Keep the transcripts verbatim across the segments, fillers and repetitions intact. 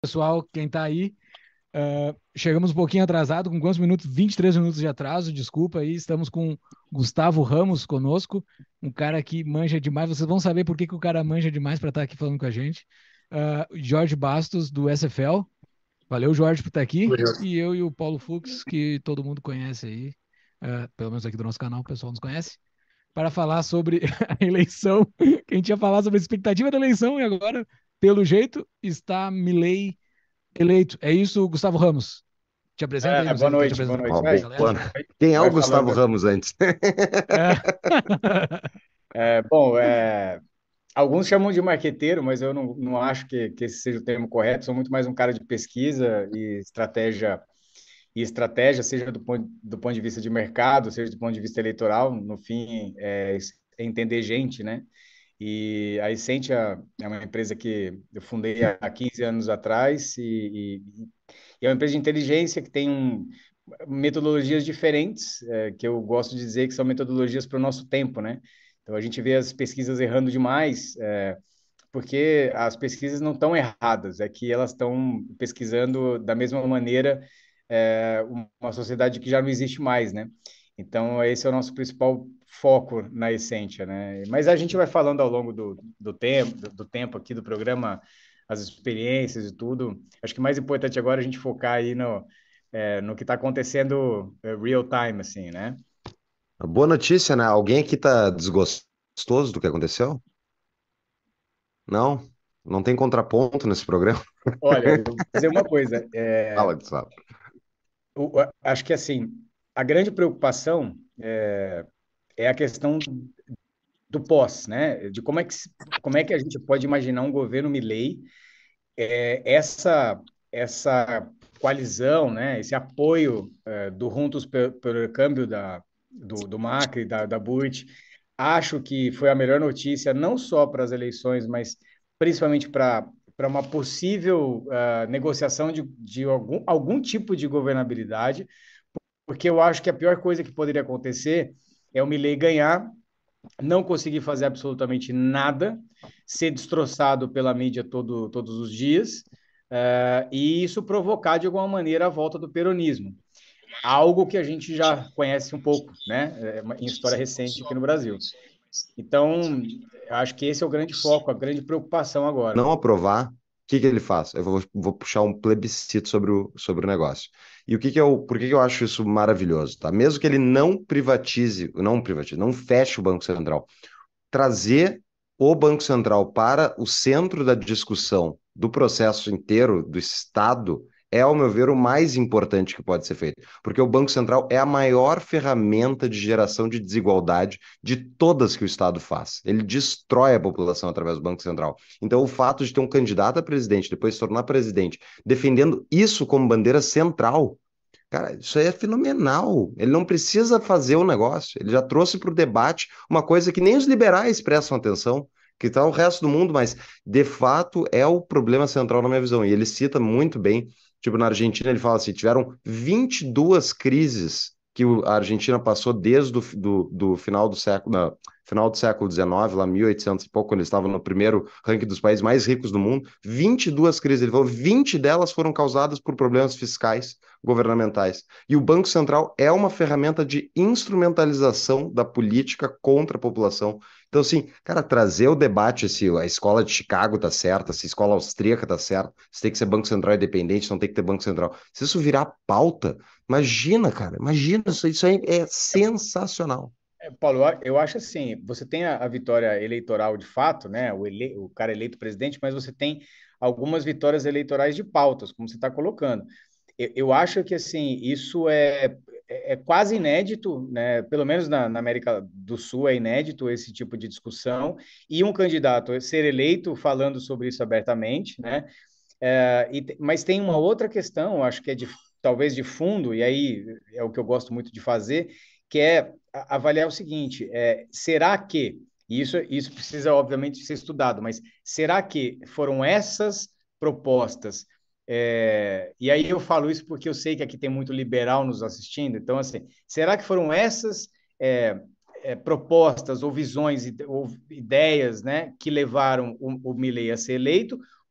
Pessoal, quem tá aí, ah, chegamos um pouquinho atrasado, com quantos minutos? vinte e três minutos de atraso, desculpa aí. Estamos com Gustavo Ramos conosco, um cara que manja demais. Vocês vão saber por que, que o cara manja demais para estar aqui falando com a gente. Ah, Jorge Bastos, do S F L. Valeu, Jorge, por estar aqui. E eu e o Paulo Fux, que todo mundo conhece aí, ah, pelo menos aqui do nosso canal, o pessoal nos conhece, para falar sobre a eleição. Que a gente ia falar sobre a expectativa da eleição e agora, pelo jeito, está Milei eleito. É isso, Gustavo Ramos. Te apresenta aí, É, não sei boa se tu quer te noite, boa apresentar noite. pra Ó, Vai, galera. boa- Quem é o vai Gustavo falando. Ramos antes? É. É, bom, é, alguns chamam de marqueteiro, mas eu não, não acho que, que esse seja o termo correto. Sou muito mais um cara de pesquisa e estratégia, e estratégia, seja do ponto, do ponto de vista de mercado, seja do ponto de vista eleitoral. No fim, é, é entender gente, né? E a Essentia é uma empresa que eu fundei há quinze anos atrás e, e, e é uma empresa de inteligência que tem um, metodologias diferentes, é, que eu gosto de dizer que são metodologias para o nosso tempo, né? Então a gente vê as pesquisas errando demais, é, porque as pesquisas não estão erradas, é que elas estão pesquisando da mesma maneira é, uma sociedade que já não existe mais, né? Então esse é o nosso principal foco na Essentia, né? Mas a gente vai falando ao longo do, do tempo, do, do tempo aqui do programa, as experiências e tudo. Acho que o mais importante agora é a gente focar aí no, é, no que está acontecendo é, real time, assim, né? Boa notícia, né? Alguém aqui tá desgostoso do que aconteceu? Não? Não tem contraponto nesse programa? Olha, eu vou dizer uma coisa, Fala, é, Gustavo. o- a- acho que assim, a grande preocupação é, é a questão do pós, né? De como é que, se- como é que a gente pode imaginar um governo Milei, é, essa, essa coalizão, né? Esse apoio é, do Juntos pelo, pelo Câmbio da, do, do Macri, da, da Burt, acho que foi a melhor notícia, não só para as eleições, mas principalmente para para uma possível uh, negociação de, de algum, algum tipo de governabilidade, porque eu acho que a pior coisa que poderia acontecer é o Milei ganhar, não conseguir fazer absolutamente nada, ser destroçado pela mídia todo, todos os dias, uh, e isso provocar de alguma maneira a volta do peronismo. Algo que a gente já conhece um pouco, né, em história recente aqui no Brasil. Então, eu acho que esse é o grande foco, a grande preocupação agora. Não aprovar, o que que ele faz? Eu vou, vou puxar um plebiscito sobre o, sobre o negócio. E o que que eu, por que que eu acho isso maravilhoso, tá? Mesmo que ele não privatize, não privatize, não feche o Banco Central, trazer o Banco Central para o centro da discussão do processo inteiro do Estado é, ao meu ver, o mais importante que pode ser feito. Porque o Banco Central é a maior ferramenta de geração de desigualdade de todas que o Estado faz. Ele destrói a população através do Banco Central. Então, o fato de ter um candidato a presidente, depois se tornar presidente, defendendo isso como bandeira central. Cara, isso aí é fenomenal. Ele não precisa fazer o negócio. Ele já trouxe para o debate uma coisa que nem os liberais prestam atenção, que está o resto do mundo, mas de fato é o problema central na minha visão. E ele cita muito bem, tipo, na Argentina, ele fala assim: tiveram vinte e duas crises que o- a Argentina passou desde o do, do final do século, não, final do século dezenove, lá mil e oitocentos e pouco, quando eles estavam no primeiro ranking dos países mais ricos do mundo. Vinte e duas crises. Ele falou, vinte delas foram causadas por problemas fiscais governamentais. E o Banco Central é uma ferramenta de instrumentalização da política contra a população. Então, assim, cara, trazer o debate se a escola de Chicago tá certa, se a escola austríaca tá certa, se tem que ser Banco Central independente, não tem que ter Banco Central. Se isso virar pauta, imagina, cara, imagina, isso, isso aí é sensacional. É, Paulo, eu acho assim, você tem a, a vitória eleitoral de fato, né, o, ele, o cara eleito presidente, mas você tem algumas vitórias eleitorais de pautas, como você está colocando. Eu, eu acho que, assim, isso é, é, é quase inédito, né, pelo menos na, na América do Sul é inédito esse tipo de discussão, e um candidato ser eleito falando sobre isso abertamente, né, é, e, mas tem uma outra questão, acho que é de talvez de fundo, e aí é o que eu gosto muito de fazer, que é avaliar o seguinte: é, será que, e isso, isso precisa obviamente ser estudado, mas será que foram essas propostas? É, e aí eu falo isso porque eu sei que aqui tem muito liberal nos assistindo, então assim, será que foram essas é, é, propostas ou visões ou ideias, né, que levaram o, o Milei a ser eleito?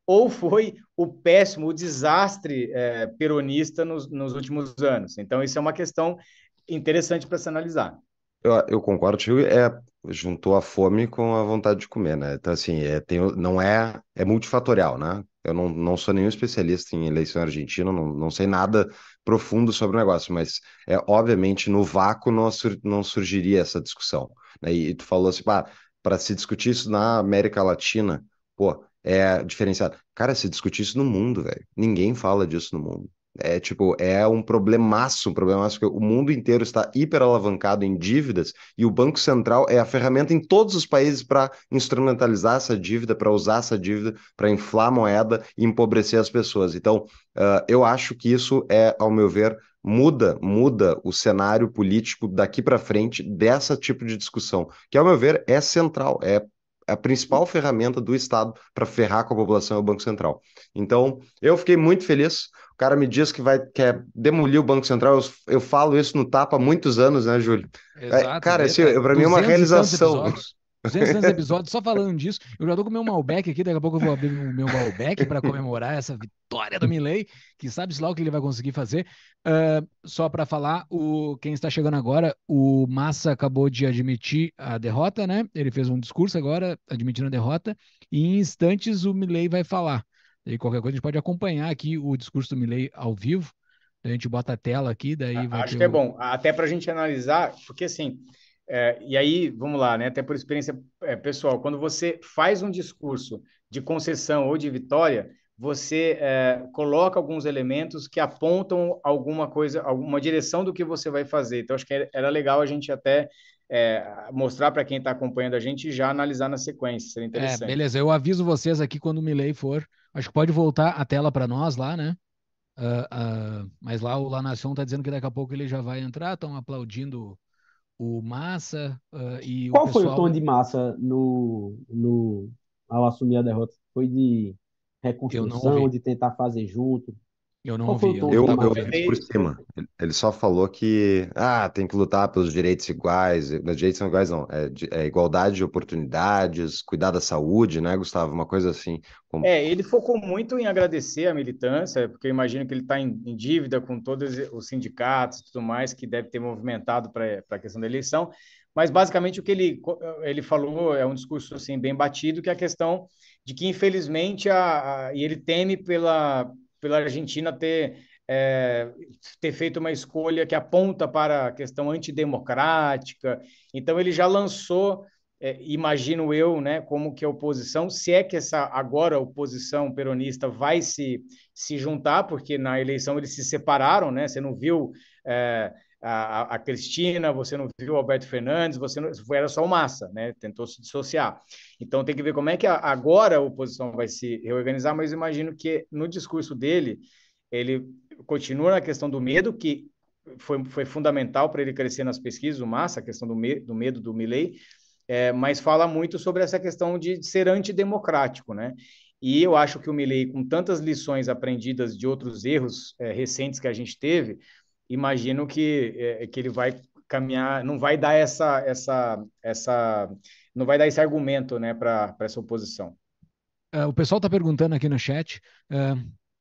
ou foi o péssimo, o desastre é, peronista nos, nos últimos anos. Então, isso é uma questão interessante para se analisar. Eu, eu concordo contigo, é, juntou a fome com a vontade de comer, né? Então, assim, é, tem, não é, é multifatorial, né? Eu não, não sou nenhum especialista em eleição argentina, não, não sei nada profundo sobre o negócio, mas é obviamente no vácuo não, sur- não surgiria essa discussão, né? E, tu falou assim, para se discutir isso na América Latina, pô, é diferenciado. Cara, se discutir isso no mundo, velho, ninguém fala disso no mundo. É tipo, é um problemaço, um problemaço, porque o mundo inteiro está hiper alavancado em dívidas e o Banco Central é a ferramenta em todos os países para instrumentalizar essa dívida, para usar essa dívida, para inflar a moeda e empobrecer as pessoas. Então, uh, eu acho que isso é, ao meu ver, muda, muda o cenário político daqui para frente dessa tipo de discussão, que, ao meu ver, é central, é a principal ferramenta do Estado para ferrar com a população é o Banco Central. Então, eu fiquei muito feliz. O cara me diz que vai quer demolir o Banco Central. Eu, eu falo isso no tapa há muitos anos, né, Júlio? É, Exato, cara, de- assim, é, para mim é uma duzentos e tantos realização. episódios. duzentos e tantos episódios só falando disso. Eu já tô com o meu Malbec aqui, daqui a pouco eu vou abrir o meu Malbec para comemorar essa vitória do Milley, que sabe-se lá o que ele vai conseguir fazer. Ah, só para falar, o, quem está chegando agora, o Massa acabou de admitir a derrota, né? Ele fez um discurso agora admitindo a derrota, e em instantes o Milley vai falar. E qualquer coisa a gente pode acompanhar aqui o discurso do Milley ao vivo. A gente bota a tela aqui, daí vai Acho ter que é o. bom, até para a gente analisar, porque assim, é, e aí, vamos lá, né? Até por experiência é, pessoal, quando você faz um discurso de concessão ou de vitória, você é, coloca alguns elementos que apontam alguma coisa, alguma direção do que você vai fazer. Então, acho que era legal a gente até é, mostrar para quem está acompanhando a gente e já analisar na sequência, seria É, interessante. beleza, eu aviso vocês aqui quando o Milley for. Acho que pode voltar a tela para nós lá, né? Ah, ah, mas lá o La Nación tá dizendo que daqui a pouco ele já vai entrar, estão aplaudindo o Massa, ah, e o Qual foi o tom pessoal. de massa no, no, ao assumir a derrota? Foi de Eu não reconstrução, ouvi, de tentar fazer junto? eu não Qual foi ouvi, o eu tom não Eu, de, estava eu ouvindo. vi por cima. Ele ele só falou que ah, tem que lutar pelos direitos iguais. Os direitos são iguais, não. É, de- é igualdade de oportunidades, cuidar da saúde, né, Gustavo? Uma coisa assim. Como- É, ele focou muito em agradecer a militância, porque eu imagino que ele está em, em dívida com todos os sindicatos e tudo mais, que deve ter movimentado para a questão da eleição. Mas, basicamente, o que ele, ele falou é um discurso assim, bem batido, que é a questão de que, infelizmente, a, a, e ele teme pela, pela Argentina ter, é, ter feito uma escolha que aponta para a questão antidemocrática. Então, ele já lançou é, imagino eu, né, como que a oposição, se é que essa agora a oposição peronista vai se, se juntar, porque na eleição eles se separaram, né? Você não viu é, a, a Cristina, você não viu o Alberto Fernandes, você não, era só o Massa, né? Tentou se dissociar. Então tem que ver como é que a, agora a oposição vai se reorganizar, mas imagino que no discurso dele ele continua na questão do medo, que foi, foi fundamental para ele crescer nas pesquisas, o Massa, a questão do, me, do medo do Milei, é, mas fala muito sobre essa questão de ser antidemocrático, né? E eu acho que o Milei, com tantas lições aprendidas de outros erros é, recentes que a gente teve, imagino que, é, que ele vai caminhar, não vai dar essa, essa, essa, não vai dar esse argumento, né, para essa oposição. Ah, o pessoal tá perguntando aqui no chat. ah,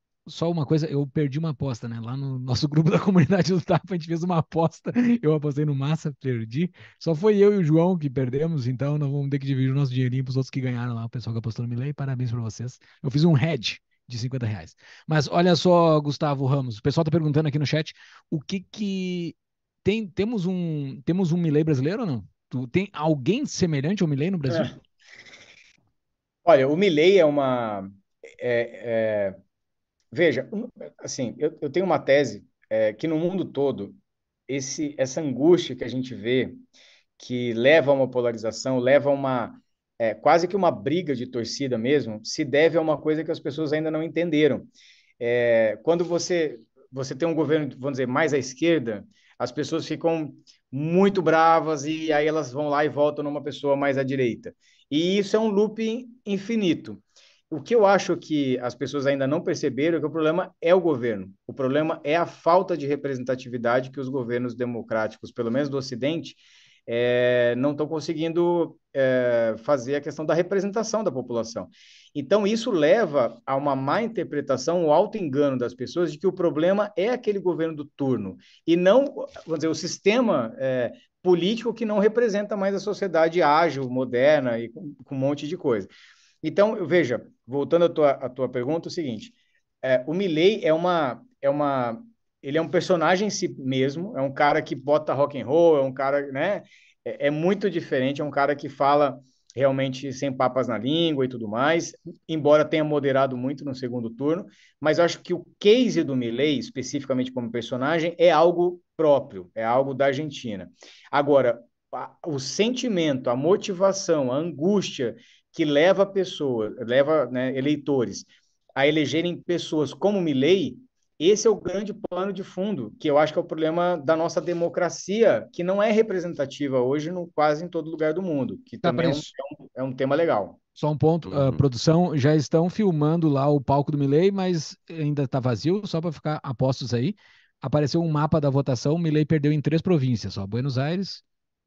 Só uma coisa, eu perdi uma aposta, né? Lá no nosso grupo da comunidade do Tapa, a gente fez uma aposta. Eu apostei no Massa, perdi. Só foi eu e o João que perdemos, então nós vamos ter que dividir o nosso dinheirinho para os outros que ganharam lá. O pessoal que apostou no Milley, parabéns para vocês. Eu fiz um hedge de cinquenta reais. Mas olha só, Gustavo Ramos, o pessoal tá perguntando aqui no chat o que que. Tem, temos um, temos um Milley brasileiro ou não? Tu, tem alguém semelhante ao Milley no Brasil? É. Olha, o Milei é uma. É, é, veja, um, assim, eu, eu tenho uma tese é, que no mundo todo, esse, essa angústia que a gente vê que leva a uma polarização, leva a uma é, quase que uma briga de torcida mesmo, se deve a uma coisa que as pessoas ainda não entenderam. É, quando você você tem um governo, vamos dizer, mais à esquerda, as pessoas ficam muito bravas e aí elas vão lá e votam numa pessoa mais à direita. E isso é um loop infinito. O que eu acho que as pessoas ainda não perceberam é que o problema é o governo. O problema é a falta de representatividade que os governos democráticos, pelo menos do Ocidente, é, não estão conseguindo é, fazer a questão da representação da população. Então, isso leva a uma má interpretação, um auto-engano das pessoas de que o problema é aquele governo do turno, e não, vamos dizer, o sistema é, político que não representa mais a sociedade ágil, moderna e com, com um monte de coisa. Então, veja, voltando à tua, à tua pergunta, é o seguinte, é, o Milei é uma, é uma, ele é um personagem em si mesmo, é um cara que bota rock and roll, é um cara, né, é, é muito diferente, é um cara que fala realmente sem papas na língua e tudo mais, embora tenha moderado muito no segundo turno, mas eu acho que o case do Milei, especificamente como personagem, é algo próprio, é algo da Argentina. Agora, a, o sentimento, a motivação, a angústia que leva pessoas, leva, né, eleitores a elegerem pessoas como Milei, esse é o grande plano de fundo, que eu acho que é o problema da nossa democracia, que não é representativa hoje no, quase em todo lugar do mundo, que Tá também para é um, isso. é um, é um tema legal. Só um ponto, a Uhum. produção já estão filmando lá o palco do Milei, mas ainda está vazio, só para ficar a postos aí. Apareceu um mapa da votação, o Milei perdeu em três províncias, só Buenos Aires,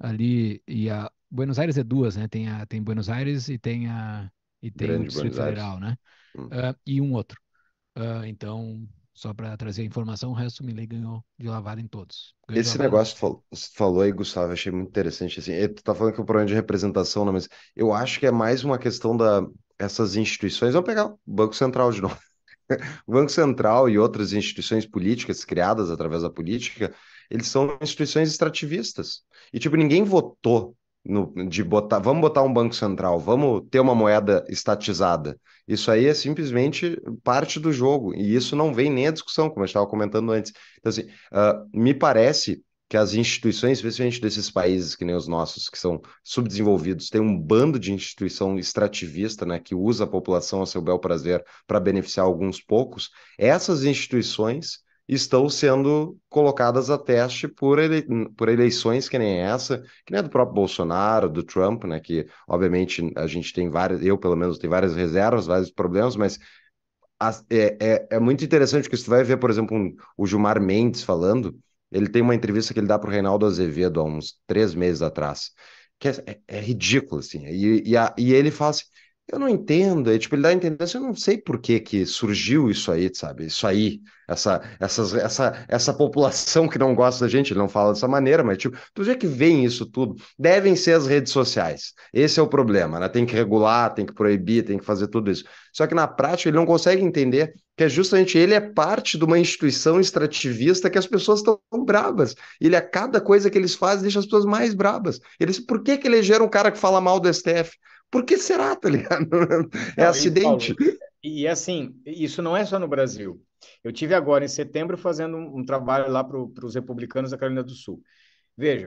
ali e a Buenos Aires é duas, né? Tem a tem Buenos Aires e tem a e tem o Grande Distrito Buenos Aires. Federal, né? Hum. Ah, e um outro. Ah, então, só para trazer a informação, o resto o Milei ganhou de lavada em todos. Ganhou de Esse lavada não. negócio que fal- você falou aí, Gustavo, eu achei muito interessante. Assim, e tu tá falando que é um problema de representação, né? Mas eu acho que é mais uma questão da essas instituições. Vamos pegar o Banco Central de novo. O Banco Central e outras instituições políticas criadas através da política, eles são instituições extrativistas. E, tipo, ninguém votou no, de botar, vamos botar um Banco Central, vamos ter uma moeda estatizada. Isso aí é simplesmente parte do jogo, e isso não vem nem à discussão, como eu estava comentando antes. Então, assim, ah, me parece que as instituições, especialmente desses países que nem os nossos, que são subdesenvolvidos, tem um bando de instituição extrativista, né, que usa a população a seu bel prazer para beneficiar alguns poucos, essas instituições estão sendo colocadas a teste por, ele, por eleições que nem essa, que nem a do próprio Bolsonaro, do Trump, né, que obviamente a gente tem várias, eu pelo menos tenho várias reservas, vários problemas, mas as- é, é, é muito interessante porque você vai ver, por exemplo, um- o Gilmar Mendes falando, ele tem uma entrevista que ele dá para o Reinaldo Azevedo há uns três meses atrás, que é, é- é ridículo, assim, e, e, a- e ele fala assim, eu não entendo, é, tipo, ele dá a entender assim, eu não sei por que que surgiu isso aí, sabe, isso aí, essa, essas, essa, essa população que não gosta da gente, ele não fala dessa maneira, mas tipo, tu vê que vem isso tudo, devem ser as redes sociais, esse é o problema, né, tem que regular, tem que proibir, tem que fazer tudo isso. Só que na prática ele não consegue entender que é justamente ele é parte de uma instituição extrativista que as pessoas estão brabas. Ele, a cada coisa que eles fazem, deixa as pessoas mais brabas. Eles, por que que elegeram um cara que fala mal do S T F? Por que será, tá ligado? É Não, e acidente. Paulo, e assim, isso não é só no Brasil. Eu tive agora em setembro fazendo um, um trabalho lá para os republicanos da Carolina do Sul. Veja,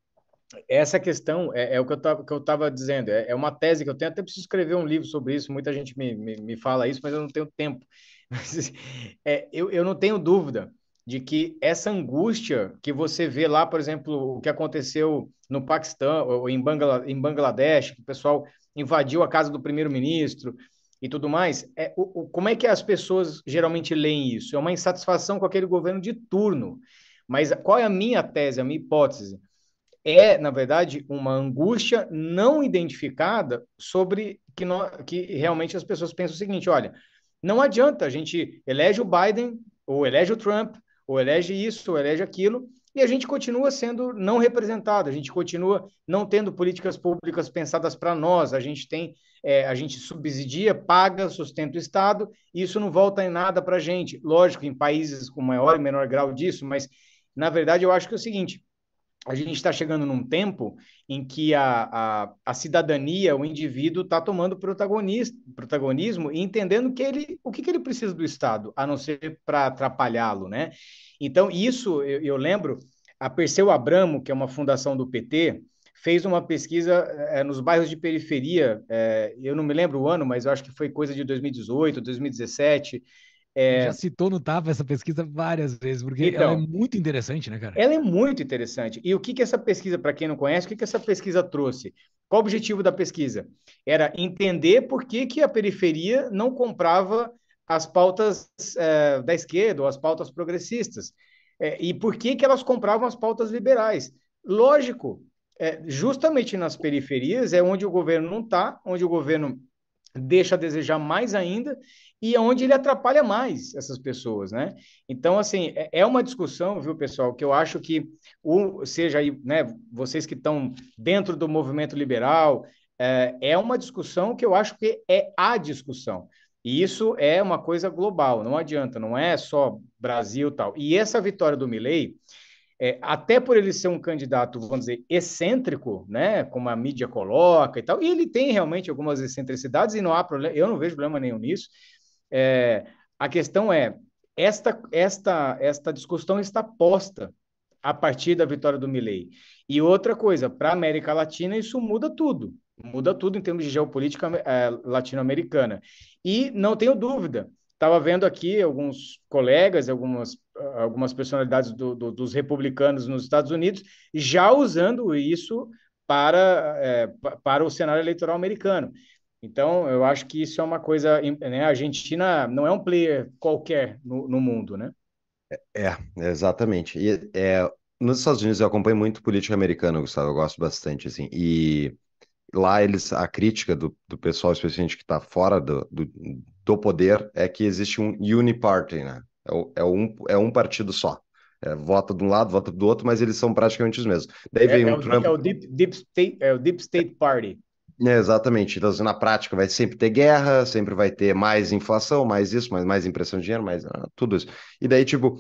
essa questão é, é o que eu estava que eu estava dizendo. É, é uma tese que eu tenho, até preciso escrever um livro sobre isso. Muita gente me, me, me fala isso, mas eu não tenho tempo. Mas, é, eu, eu não tenho dúvida de que essa angústia que você vê lá, por exemplo, o que aconteceu no Paquistão ou em, Bangla, em Bangladesh, que o pessoal invadiu a casa do primeiro-ministro e tudo mais, é, o, o, como é que as pessoas geralmente leem isso? É uma insatisfação com aquele governo de turno. Mas qual é a minha tese, a minha hipótese? É, na verdade, uma angústia não identificada sobre que, no, que realmente as pessoas pensam o seguinte: olha, não adianta, a gente elege o Biden, ou elege o Trump, ou elege isso, ou elege aquilo, e a gente continua sendo não representado, a gente continua não tendo políticas públicas pensadas para nós, a gente tem, é, a gente subsidia, paga, sustenta o Estado, e isso não volta em nada para a gente. Lógico, em países com maior e menor grau disso, mas na verdade eu acho que é o seguinte: a gente está chegando num tempo em que a, a, a cidadania, o indivíduo, está tomando protagonismo e entendendo que ele, o que, que ele precisa do Estado, a não ser para atrapalhá-lo, né? Então, isso, eu, eu lembro, a Perseu Abramo, que é uma fundação do P T, fez uma pesquisa é, nos bairros de periferia, é, eu não me lembro o ano, mas eu acho que foi coisa de dois mil e dezoito, dois mil e dezessete. A gente já É, citou no Tapa essa pesquisa várias vezes, porque ela é então, muito interessante, né, cara? ela é muito interessante. E o que que essa pesquisa, para quem não conhece, o que que essa pesquisa trouxe? Qual o objetivo da pesquisa? Era entender por que que a periferia não comprava as pautas eh, da esquerda ou as pautas progressistas. Eh, e por que que elas compravam as pautas liberais. Lógico, é, justamente nas periferias é onde o governo não está, onde o governo deixa a desejar mais ainda e é onde ele atrapalha mais essas pessoas, né? Então, assim, é é uma discussão, viu, pessoal, que eu acho que, o, seja aí, né, vocês que estão dentro do movimento liberal, é, é uma discussão que eu acho que é a discussão. E isso é uma coisa global, não adianta, não é só Brasil e tal. E essa vitória do Milei, é, até por ele ser um candidato, vamos dizer, excêntrico, né, como a mídia coloca e tal, e ele tem realmente algumas excentricidades e não há problema, eu não vejo problema nenhum nisso. É, a questão é, esta, esta, esta discussão está posta a partir da vitória do Milei. E outra coisa, para a América Latina isso muda tudo, muda tudo em termos de geopolítica é, latino-americana. E não tenho dúvida, estava vendo aqui alguns colegas, algumas, algumas personalidades do, do, dos republicanos nos Estados Unidos já usando isso para, é, para o cenário eleitoral americano. Então, eu acho que isso é uma coisa, né? A Argentina não é um player qualquer no, no mundo, né? É, exatamente. E, é, nos Estados Unidos eu acompanho muito política americana, Gustavo, eu gosto bastante, assim, e lá eles, a crítica do, do pessoal, especialmente que está fora do, do, do poder, é que existe um uniparty, né? É, o- é um, é um partido só. É, vota de um lado, vota do outro, mas eles são praticamente os mesmos. Daí vem É, é o o, é Trump. o Deep, Deep State, é o Deep State Party. É, exatamente. Então, assim, na prática, vai sempre ter guerra, sempre vai ter mais inflação, mais isso, mais, mais impressão de dinheiro, mais ah, tudo isso. E daí, tipo,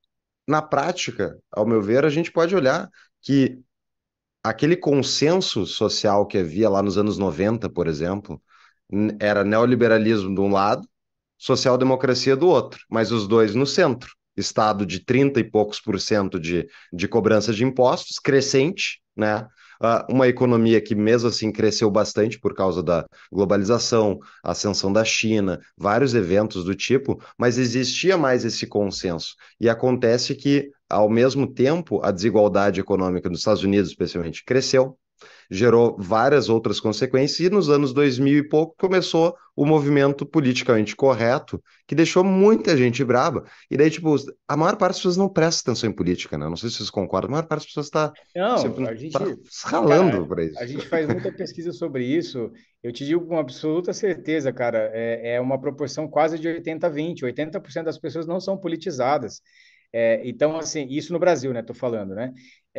na prática, ao meu ver, a gente pode olhar que aquele consenso social que havia lá nos anos noventa, por exemplo, n- era neoliberalismo de um lado, social-democracia do outro, mas os dois no centro. Estado de trinta e poucos por cento de, de cobrança de impostos, crescente, né? Ah, uma economia que mesmo assim cresceu bastante por causa da globalização, ascensão da China, vários eventos do tipo, mas existia mais esse consenso. E acontece que, ao mesmo tempo, a desigualdade econômica nos Estados Unidos, especialmente, cresceu, gerou várias outras consequências, e nos anos dois mil e pouco começou o movimento politicamente correto, que deixou muita gente braba. E daí, tipo, a maior parte das pessoas não presta atenção em política, né? Não sei se vocês concordam, a maior parte das pessoas está Não, a sempre gente, tá cara, ralando para a isso. gente faz muita pesquisa sobre isso. Eu te digo com absoluta certeza, cara, é, é uma proporção quase de oitenta a vinte. oitenta por cento das pessoas não são politizadas. É, então, assim, isso no Brasil, né? Tô falando, né?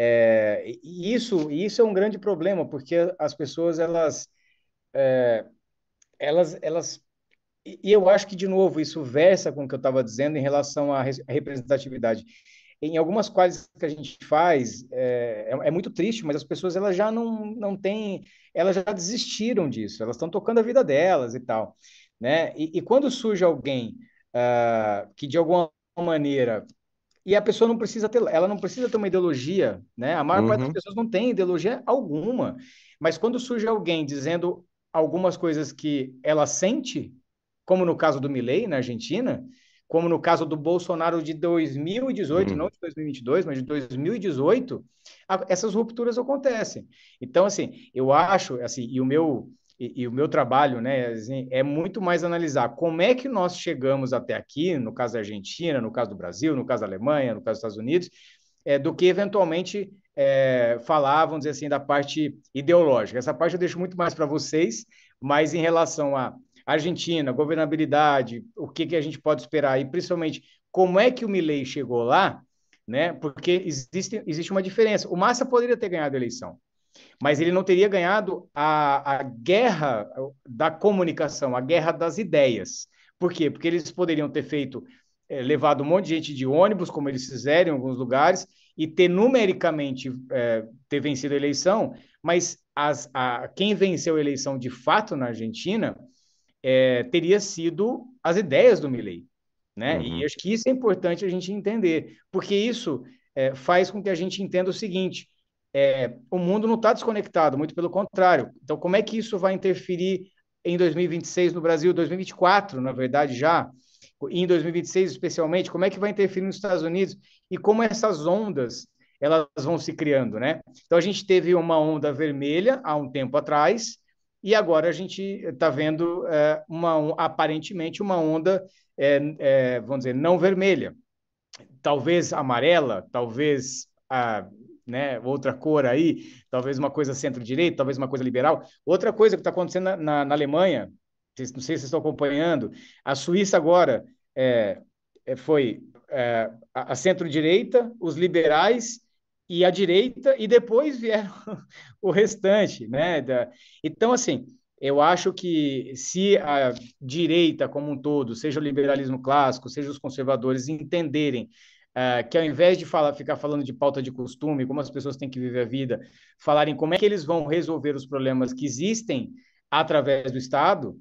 É, e isso, isso é um grande problema, porque as pessoas, elas, elas, elas E e eu acho que, de novo, isso versa com o que eu estava dizendo em relação à res- à representatividade. Em algumas coisas que a gente faz, é, é, é muito triste, mas as pessoas elas já não, não têm, elas já desistiram disso, elas estão tocando a vida delas e tal, né? E, e quando surge alguém ah, que, de alguma maneira, e a pessoa não precisa ter, ela não precisa ter uma ideologia, né? A maior parte das Uhum, pessoas não tem ideologia alguma, mas quando surge alguém dizendo algumas coisas que ela sente, como no caso do Milei na Argentina, como no caso do Bolsonaro de dois mil e dezoito, não uhum. de dois mil e vinte e dois, mas de dois mil e dezoito, a- essas rupturas acontecem. Então, assim, eu acho, assim, e o meu e, e o meu trabalho, né, assim, é muito mais analisar como é que nós chegamos até aqui, no caso da Argentina, no caso do Brasil, no caso da Alemanha, no caso dos Estados Unidos, é, do que eventualmente é, falar, vamos dizer assim, da parte ideológica. Essa parte eu deixo muito mais para vocês, mas em relação a Argentina, governabilidade, o que, que a gente pode esperar e principalmente como é que o Milei chegou lá, né? Porque existe, existe uma diferença. O Massa poderia ter ganhado a eleição, mas ele não teria ganhado a, a guerra da comunicação, a guerra das ideias. Por quê? Porque eles poderiam ter feito, é, levado um monte de gente de ônibus, como eles fizeram em alguns lugares, e ter numericamente é, ter vencido a eleição, mas as, a, quem venceu a eleição de fato na Argentina é, teria sido as ideias do Milley, né? E Uhum. acho que isso é importante a gente entender, porque isso é, faz com que a gente entenda o seguinte: é, o mundo não está desconectado, muito pelo contrário. Então, como é que isso vai interferir em dois mil e vinte e seis no Brasil, dois mil e vinte e quatro, na verdade, já, e em dois mil e vinte e seis especialmente, como é que vai interferir nos Estados Unidos e como essas ondas elas vão se criando, né? Então, a gente teve uma onda vermelha há um tempo atrás, e agora a gente está vendo é, uma, aparentemente uma onda, é, é, vamos dizer, não vermelha, talvez amarela, talvez ah, né, outra cor aí, talvez uma coisa centro-direita, talvez uma coisa liberal. Outra coisa que está acontecendo na, na, na Alemanha, não sei se vocês estão acompanhando, a Suíça agora é, é, foi é, a, a centro-direita, os liberais e a direita, e depois vieram o restante, né? Da... Então, assim, eu acho que se a direita como um todo, seja o liberalismo clássico, seja os conservadores, entenderem uh, que ao invés de falar, ficar falando de pauta de costume, como as pessoas têm que viver a vida, falarem como é que eles vão resolver os problemas que existem através do Estado,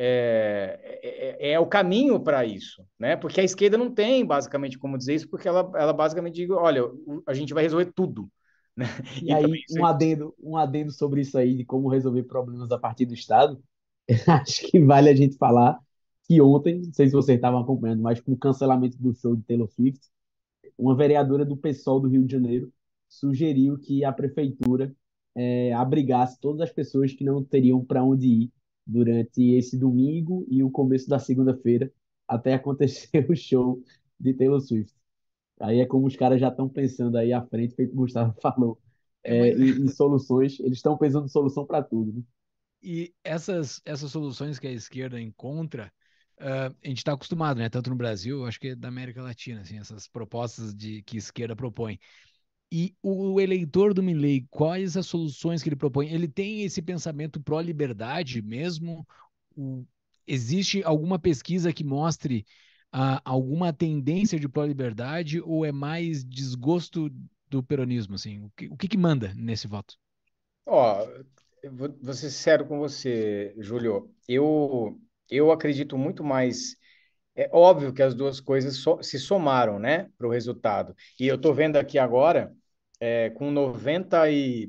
é, é, é o caminho para isso, né? Porque a esquerda não tem basicamente como dizer isso, porque ela, ela basicamente diz, olha, a gente vai resolver tudo, né? E E também aí, isso um adendo, um adendo sobre isso aí, de como resolver problemas a partir do Estado, acho que vale a gente falar que ontem, não sei se vocês estavam acompanhando, mas com o cancelamento do show de Taylor Swift, uma vereadora do PSOL do Rio de Janeiro sugeriu que a prefeitura eh, abrigasse todas as pessoas que não teriam para onde ir durante esse domingo e o começo da segunda-feira, até acontecer o show de Taylor Swift. Aí é como os caras já estão pensando aí à frente, feito o Gustavo falou, É, é, mas... em, em soluções. Eles estão pensando em solução para tudo, né? E essas, essas soluções que a esquerda encontra, uh, a gente está acostumado, né? Tanto no Brasil, acho que é da América Latina, assim, essas propostas de que a esquerda propõe. E o eleitor do Milei, quais as soluções que ele propõe? Ele tem esse pensamento pró-liberdade mesmo? O, existe alguma pesquisa que mostre uh, alguma tendência de pró-liberdade ou é mais desgosto do peronismo, assim? O que, o que que manda nesse voto? Ó, eu vou, vou ser sincero com você, Júlio. Eu, eu acredito muito mais. É óbvio que as duas coisas so- se somaram, né, para o resultado. E eu estou vendo aqui agora, é, com noventa e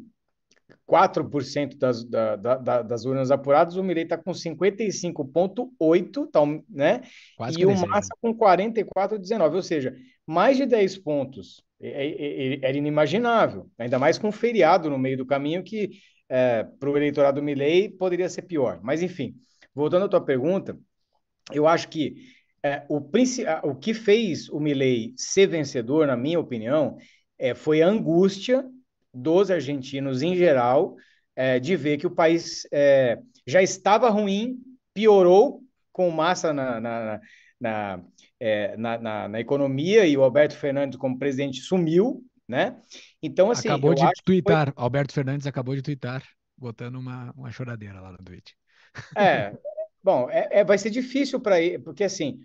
quatro por cento das, da, da, da- das urnas apuradas, o Milei está com cinquenta e cinco vírgula oito, tá, um, né? Quase E o cinquenta e seis, né? Massa com quarenta e quatro vírgula dezenove, ou seja, mais de dez pontos. É- é- é- Era inimaginável, ainda mais com um feriado no meio do caminho que para o eleitorado do Milei poderia ser pior. Mas, enfim, voltando à tua pergunta, eu acho que é, o, princi- a- o que fez o Milei ser vencedor, na minha opinião, é, foi a angústia dos argentinos em geral, é, de ver que o país é, já estava ruim, piorou com massa na, na, na, é, na, na, na economia e o Alberto Fernandes como presidente sumiu, né? Então, assim, Acabou eu de acho que foi. twittar, Alberto Fernandes acabou de twittar, botando uma, uma choradeira lá no tweet. É, bom, é, é- vai ser difícil para ele, porque assim,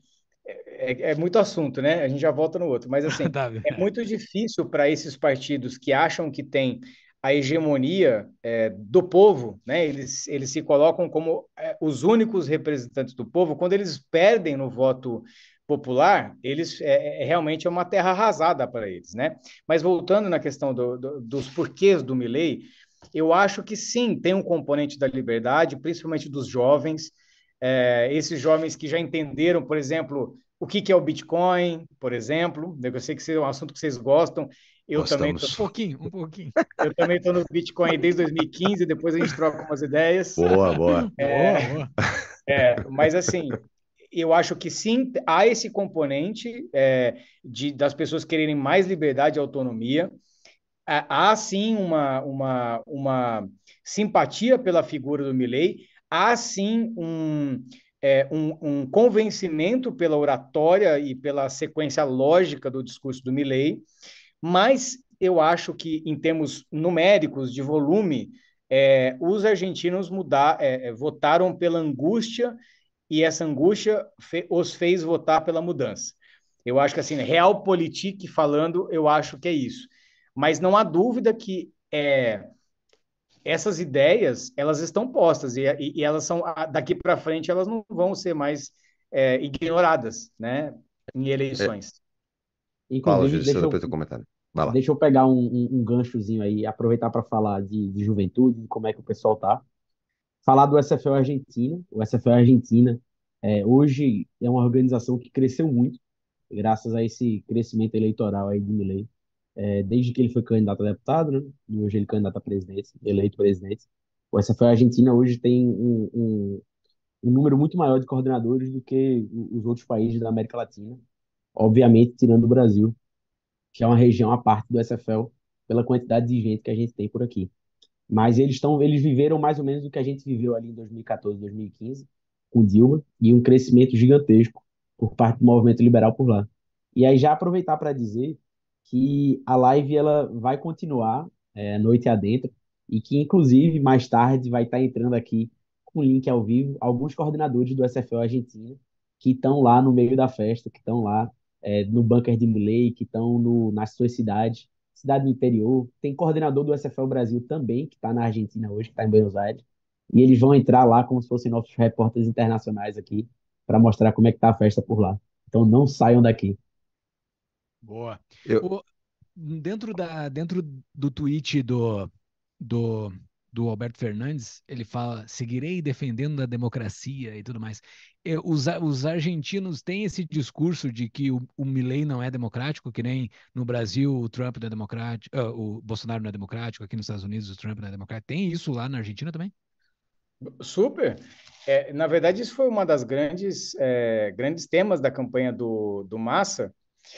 é, é- é muito assunto, né? A gente já volta no outro, mas assim, Tá, é muito difícil para esses partidos que acham que tem a hegemonia é, do povo, né? Eles, eles se colocam como é, os únicos representantes do povo, quando eles perdem no voto popular, eles é, é realmente é uma terra arrasada para eles, né? Mas voltando na questão do, do, dos porquês do Milei, eu acho que sim, tem um componente da liberdade, principalmente dos jovens, é, esses jovens que já entenderam, por exemplo, o que, que é o Bitcoin, por exemplo. Eu sei que esse é um assunto que vocês gostam. Eu também um tô, Gostamos. pouquinho, um pouquinho. eu também estou no Bitcoin desde dois mil e quinze, depois a gente troca umas ideias. Boa, boa. Boa, boa. É, mas assim, eu acho que sim, há esse componente é, de, das pessoas quererem mais liberdade e autonomia. Há sim uma, uma, uma simpatia pela figura do Milei, há sim um, é, um, um convencimento pela oratória e pela sequência lógica do discurso do Milei, mas eu acho que, em termos numéricos, de volume, é, os argentinos mudar, é, é, votaram pela angústia e essa angústia fe, os fez votar pela mudança. Eu acho que, assim, realpolitik falando, eu acho que é isso. Mas não há dúvida que é, essas ideias, elas estão postas e, e, e elas são, daqui para frente, elas não vão ser mais é, ignoradas, né, em É, eleições. fala, Inclusive, Júlio, deixa depois eu, do comentário. Vai lá. deixa eu pegar um, um, um ganchozinho aí, aproveitar para falar de, de juventude, de como é que o pessoal tá. Falar do S F L Argentina. O S F L Argentina é, hoje é uma organização que cresceu muito, graças a esse crescimento eleitoral aí de Milei. É, desde que ele foi candidato a deputado, né? E hoje ele é candidato a presidente, eleito presidente. O S F L Argentina hoje tem um, um, um número muito maior de coordenadores do que os outros países da América Latina, obviamente tirando o Brasil, que é uma região à parte do S F L, pela quantidade de gente que a gente tem por aqui. Mas eles estão, eles viveram mais ou menos o que a gente viveu ali em dois mil e quatorze, dois mil e quinze, com Dilma, e um crescimento gigantesco por parte do movimento liberal por lá. E aí já aproveitar para dizer que a live ela vai continuar é, noite adentro e que inclusive mais tarde vai estar entrando aqui com link ao vivo alguns coordenadores do S F O Argentina que estão lá no meio da festa, que estão lá é, no bunker de Milei, que estão no, nas suas cidades, cidade do interior. Tem coordenador do S F O Brasil também, que está na Argentina hoje, que está em Buenos Aires. E eles vão entrar lá como se fossem nossos repórteres internacionais aqui para mostrar como é que está a festa por lá. Então não saiam daqui. Boa. Eu, O- dentro da, dentro do tweet do, do, do Alberto Fernandes, ele fala: seguirei defendendo a democracia e tudo mais. E os, a- os argentinos têm esse discurso de que o, o Milei não é democrático, que nem no Brasil o Trump não é democrático, ah, o Bolsonaro não é democrático, aqui nos Estados Unidos o Trump não é democrático. Tem isso lá na Argentina também? Super. É, na verdade, isso foi uma das grandes, é, grandes temas da campanha do, do Massa,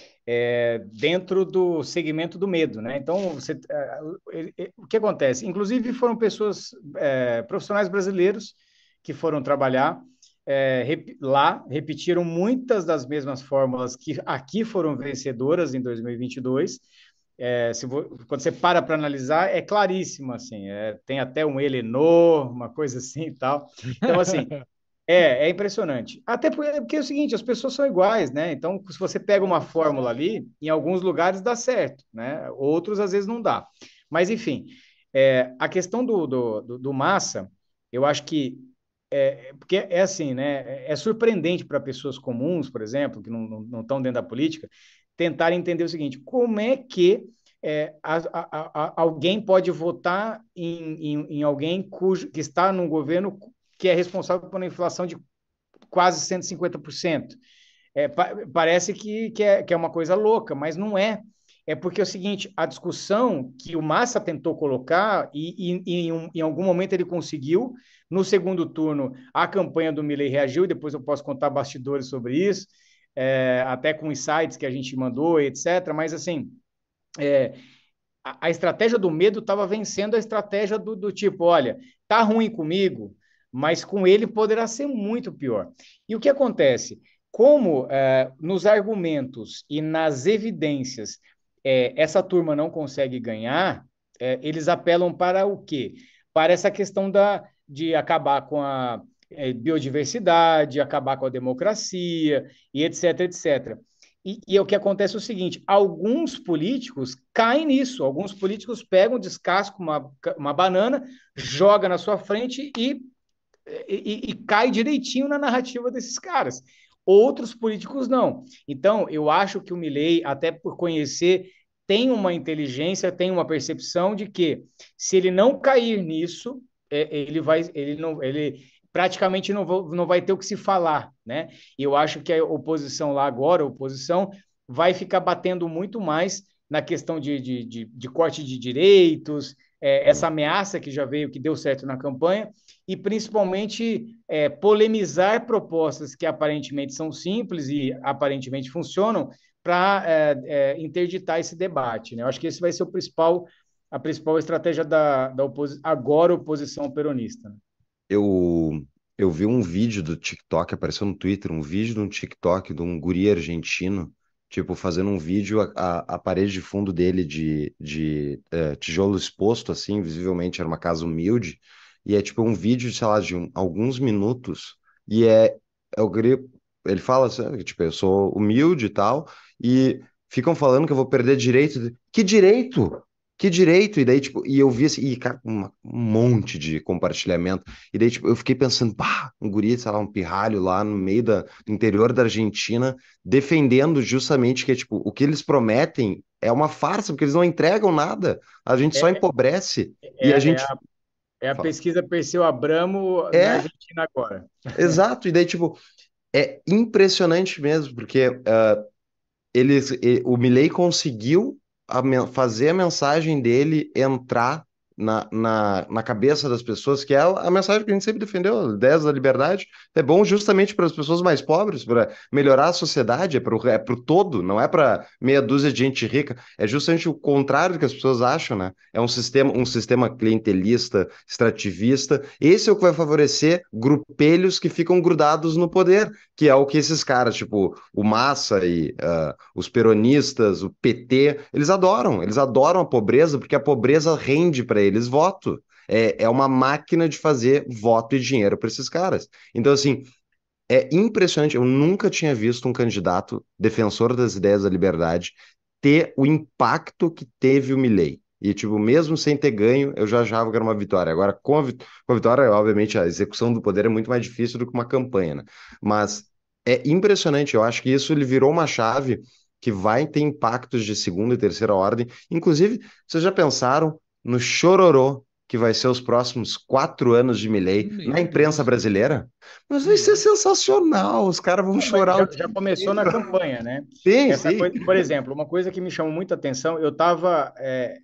é, dentro do segmento do medo, né? Então, você, é, ele- ele- o que acontece? Inclusive, foram pessoas, é, profissionais brasileiros que foram trabalhar é, rep- lá, repetiram muitas das mesmas fórmulas que aqui foram vencedoras em dois mil e vinte e dois. É, se vo- quando você para para analisar, é claríssimo, assim, é, tem até um Eleanor, uma coisa assim e tal. Então, assim, é, é impressionante. Até porque, porque é o seguinte, as pessoas são iguais, né? Então, se você pega uma fórmula ali, em alguns lugares dá certo, né? Outros às vezes não dá. Mas, enfim, é, a questão do, do, do, do Massa, eu acho que é, porque é assim, né? É surpreendente para pessoas comuns, por exemplo, que não, não, não estão dentro da política, tentar entender o seguinte: como é que é, a, a, a, alguém pode votar em, em, em alguém cujo, que está num governo que é responsável por uma inflação de quase cento e cinquenta por cento? É, pa parece que, que, é, que é uma coisa louca, mas não é. É porque é o seguinte: a discussão que o Massa tentou colocar, e, e, e em, um, em, algum momento ele conseguiu, no segundo turno, a campanha do Milei reagiu, depois eu posso contar bastidores sobre isso, é, até com insights que a gente mandou, etcétera. Mas, assim, é, a, a, estratégia do medo estava vencendo a estratégia do, do tipo: olha, tá ruim comigo, mas com ele poderá ser muito pior. E o que acontece? Como é, nos argumentos e nas evidências é, essa turma não consegue ganhar, é, eles apelam para o quê? Para essa questão da, de acabar com a é, biodiversidade, acabar com a democracia e etc, etcétera. E, e o que acontece é o seguinte: alguns políticos caem nisso, alguns políticos pegam, descascam uma, uma banana, joga na sua frente e, e, e cai direitinho na narrativa desses caras. Outros políticos não. Então, eu acho que o Milei, até por conhecer, tem uma inteligência, tem uma percepção de que, se ele não cair nisso, é, ele vai, ele não, ele praticamente não, vou, não vai ter o que se falar, né? E eu acho que a oposição lá agora, a oposição, vai ficar batendo muito mais na questão de, de, de, de corte de direitos, é, essa ameaça que já veio, que deu certo na campanha, e principalmente é, polemizar propostas que aparentemente são simples e aparentemente funcionam para é, é, interditar esse debate, né? Eu acho que esse vai ser o principal, a principal estratégia da, da oposi agora oposição peronista, né? eu, eu vi um vídeo do TikTok, apareceu no Twitter, um vídeo de um TikTok de um guri argentino, tipo, fazendo um vídeo, a, a, a parede de fundo dele de, de eh, tijolo exposto, assim, visivelmente era uma casa humilde, e é tipo um vídeo, sei lá, de um- alguns minutos, e é, é o guri, ele fala assim, que, tipo, eu sou humilde e tal, e ficam falando que eu vou perder direito. de- Que direito? Que direito? E daí, tipo, e eu vi assim, e, cara, uma- um monte de compartilhamento. E daí, tipo, eu fiquei pensando, pá, um guri, sei lá, um pirralho lá no meio da, do interior da Argentina, defendendo justamente que, tipo, o que eles prometem é uma farsa, porque eles não entregam nada. A gente só É, empobrece. E a é, é, gente a, é a fala, pesquisa Perseu Abramo na é, Argentina agora. exato. E daí, tipo, é impressionante mesmo, porque uh, eles, e- o Milei conseguiu a men- fazer a mensagem dele entrar na, na, na cabeça das pessoas, que é a mensagem que a gente sempre defendeu, ideias da liberdade, é bom justamente para as pessoas mais pobres, para melhorar a sociedade, é para o é pro todo, não é para meia dúzia de gente rica, é justamente o contrário do que as pessoas acham, né? É um sistema, um sistema clientelista, extrativista, esse é o que vai favorecer grupelhos que ficam grudados no poder, que é o que esses caras, tipo o Massa e uh, os peronistas, o P T, eles adoram, eles adoram a pobreza porque a pobreza rende para eles voto. É, é uma máquina de fazer voto e dinheiro para esses caras. Então, assim, é impressionante. Eu nunca tinha visto um candidato defensor das ideias da liberdade ter o impacto que teve o Milei. E, tipo, mesmo sem ter ganho, eu já achava que era uma vitória. Agora, com a, vi- com a vitória, obviamente, a execução do poder é muito mais difícil do que uma campanha, né? Mas é impressionante. Eu acho que isso ele virou uma chave que vai ter impactos de segunda e terceira ordem. Inclusive, vocês já pensaram no chororô que vai ser os próximos quatro anos de Milei na Meu imprensa Deus, brasileira? Mas vai ser meu. sensacional, os caras vão Não, mas chorar o já, dia já começou na inteiro. campanha, né? Sim, Essa sim. coisa, por exemplo, uma coisa que me chamou muita atenção, eu estava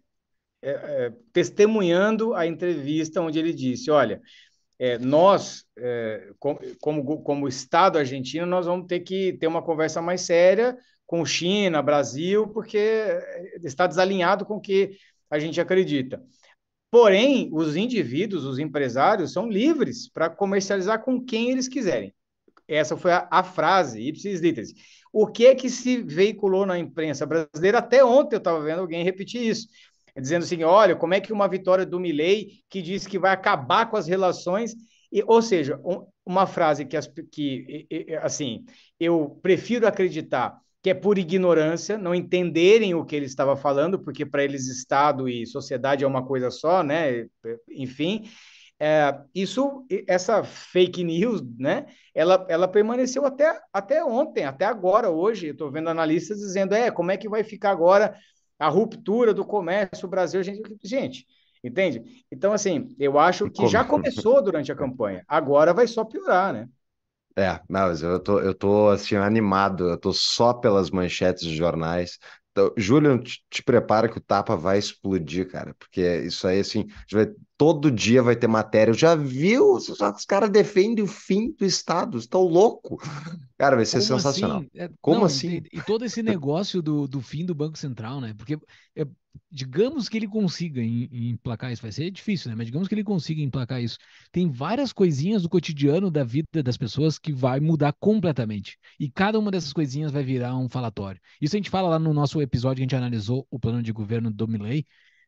testemunhando a entrevista onde ele disse, olha, é, nós, é, como, como, como Estado argentino, nós vamos ter que ter uma conversa mais séria com China, Brasil, porque está desalinhado com o que a gente acredita. Porém, os indivíduos, os empresários, são livres para comercializar com quem eles quiserem. Essa foi a, a frase, ipsis literis. O que é que se veiculou na imprensa brasileira? Até ontem eu estava vendo alguém repetir isso, dizendo assim, olha, como é que uma vitória do Milei, que diz que vai acabar com as relações, e, ou seja, um, uma frase que, as, que, assim, eu prefiro acreditar que é por ignorância, não entenderem o que ele estava falando, porque para eles Estado e sociedade é uma coisa só, né? Enfim, é, isso, essa fake news, né? Ela, ela permaneceu até, até ontem, até agora, hoje. Eu estou vendo analistas dizendo, é, como é que vai ficar agora a ruptura do comércio Brasil? Gente, gente, entende? Então, assim, eu acho que Como- já começou durante a campanha, agora vai só piorar, né? É, não, mas eu tô, eu tô assim, animado, eu tô só pelas manchetes de jornais. Então, Júlio, te, te prepara que o tapa vai explodir, cara, porque isso aí, assim, a gente vai- todo dia vai ter matéria. Já viu? Os, os caras defendem o fim do Estado, estão louco. Cara, vai ser Como sensacional. assim? É, Como não, e, e- assim? e todo esse negócio do, do fim do Banco Central, né? Porque é, digamos que ele consiga em- em emplacar isso, vai ser difícil, né? Mas digamos que ele consiga emplacar isso. Tem várias coisinhas do cotidiano da vida das pessoas que vai mudar completamente. E cada uma dessas coisinhas vai virar um falatório. Isso a gente fala lá no nosso episódio que a gente analisou o plano de governo do Milei.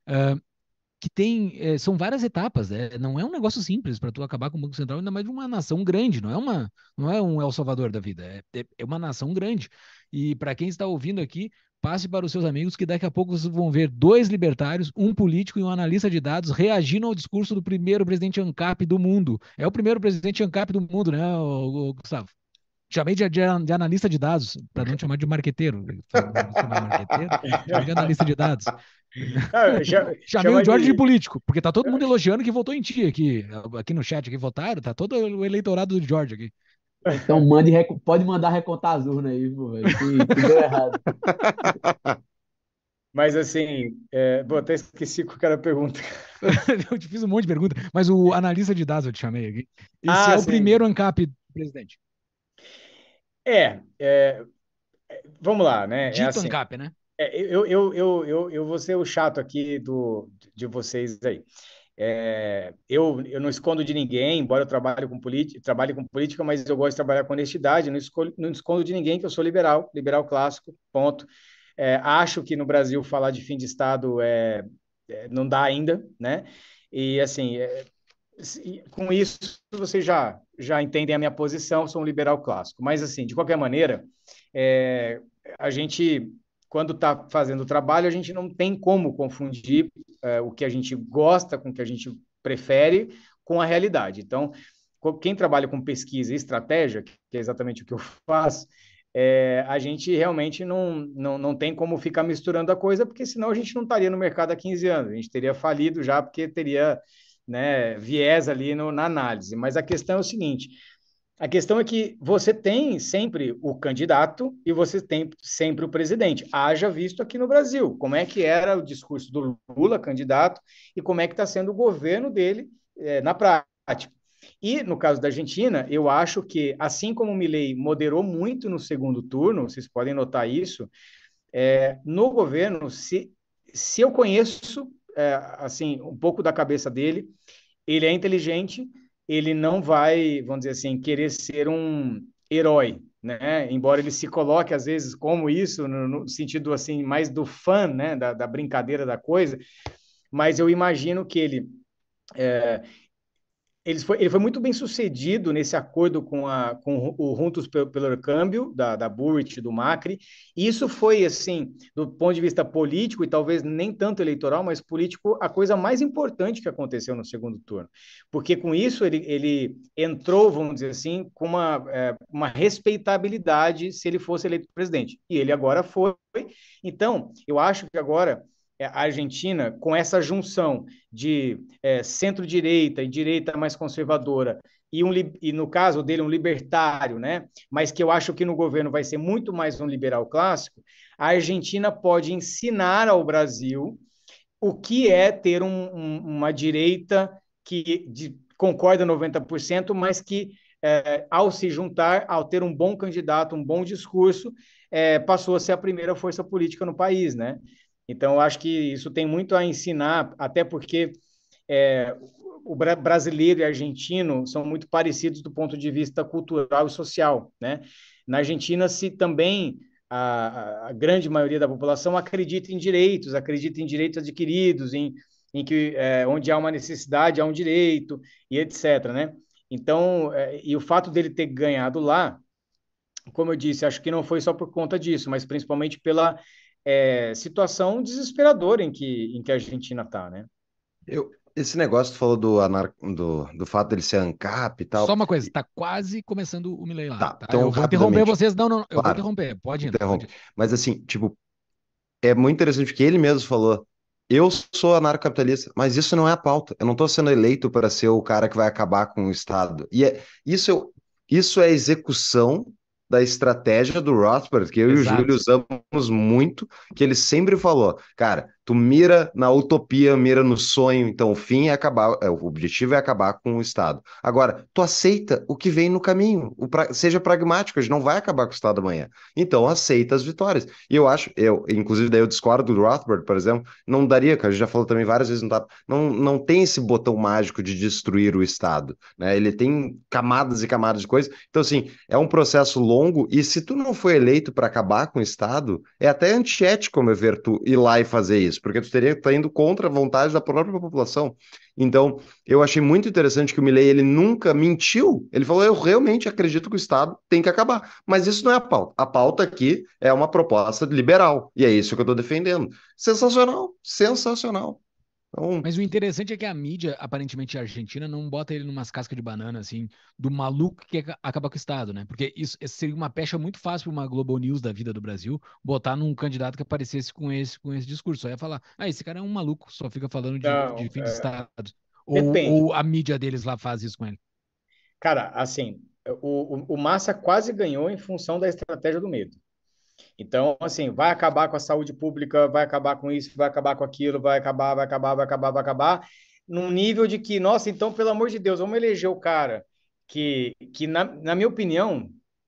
Que tem, eh, são várias etapas, né? Não é um negócio simples para tu acabar com o Banco Central, ainda mais de uma nação grande, não é uma, não é um El Salvador da vida, é, é, é uma nação grande. E para quem está ouvindo aqui, passe para os seus amigos que daqui a pouco vocês vão ver dois libertários, um político e um analista de dados reagindo ao discurso do primeiro presidente ANCAP do mundo. É o primeiro presidente ANCAP do mundo, né, o, o Gustavo? Chamei de, de, de analista de dados, para não chamar de marqueteiro. Não sou mais marqueteiro, chamei de analista de dados. Ah, cha- Chamei o chama George de de. político, porque tá todo mundo elogiando que votou em ti aqui, aqui no chat, aqui votaram, tá todo o eleitorado do George aqui. Então mande, reco- pode mandar recontar as urnas aí, pô, velho, que, que deu errado. Mas assim, é, pô, até esqueci qual era a pergunta. Eu te fiz um monte de pergunta, mas o analista de dados eu te chamei aqui. Esse é Ah, o sim. primeiro ANCAP do presidente. É, é, vamos lá, né? É Dito assim. ANCAP, né? É, eu, eu, eu, eu, eu vou ser o chato aqui do, de vocês aí. É, eu, eu não escondo de ninguém, embora eu trabalhe com, trabalhe com política, mas eu gosto de trabalhar com honestidade, não, escolho, não escondo de ninguém que eu sou liberal, liberal clássico, ponto. É, acho que no Brasil falar de fim de Estado é, é, não dá ainda, né? E assim, é, com isso vocês já, já entendem a minha posição, sou um liberal clássico. Mas assim, de qualquer maneira, é, a gente quando está fazendo o trabalho, a gente não tem como confundir é, o que a gente gosta com o que a gente prefere com a realidade. Então, quem trabalha com pesquisa e estratégia, que é exatamente o que eu faço, é, a gente realmente não, não, não tem como ficar misturando a coisa, porque senão a gente não estaria no mercado há quinze anos, a gente teria falido já, porque teria né, viés ali no, na análise. Mas a questão é o seguinte, A questão é que você tem sempre o candidato e você tem sempre o presidente. Haja visto aqui no Brasil, como é que era o discurso do Lula, candidato, e como é que está sendo o governo dele é, na prática. E, no caso da Argentina, eu acho que, assim como o Milei moderou muito no segundo turno, vocês podem notar isso, é, no governo, se, se eu conheço é, assim um pouco da cabeça dele, ele é inteligente, ele não vai, vamos dizer assim, querer ser um herói, né? Embora ele se coloque às vezes como isso, no, no sentido assim mais do fã, né? Da, da brincadeira da coisa, mas eu imagino que ele é, ele foi, ele foi muito bem sucedido nesse acordo com, a, com o Juntos pelo, pelo Câmbio, da, da Burrit, do Macri. E isso foi, assim, do ponto de vista político, e talvez nem tanto eleitoral, mas político, a coisa mais importante que aconteceu no segundo turno. Porque com isso ele, ele entrou, vamos dizer assim, com uma, é, uma respeitabilidade se ele fosse eleito presidente. E ele agora foi. Então, eu acho que agora a Argentina, com essa junção de é, centro-direita e direita mais conservadora, e, um, e no caso dele um libertário, né? Mas que eu acho que no governo vai ser muito mais um liberal clássico, a Argentina pode ensinar ao Brasil o que é ter um, um, uma direita que de, concorda noventa por cento, mas que é, ao se juntar, ao ter um bom candidato, um bom discurso, é, passou a ser a primeira força política no país, né? Então, eu acho que isso tem muito a ensinar, até porque é, o bra brasileiro e argentino são muito parecidos do ponto de vista cultural e social, né? Na Argentina, se também a, a grande maioria da população acredita em direitos, acredita em direitos adquiridos, em, em que é, onde há uma necessidade, há um direito, e etcétera, né? Então, é, e o fato dele ter ganhado lá, como eu disse, acho que não foi só por conta disso, mas principalmente pela é, situação desesperadora em que, em que a Argentina está, né? Eu, esse negócio que tu falou do, anar, do, do fato dele ser ANCAP e Só tal. uma coisa, tá quase começando o Milei lá, Tá, tá? então Eu vou interromper rapidamente. vocês. Não, não, eu vou Claro, interromper. Pode ir, pode interrompe. ir. Mas assim, tipo, é muito interessante que ele mesmo falou. Eu sou anarcocapitalista, mas isso não é a pauta. Eu não estou sendo eleito para ser o cara que vai acabar com o Estado. E é, isso, eu- isso é a execução da estratégia do Rothbard, que eu e o Júlio Exato. usamos muito, que ele sempre falou, cara, tu mira na utopia, mira no sonho, então o fim é acabar, é, o objetivo é acabar com o Estado. Agora, tu aceita o que vem no caminho, o pra- seja pragmático, a gente não vai acabar com o Estado amanhã. Então aceita as vitórias. E eu acho, eu, inclusive daí eu discordo do Rothbard, por exemplo, não daria, que a gente já falou também várias vezes, não, tá, não, não tem esse botão mágico de destruir o Estado, né? Ele tem camadas e camadas de coisas. Então, assim, é um processo longo e se tu não foi eleito para acabar com o Estado, é até antiético, ao meu ver, tu ir lá e fazer isso, porque tu teria que estar indo contra a vontade da própria população. Então, eu achei muito interessante que o Milei, ele nunca mentiu. Ele falou, eu realmente acredito que o Estado tem que acabar. Mas isso não é a pauta. A pauta aqui é uma proposta liberal. E é isso que eu estou defendendo. Sensacional, sensacional. Então, Mas o interessante é que a mídia, aparentemente argentina, não bota ele numas cascas de banana, assim, do maluco que quer acabar com o Estado, né? Porque isso esse seria uma pecha muito fácil para uma Globo News da vida do Brasil botar num candidato que aparecesse com esse, com esse discurso. Só ia falar, ah, esse cara é um maluco, só fica falando de, de Não, fim de é, Estado. Ou, depende. ou a mídia deles lá faz isso com ele. Cara, assim, o, o, o Massa quase ganhou em função da estratégia do medo. Então, assim, vai acabar com a saúde pública, vai acabar com isso, vai acabar com aquilo, vai acabar, vai acabar, vai acabar, vai acabar, num nível de que, nossa, então, pelo amor de Deus, vamos eleger o cara que, que na, na minha opinião,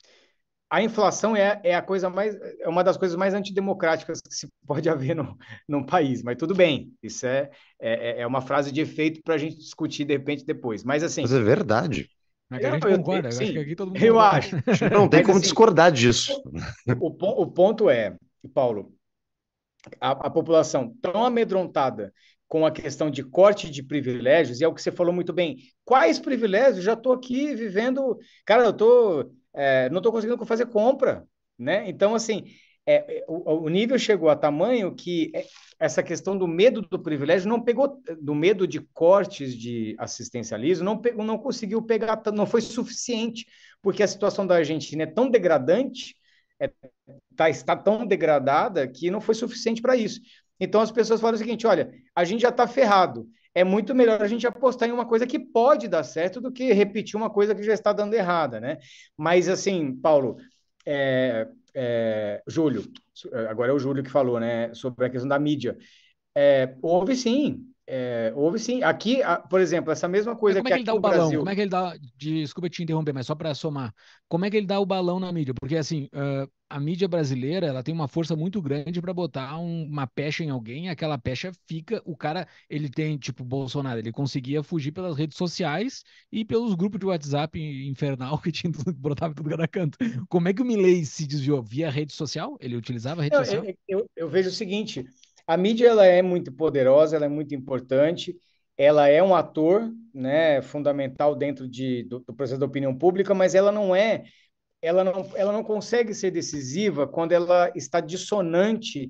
a inflação é, é a coisa mais, é uma das coisas mais antidemocráticas que se pode haver no, num país, mas tudo bem, isso é, é, é uma frase de efeito para a gente discutir de repente depois. Mas mas assim, é verdade. É que a não, gente eu, eu- concorda, eu acho que sim, aqui todo mundo eu concorda. acho. A gente não tem Mas como assim, discordar disso. o, pon- o ponto é, Paulo, a, a população tão amedrontada com a questão de corte de privilégios, e é o que você falou muito bem. Quais privilégios? Já estou aqui vivendo. Cara, eu tô, é, não estou conseguindo fazer compra, né? Então, assim, é, é, o, o nível chegou a tamanho que é, essa questão do medo do privilégio não pegou, do medo de cortes de assistencialismo, não, pegou, não conseguiu pegar, não foi suficiente, porque a situação da Argentina é tão degradante, é, tá, está tão degradada que não foi suficiente para isso. Então as pessoas falam o seguinte: olha, a gente já está ferrado. é muito melhor a gente apostar em uma coisa que pode dar certo do que repetir uma coisa que já está dando errada, né? Mas assim, Paulo, é, é, Júlio, agora é o Júlio que falou, né, sobre a questão da mídia. É, houve sim, é, houve sim. Aqui, a- por exemplo, essa mesma Mas coisa como é que que ele aqui dá o no balão? Como é Brasil. que ele dá. Desculpa te interromper, mas só para somar. Como é que ele dá o balão na mídia? Porque, assim, ah, a mídia brasileira ela tem uma força muito grande para botar um- uma pecha em alguém, e aquela pecha fica. O cara, ele tem, tipo, Bolsonaro, ele conseguia fugir pelas redes sociais e pelos grupos de WhatsApp infernal que tinha, tudo- brotava em tudo que era canto. Como é que o Milley se desviou? Via rede social? Ele utilizava a rede Eu, social? eu, eu- eu vejo o seguinte: a mídia ela é muito poderosa, ela é muito importante, ela é um ator, né, fundamental dentro de, do, do processo da opinião pública, mas ela não é, ela não, ela não consegue ser decisiva quando ela está dissonante,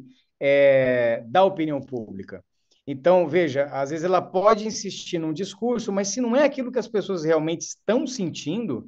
é, da opinião pública. Então, veja, às vezes ela pode insistir num discurso, mas se não é aquilo que as pessoas realmente estão sentindo,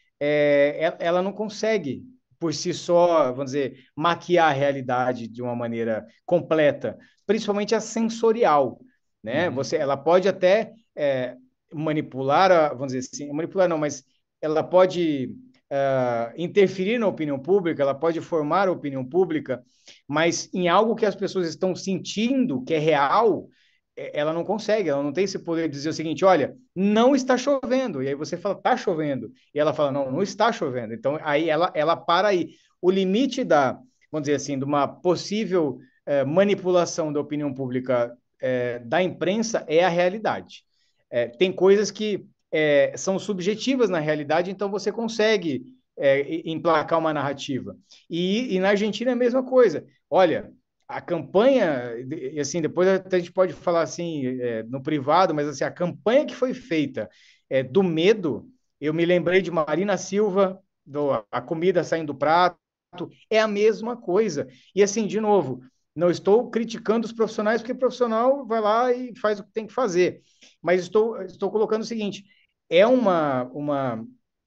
é, ela não consegue, por si só, vamos dizer, maquiar a realidade de uma maneira completa, principalmente a sensorial, né? Uhum. Você, ela pode até é, manipular, a, vamos dizer assim, manipular não, mas ela pode uh, interferir na opinião pública, ela pode formar a opinião pública, mas em algo que as pessoas estão sentindo, que é real, ela não consegue, ela não tem esse poder de dizer o seguinte, olha, não está chovendo. E aí você fala, está chovendo. E ela fala, não, não está chovendo. Então, aí ela, ela para aí. O limite da, vamos dizer assim, de uma possível eh, manipulação da opinião pública eh, da imprensa é a realidade. Eh, tem coisas que eh, são subjetivas na realidade, então você consegue eh, emplacar uma narrativa. E, e na Argentina é a mesma coisa. Olha, a campanha, e assim, depois até a gente pode falar assim, é, no privado, mas assim, a campanha que foi feita é, do medo, eu me lembrei de Marina Silva, do, a comida saindo do prato, é a mesma coisa. E assim, de novo, não estou criticando os profissionais, porque o profissional vai lá e faz o que tem que fazer. Mas estou, estou colocando o seguinte: é uma, uma,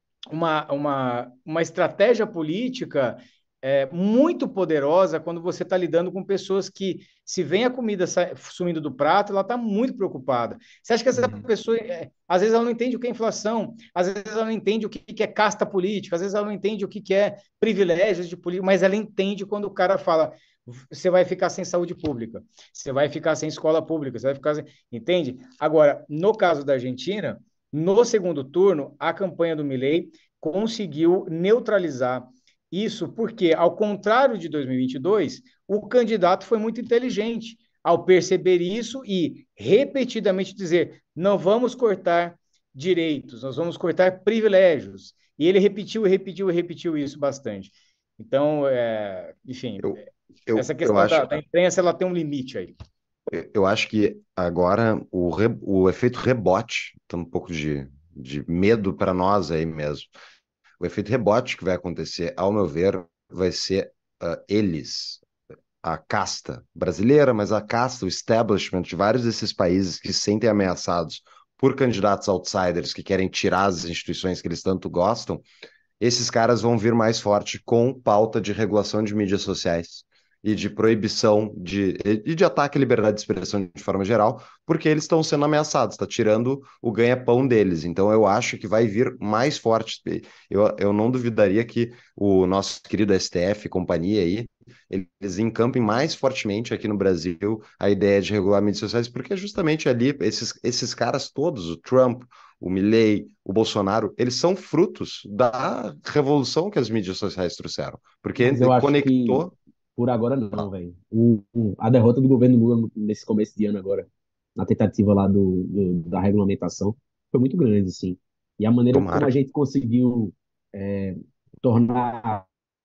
uma, uma, uma estratégia política é, muito poderosa quando você está lidando com pessoas que, se vem a comida sumindo do prato, ela está muito preocupada. Você acha que essa Uhum. pessoa, é, às vezes ela não entende o que é inflação, às vezes ela não entende o que é casta política, às vezes ela não entende o que é privilégios de política, mas ela entende quando o cara fala, você vai ficar sem saúde pública, você vai ficar sem escola pública, você vai ficar sem... Entende? Agora, no caso da Argentina, no segundo turno, a campanha do Milei conseguiu neutralizar isso, porque, ao contrário de dois mil e vinte e dois, o candidato foi muito inteligente ao perceber isso e repetidamente dizer: não vamos cortar direitos, nós vamos cortar privilégios. E ele repetiu e repetiu e repetiu isso bastante. Então, é, enfim, Eu, eu, essa eu questão acho, da, da imprensa ela tem um limite aí. eu acho que agora o, re- o efeito rebote, tem um pouco de, de medo para nós aí mesmo. O efeito rebote que vai acontecer, ao meu ver, vai ser ah, eles, a casta brasileira, mas a casta, o establishment de vários desses países que se sentem ameaçados por candidatos outsiders que querem tirar as instituições que eles tanto gostam, esses caras vão vir mais forte com pauta de regulação de mídias sociais e de proibição de, e de ataque à liberdade de expressão de forma geral, porque eles estão sendo ameaçados, está tirando o ganha-pão deles. Então eu acho que vai vir mais forte. Eu, eu não duvidaria que o nosso querido S T F e companhia aí, eles encampem mais fortemente aqui no Brasil a ideia de regular mídias sociais, porque justamente ali esses, esses caras todos, o Trump, o Milley, o Bolsonaro, eles são frutos da revolução que as mídias sociais trouxeram, porque Mas eu acho que conectou. por agora não, velho. O- o- A derrota do governo Lula no- nesse começo de ano agora, na tentativa lá do, do- da regulamentação, foi muito grande, sim. E a maneira como Tomara a que gente conseguiu é, tornar,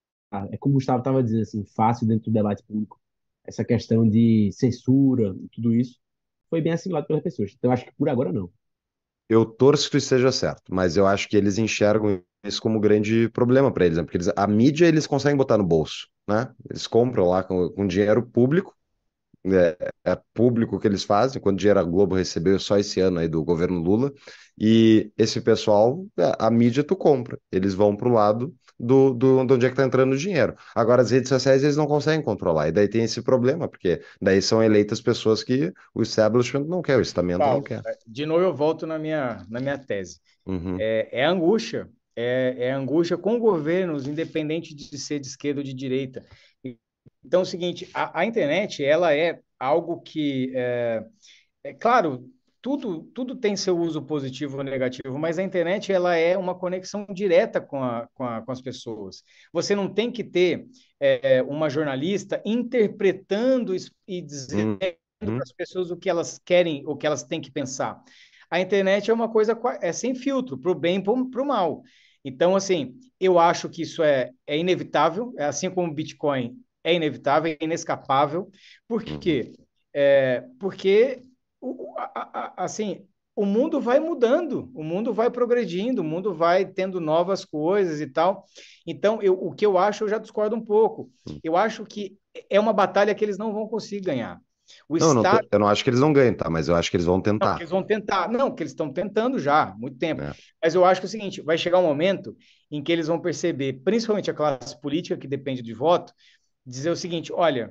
é como o Gustavo estava dizendo, assim, fácil dentro do debate público, essa questão de censura e tudo isso, foi bem assimilado pelas pessoas. Então, eu acho que por agora não. eu torço que tu esteja certo, mas eu acho que eles enxergam isso como um grande problema para eles, né? Porque eles, a mídia eles conseguem botar no bolso, né? Eles compram lá com, com dinheiro público, é, é público que eles fazem, quando o dinheiro a Globo recebeu só esse ano aí do governo Lula, e esse pessoal, é, a mídia tu compra, eles vão pro lado do, do, de onde é que está entrando o dinheiro. Agora, as redes sociais eles não conseguem controlar, e daí tem esse problema, porque daí são eleitas pessoas que o establishment não quer, o estamento não Paulo, quer. de novo eu volto na minha, na minha tese. Uhum, É, é angústia, é, é angústia com governos, independente de ser de esquerda ou de direita. Então, é o seguinte, a, a internet, ela é algo que, é, é claro, tudo, tudo tem seu uso positivo ou negativo, mas a internet, ela é uma conexão direta com, a, com, a, com as pessoas. Você não tem que ter é, uma jornalista interpretando e dizendo para uhum, as pessoas o que elas querem, o que elas têm que pensar. A internet é uma coisa é sem filtro, para o bem e para o mal. Então, assim, eu acho que isso é, é inevitável, é assim como o Bitcoin é inevitável, é inescapável. Por uhum. quê? É, porque, o, a, a, assim, o mundo vai mudando, o mundo vai progredindo, o mundo vai tendo novas coisas e tal. Então, eu, o que eu acho, eu já discordo um pouco. Eu acho que é uma batalha que eles não vão conseguir ganhar. O Não, eu não tô- Estado eu não acho que eles vão ganhar, tá? Mas eu acho que eles vão não, que tentar, eles vão tentar. Não, que eles estão tentando já há muito tempo. né? Mas eu acho que é o seguinte: vai chegar um momento em que eles vão perceber, principalmente a classe política, que depende de voto, dizer o seguinte: olha,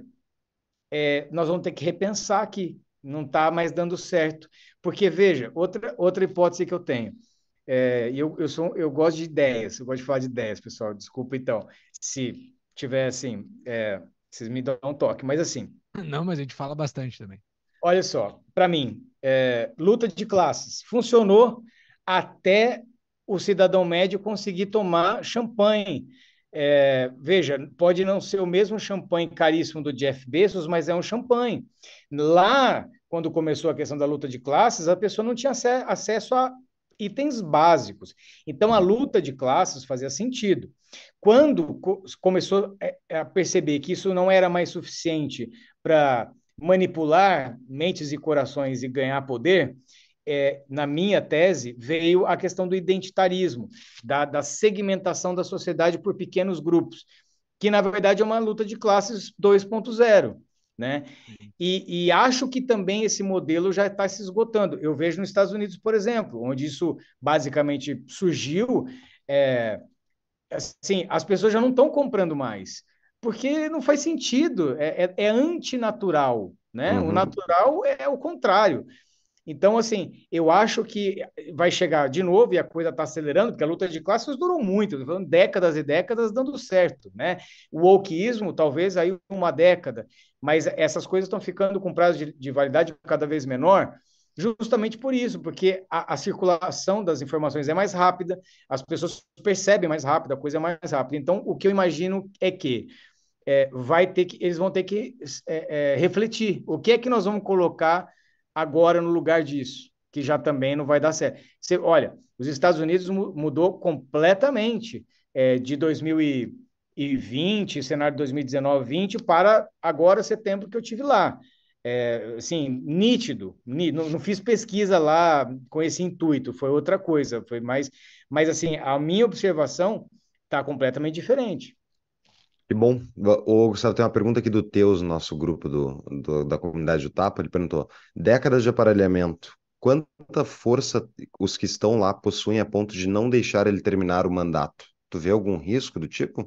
é, nós vamos ter que repensar aqui, não está mais dando certo. Porque, veja, outra, outra hipótese que eu tenho. É, eu, eu, sou, eu gosto de ideias, eu gosto de falar de ideias, pessoal. Desculpa, então, se tiver assim, é, vocês me dão um toque. Mas assim, Não, mas a gente fala bastante também. olha só, para mim, é, luta de classes funcionou até o cidadão médio conseguir tomar champanhe. É, veja, pode não ser o mesmo champanhe caríssimo do Jeff Bezos, mas é um champanhe. Lá, quando começou a questão da luta de classes, a pessoa não tinha acesso a itens básicos. Então, a luta de classes fazia sentido. Quando co começou a perceber que isso não era mais suficiente para manipular mentes e corações e ganhar poder, é, na minha tese, veio a questão do identitarismo, da, da segmentação da sociedade por pequenos grupos, que na verdade é uma luta de classes dois ponto zero. Né? E, e acho que também esse modelo já está se esgotando. Eu vejo nos Estados Unidos, por exemplo, onde isso basicamente surgiu, é, assim, as pessoas já não estão comprando mais, porque não faz sentido, é, é, é antinatural, né? O Uhum. natural é, é o contrário. Então, assim, eu acho que vai chegar de novo e a coisa está acelerando, porque a luta de classes durou muito, tô falando décadas e décadas dando certo, né? O wokeismo, talvez aí uma década, mas essas coisas estão ficando com prazo de, de validade cada vez menor, justamente por isso, porque a, a circulação das informações é mais rápida, as pessoas percebem mais rápido, a coisa é mais rápida. Então, o que eu imagino é que é, vai ter que, eles vão ter que é, é, refletir. O que é que nós vamos colocar agora no lugar disso? Que já também não vai dar certo. Você, olha, os Estados Unidos mudou completamente é, de dois mil e vinte, cenário de dois mil e dezenove, vinte, para agora, setembro, que eu tive lá. É, assim, nítido, nítido. Não, não fiz pesquisa lá com esse intuito, foi outra coisa, foi mais, mas assim, a minha observação está completamente diferente. Que bom. O Gustavo tem uma pergunta aqui do Teus, nosso grupo do, do- da comunidade do Tapa. Ele perguntou: décadas de aparelhamento, quanta força os que estão lá possuem a ponto de não deixar ele terminar o mandato? Tu vê algum risco do tipo?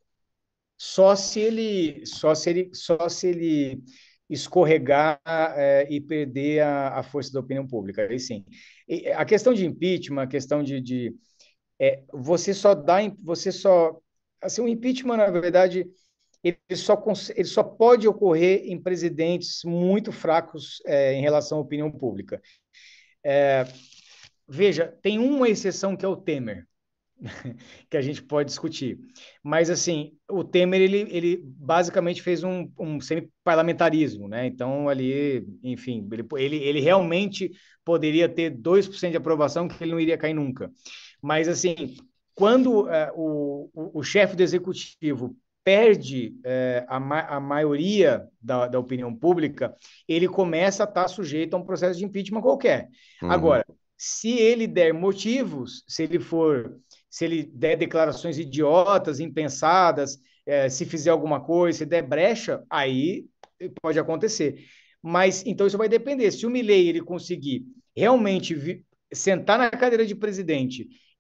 Só se ele, só se ele, só se ele escorregar é, e perder a, a força da opinião pública. Aí sim. E a questão de impeachment, a questão de, de é, você só dá, você só, assim, o impeachment na verdade ele só, ele só pode ocorrer em presidentes muito fracos é, em relação à opinião pública. É, veja, tem uma exceção que é o Temer, que a gente pode discutir. Mas, assim, o Temer, ele, ele basicamente fez um, um semi-parlamentarismo, né? Então, ali, enfim, ele, ele, ele realmente poderia ter dois por cento de aprovação, que ele não iria cair nunca. Mas, assim, quando uh, o, o, o chefe do executivo perde uh, a, ma a maioria da, da opinião pública, ele começa a estar sujeito a um processo de impeachment qualquer. Uhum. Agora, se ele der motivos, se ele for se ele der declarações idiotas, impensadas, é, se fizer alguma coisa, se der brecha, aí pode acontecer. Mas então isso vai depender. Se o Milei ele conseguir realmente vi, sentar na cadeira de presidente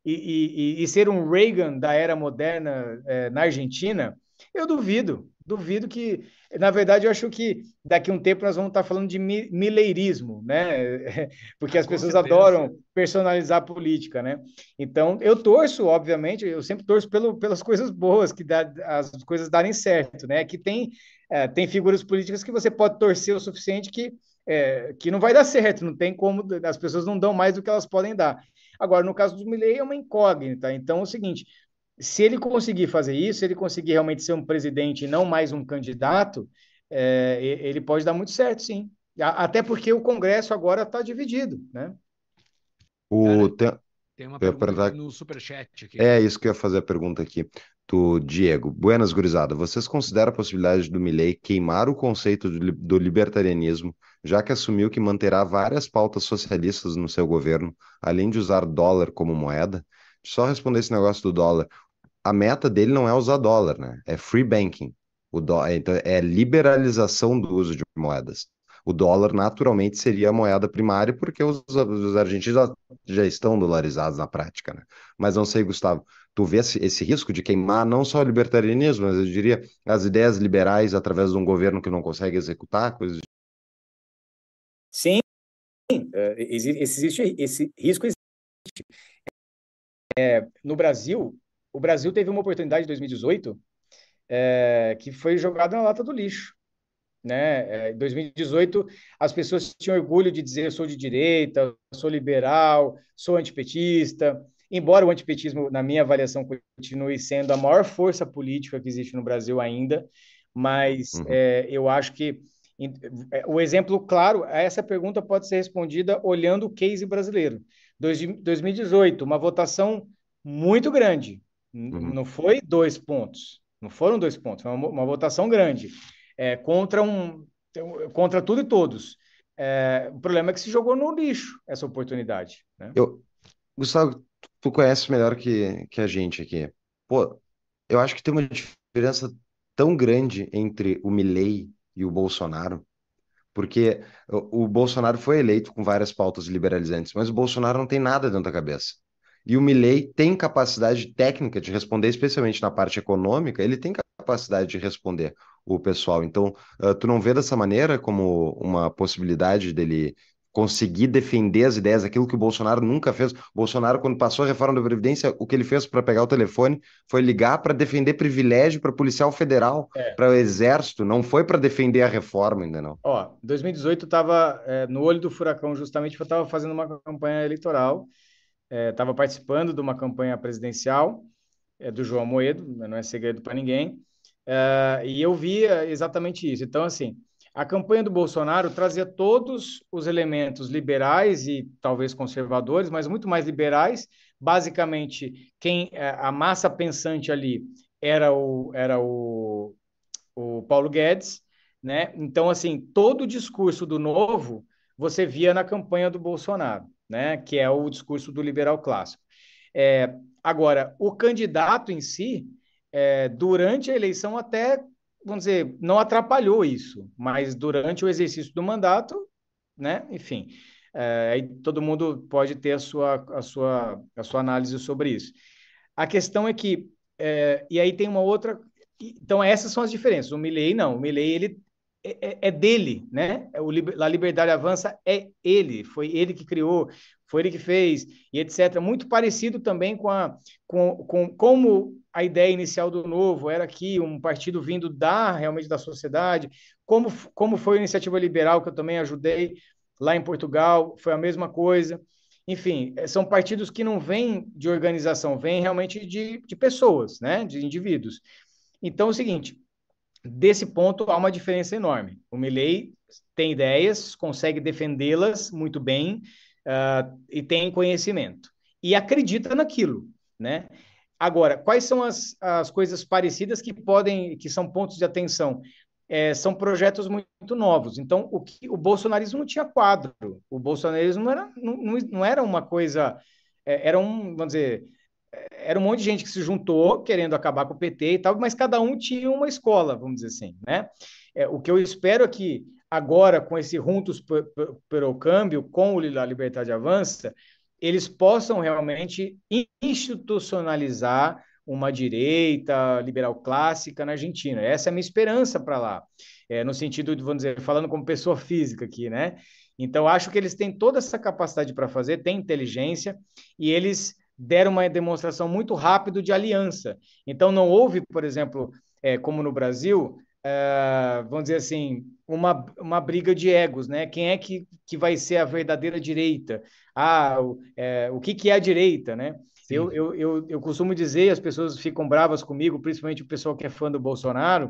e, e, e ser um Reagan da era moderna é, na Argentina, eu duvido, duvido que, na verdade, eu acho que daqui a um tempo nós vamos estar falando de mi mileirismo, né? Porque Ah, as com pessoas certeza. adoram personalizar a política, né? Então, eu torço, obviamente, eu sempre torço pelo, pelas coisas boas, que dá, as coisas darem certo, né? Que tem, é, tem figuras políticas que você pode torcer o suficiente que, é, que não vai dar certo, não tem como, as pessoas não dão mais do que elas podem dar. Agora, no caso do Milei, é uma incógnita. Então, é o seguinte, se ele conseguir fazer isso, se ele conseguir realmente ser um presidente e não mais um candidato, é, ele pode dar muito certo, sim. Até porque o Congresso agora está dividido, né? O, Cara, tem, tem uma eu ia pergunta aqui perguntar, no Superchat aqui. é isso que eu ia fazer a pergunta aqui. Do Diego. Buenas, gurizada. Vocês consideram a possibilidade do Milei queimar o conceito do, li- do libertarianismo, já que assumiu que manterá várias pautas socialistas no seu governo, além de usar dólar como moeda? Só responder esse negócio do dólar. A meta dele não é usar dólar, né? É free banking. O dó... é, Então, é liberalização do uso de moedas. O dólar, naturalmente, seria a moeda primária, porque os, os argentinos já, já estão dolarizados na prática, né? Mas não sei, Gustavo, tu vê esse, esse risco de queimar não só o libertarianismo, mas eu diria as ideias liberais através de um governo que não consegue executar, coisas. Sim, é, existe, existe esse risco. Existe. No Brasil, o Brasil teve uma oportunidade em dois mil e dezoito é, que foi jogada na lata do lixo. Né? É, em dois mil e dezoito, as pessoas tinham orgulho de dizer eu sou de direita, sou liberal, sou antipetista, embora o antipetismo, na minha avaliação, continue sendo a maior força política que existe no Brasil ainda, mas Uhum. é, eu acho que em- é, o exemplo claro a essa pergunta pode ser respondida olhando o case brasileiro. Dois- 2018, uma votação muito grande, N- Uhum. não foi dois pontos, não foram dois pontos, foi uma, uma votação grande é, contra um contra tudo e todos. É, o problema é que se jogou no lixo essa oportunidade, né? Eu, Gustavo, tu conhece melhor que, que a gente aqui. Pô, eu acho que tem uma diferença tão grande entre o Milei e o Bolsonaro, porque o, o Bolsonaro foi eleito com várias pautas liberalizantes, mas o Bolsonaro não tem nada dentro da cabeça. E o Milei tem capacidade técnica de responder, especialmente na parte econômica, ele tem capacidade de responder o pessoal. Então, uh, tu não vê dessa maneira como uma possibilidade dele conseguir defender as ideias, aquilo que o Bolsonaro nunca fez. O Bolsonaro, quando passou a reforma da Previdência, o que ele fez para pegar o telefone foi ligar para defender privilégio para policial federal, É. para o exército, não foi para defender a reforma, ainda não. Ó, dois mil e dezoito estava é, no olho do furacão justamente porque eu estava fazendo uma campanha eleitoral, estava é, participando de uma campanha presidencial é, do João Moedo, não é segredo para ninguém, é, e eu via exatamente isso. Então, assim, a campanha do Bolsonaro trazia todos os elementos liberais e talvez conservadores, mas muito mais liberais. Basicamente, quem é, a massa pensante ali era o, era o, o Paulo Guedes, né? Então, assim, todo o discurso do novo você via na campanha do Bolsonaro, né? Que é o discurso do liberal clássico. É, agora, o candidato em si, é, durante a eleição, até, vamos dizer, não atrapalhou isso, mas durante o exercício do mandato, né? Enfim, é, aí todo mundo pode ter a sua, a sua, a sua análise sobre isso. A questão é que, é, e aí tem uma outra. Então, essas são as diferenças. O Milley, não. O Milley, ele é, é, é dele, né? O A Liberdade Avança é ele, foi ele que criou, foi ele que fez, e etcétera. Muito parecido também com, a, com, com como a ideia inicial do Novo era aqui, um partido vindo da, realmente da sociedade, como, como foi a Iniciativa Liberal, que eu também ajudei lá em Portugal, foi a mesma coisa. Enfim, são partidos que não vêm de organização, vêm realmente de, de pessoas, né? De indivíduos. Então, é o seguinte, desse ponto há uma diferença enorme. O Milley tem ideias, consegue defendê-las muito bem uh, e tem conhecimento. E acredita naquilo, né? Agora, quais são as, as coisas parecidas que podem, que são pontos de atenção? É, são projetos muito novos. Então, o, que, o bolsonarismo não tinha quadro. O bolsonarismo não era, não, não era uma coisa. É, era um, vamos dizer, era um monte de gente que se juntou querendo acabar com o P T e tal, mas cada um tinha uma escola, vamos dizer assim, né? É, o que eu espero é que agora, com esse Juntos pelo Câmbio, com o La Liberdade Avança, eles possam realmente institucionalizar uma direita liberal clássica na Argentina. Essa é a minha esperança para lá, é, no sentido de, vamos dizer, falando como pessoa física aqui, né? Então, acho que eles têm toda essa capacidade para fazer, têm inteligência, e eles deram uma demonstração muito rápida de aliança. Então, não houve, por exemplo, é, como no Brasil, é, vamos dizer assim, uma, uma briga de egos, né? Quem é que, que vai ser a verdadeira direita? Ah, o, é, o que, que é a direita, né? Eu, Sim. eu, eu, eu costumo dizer, as pessoas ficam bravas comigo, principalmente o pessoal que é fã do Bolsonaro,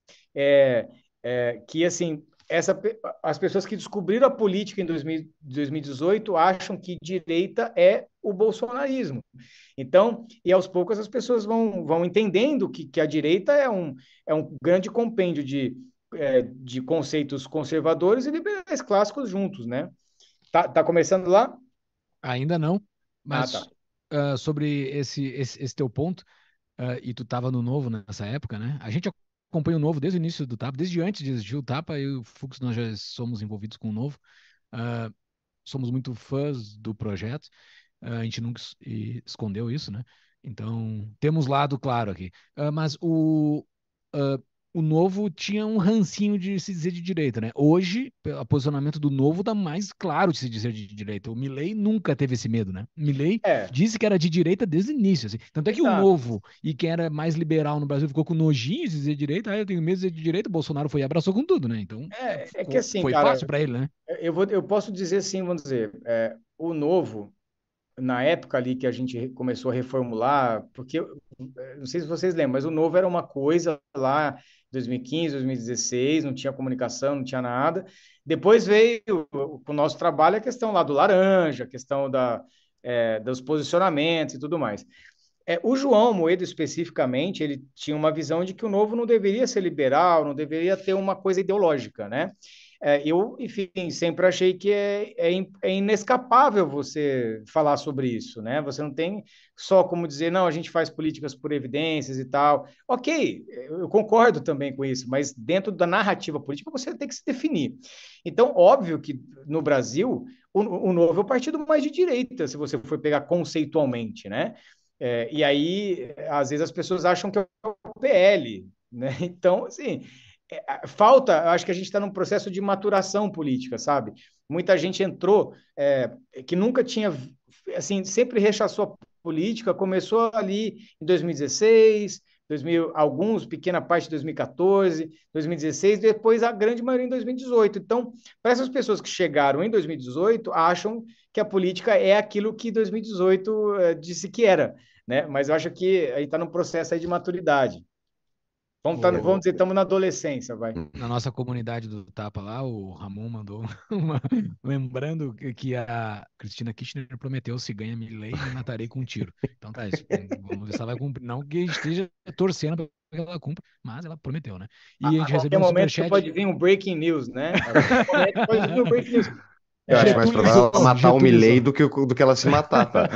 é, é, que assim, essa, as pessoas que descobriram a política em dois mil, dois mil e dezoito acham que direita é o bolsonarismo. Então, e aos poucos as pessoas vão, vão entendendo que, que a direita é um, é um grande compêndio de, é, de conceitos conservadores e liberais clássicos juntos, né? Tá, tá começando lá? Ainda não, Ah, mas tá. ah, sobre esse, esse, esse teu ponto, ah, e tu tava no Novo nessa época, né? A gente acompanha o Novo desde o início do Tapa, desde antes de existir o Tapa, eu e o Fux nós já somos envolvidos com o Novo. Ah, somos muito fãs do projeto. Ah, a gente nunca es- e- escondeu isso, né? Então, temos lado claro aqui. Ah, mas o, ah, o Novo tinha um rancinho de se dizer de direita, né? Hoje, o posicionamento do Novo dá mais claro de se dizer de direita. O Milei nunca teve esse medo, né? O Milei É, disse que era de direita desde o início, assim. Tanto é que o exato. Novo e quem era mais liberal no Brasil ficou com nojinho de dizer de direita. Ah, eu tenho medo de dizer de direita. O Bolsonaro foi e abraçou com tudo, né? Então, é, É, é que ficou, assim, foi cara, fácil para ele, né? eu, vou, eu posso dizer assim, vamos dizer, é, o novo, na época ali que a gente re- começou a reformular, porque, eu- eh, não sei se vocês lembram, mas o novo era uma coisa lá em dois mil e quinze, dois mil e dezesseis, não tinha comunicação, não tinha nada. Depois veio o, o nosso trabalho, a questão lá do laranja, a questão da, eh, dos posicionamentos e tudo mais. É, o João Moedo, especificamente, ele tinha uma visão de que o novo não deveria ser liberal, não deveria ter uma coisa ideológica, né? É, eu, enfim, sempre achei que é, é, in- é inescapável você falar sobre isso, né? Você não tem só como dizer, não, a gente faz políticas por evidências e tal. Ok, eu concordo também com isso, mas dentro da narrativa política você tem que se definir. Então, óbvio que no Brasil, o, o Novo é o partido mais de direita, se você for pegar conceitualmente, né? É, e aí, às vezes, as pessoas acham que é o P L, né? Então, assim, é, falta, eu acho que a gente está num processo de maturação política, sabe? Muita gente entrou é, que nunca tinha, assim, sempre rechaçou a política, começou ali em dois mil e dezesseis, dois mil, alguns, pequena parte de dois mil e quatorze, dois mil e dezesseis, depois a grande maioria em dois mil e dezoito. Então, para essas pessoas que chegaram em dois mil e dezoito, acham que a política é aquilo que dois mil e dezoito é, disse que era, né? Mas eu acho que aí está num processo aí de maturidade. Vamos, tá, vamos O, dizer, estamos na adolescência, vai. na nossa comunidade do Tapa lá, o Ramon mandou uma, lembrando que que a Cristina Kirchner prometeu: se ganha Milley, me matarei com um tiro. Então tá, isso, vamos ver se ela vai cumprir. Não que a gente esteja torcendo para que ela cumpra, mas ela prometeu, né? E a A, a gente recebeu qualquer um momento superchat. pode vir um breaking news, né? A qualquer momento pode vir um breaking news. Eu acho mais provável ela Getulizou, matar o Milley Getulizou. do que, o- do que ela se matar, tá?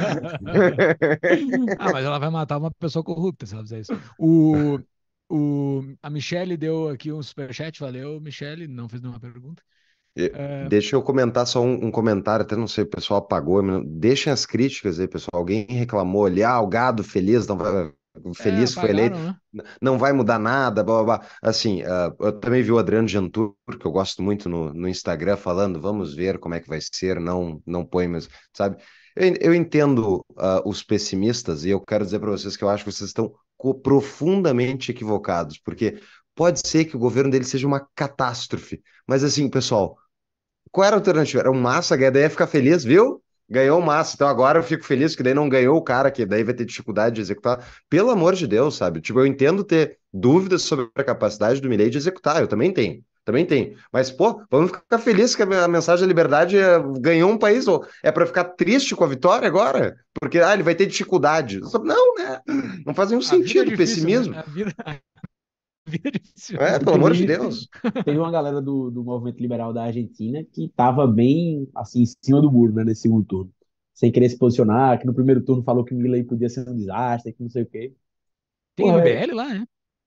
Ah, mas ela vai matar uma pessoa corrupta se ela fizer isso. O, o, a Michelle deu aqui um superchat, valeu, Michelle, não fez nenhuma pergunta. E- É, Deixa eu comentar só um, um comentário, até não sei, o pessoal apagou, mas deixem as críticas aí, pessoal. Alguém reclamou ali, ah, o gado feliz, não vai, o é, feliz foi eleito, apagaram, né? n- não vai mudar nada, blá, blá, blá. Assim, ah, eu também vi o Adriano Gentur, que eu gosto muito no, no Instagram, falando, vamos ver como é que vai ser, não, não põe, mas, sabe? Eu, en- eu entendo ah, os pessimistas e eu quero dizer para vocês que eu acho que vocês estão co- profundamente equivocados, porque pode ser que o governo dele seja uma catástrofe, mas assim, pessoal. Qual era a alternativa? Era o Massa, daí ia ficar feliz, viu? Ganhou o Massa. Então agora eu fico feliz que daí não ganhou o cara, que daí vai ter dificuldade de executar. Pelo amor de Deus, sabe? Tipo, eu entendo ter dúvidas sobre a capacidade do Milei de executar. Eu também tenho. Também tenho. Mas, pô, vamos ficar felizes que a mensagem da liberdade é- ganhou um país. Ou é para ficar triste com a vitória agora? Porque, ah, ele vai ter dificuldade. Não, né? Não faz nenhum A vida é sentido o difícil, né? pessimismo. A vida, a vida é difícil É, mesmo. pelo amor de Inclusive, Deus. teve uma galera do, do movimento liberal da Argentina que estava bem, assim, em cima do muro, né, nesse segundo turno. Sem querer se posicionar, que no primeiro turno falou que o Milei podia ser um desastre, que não sei o quê. Tem Porra, é, M B L lá, né?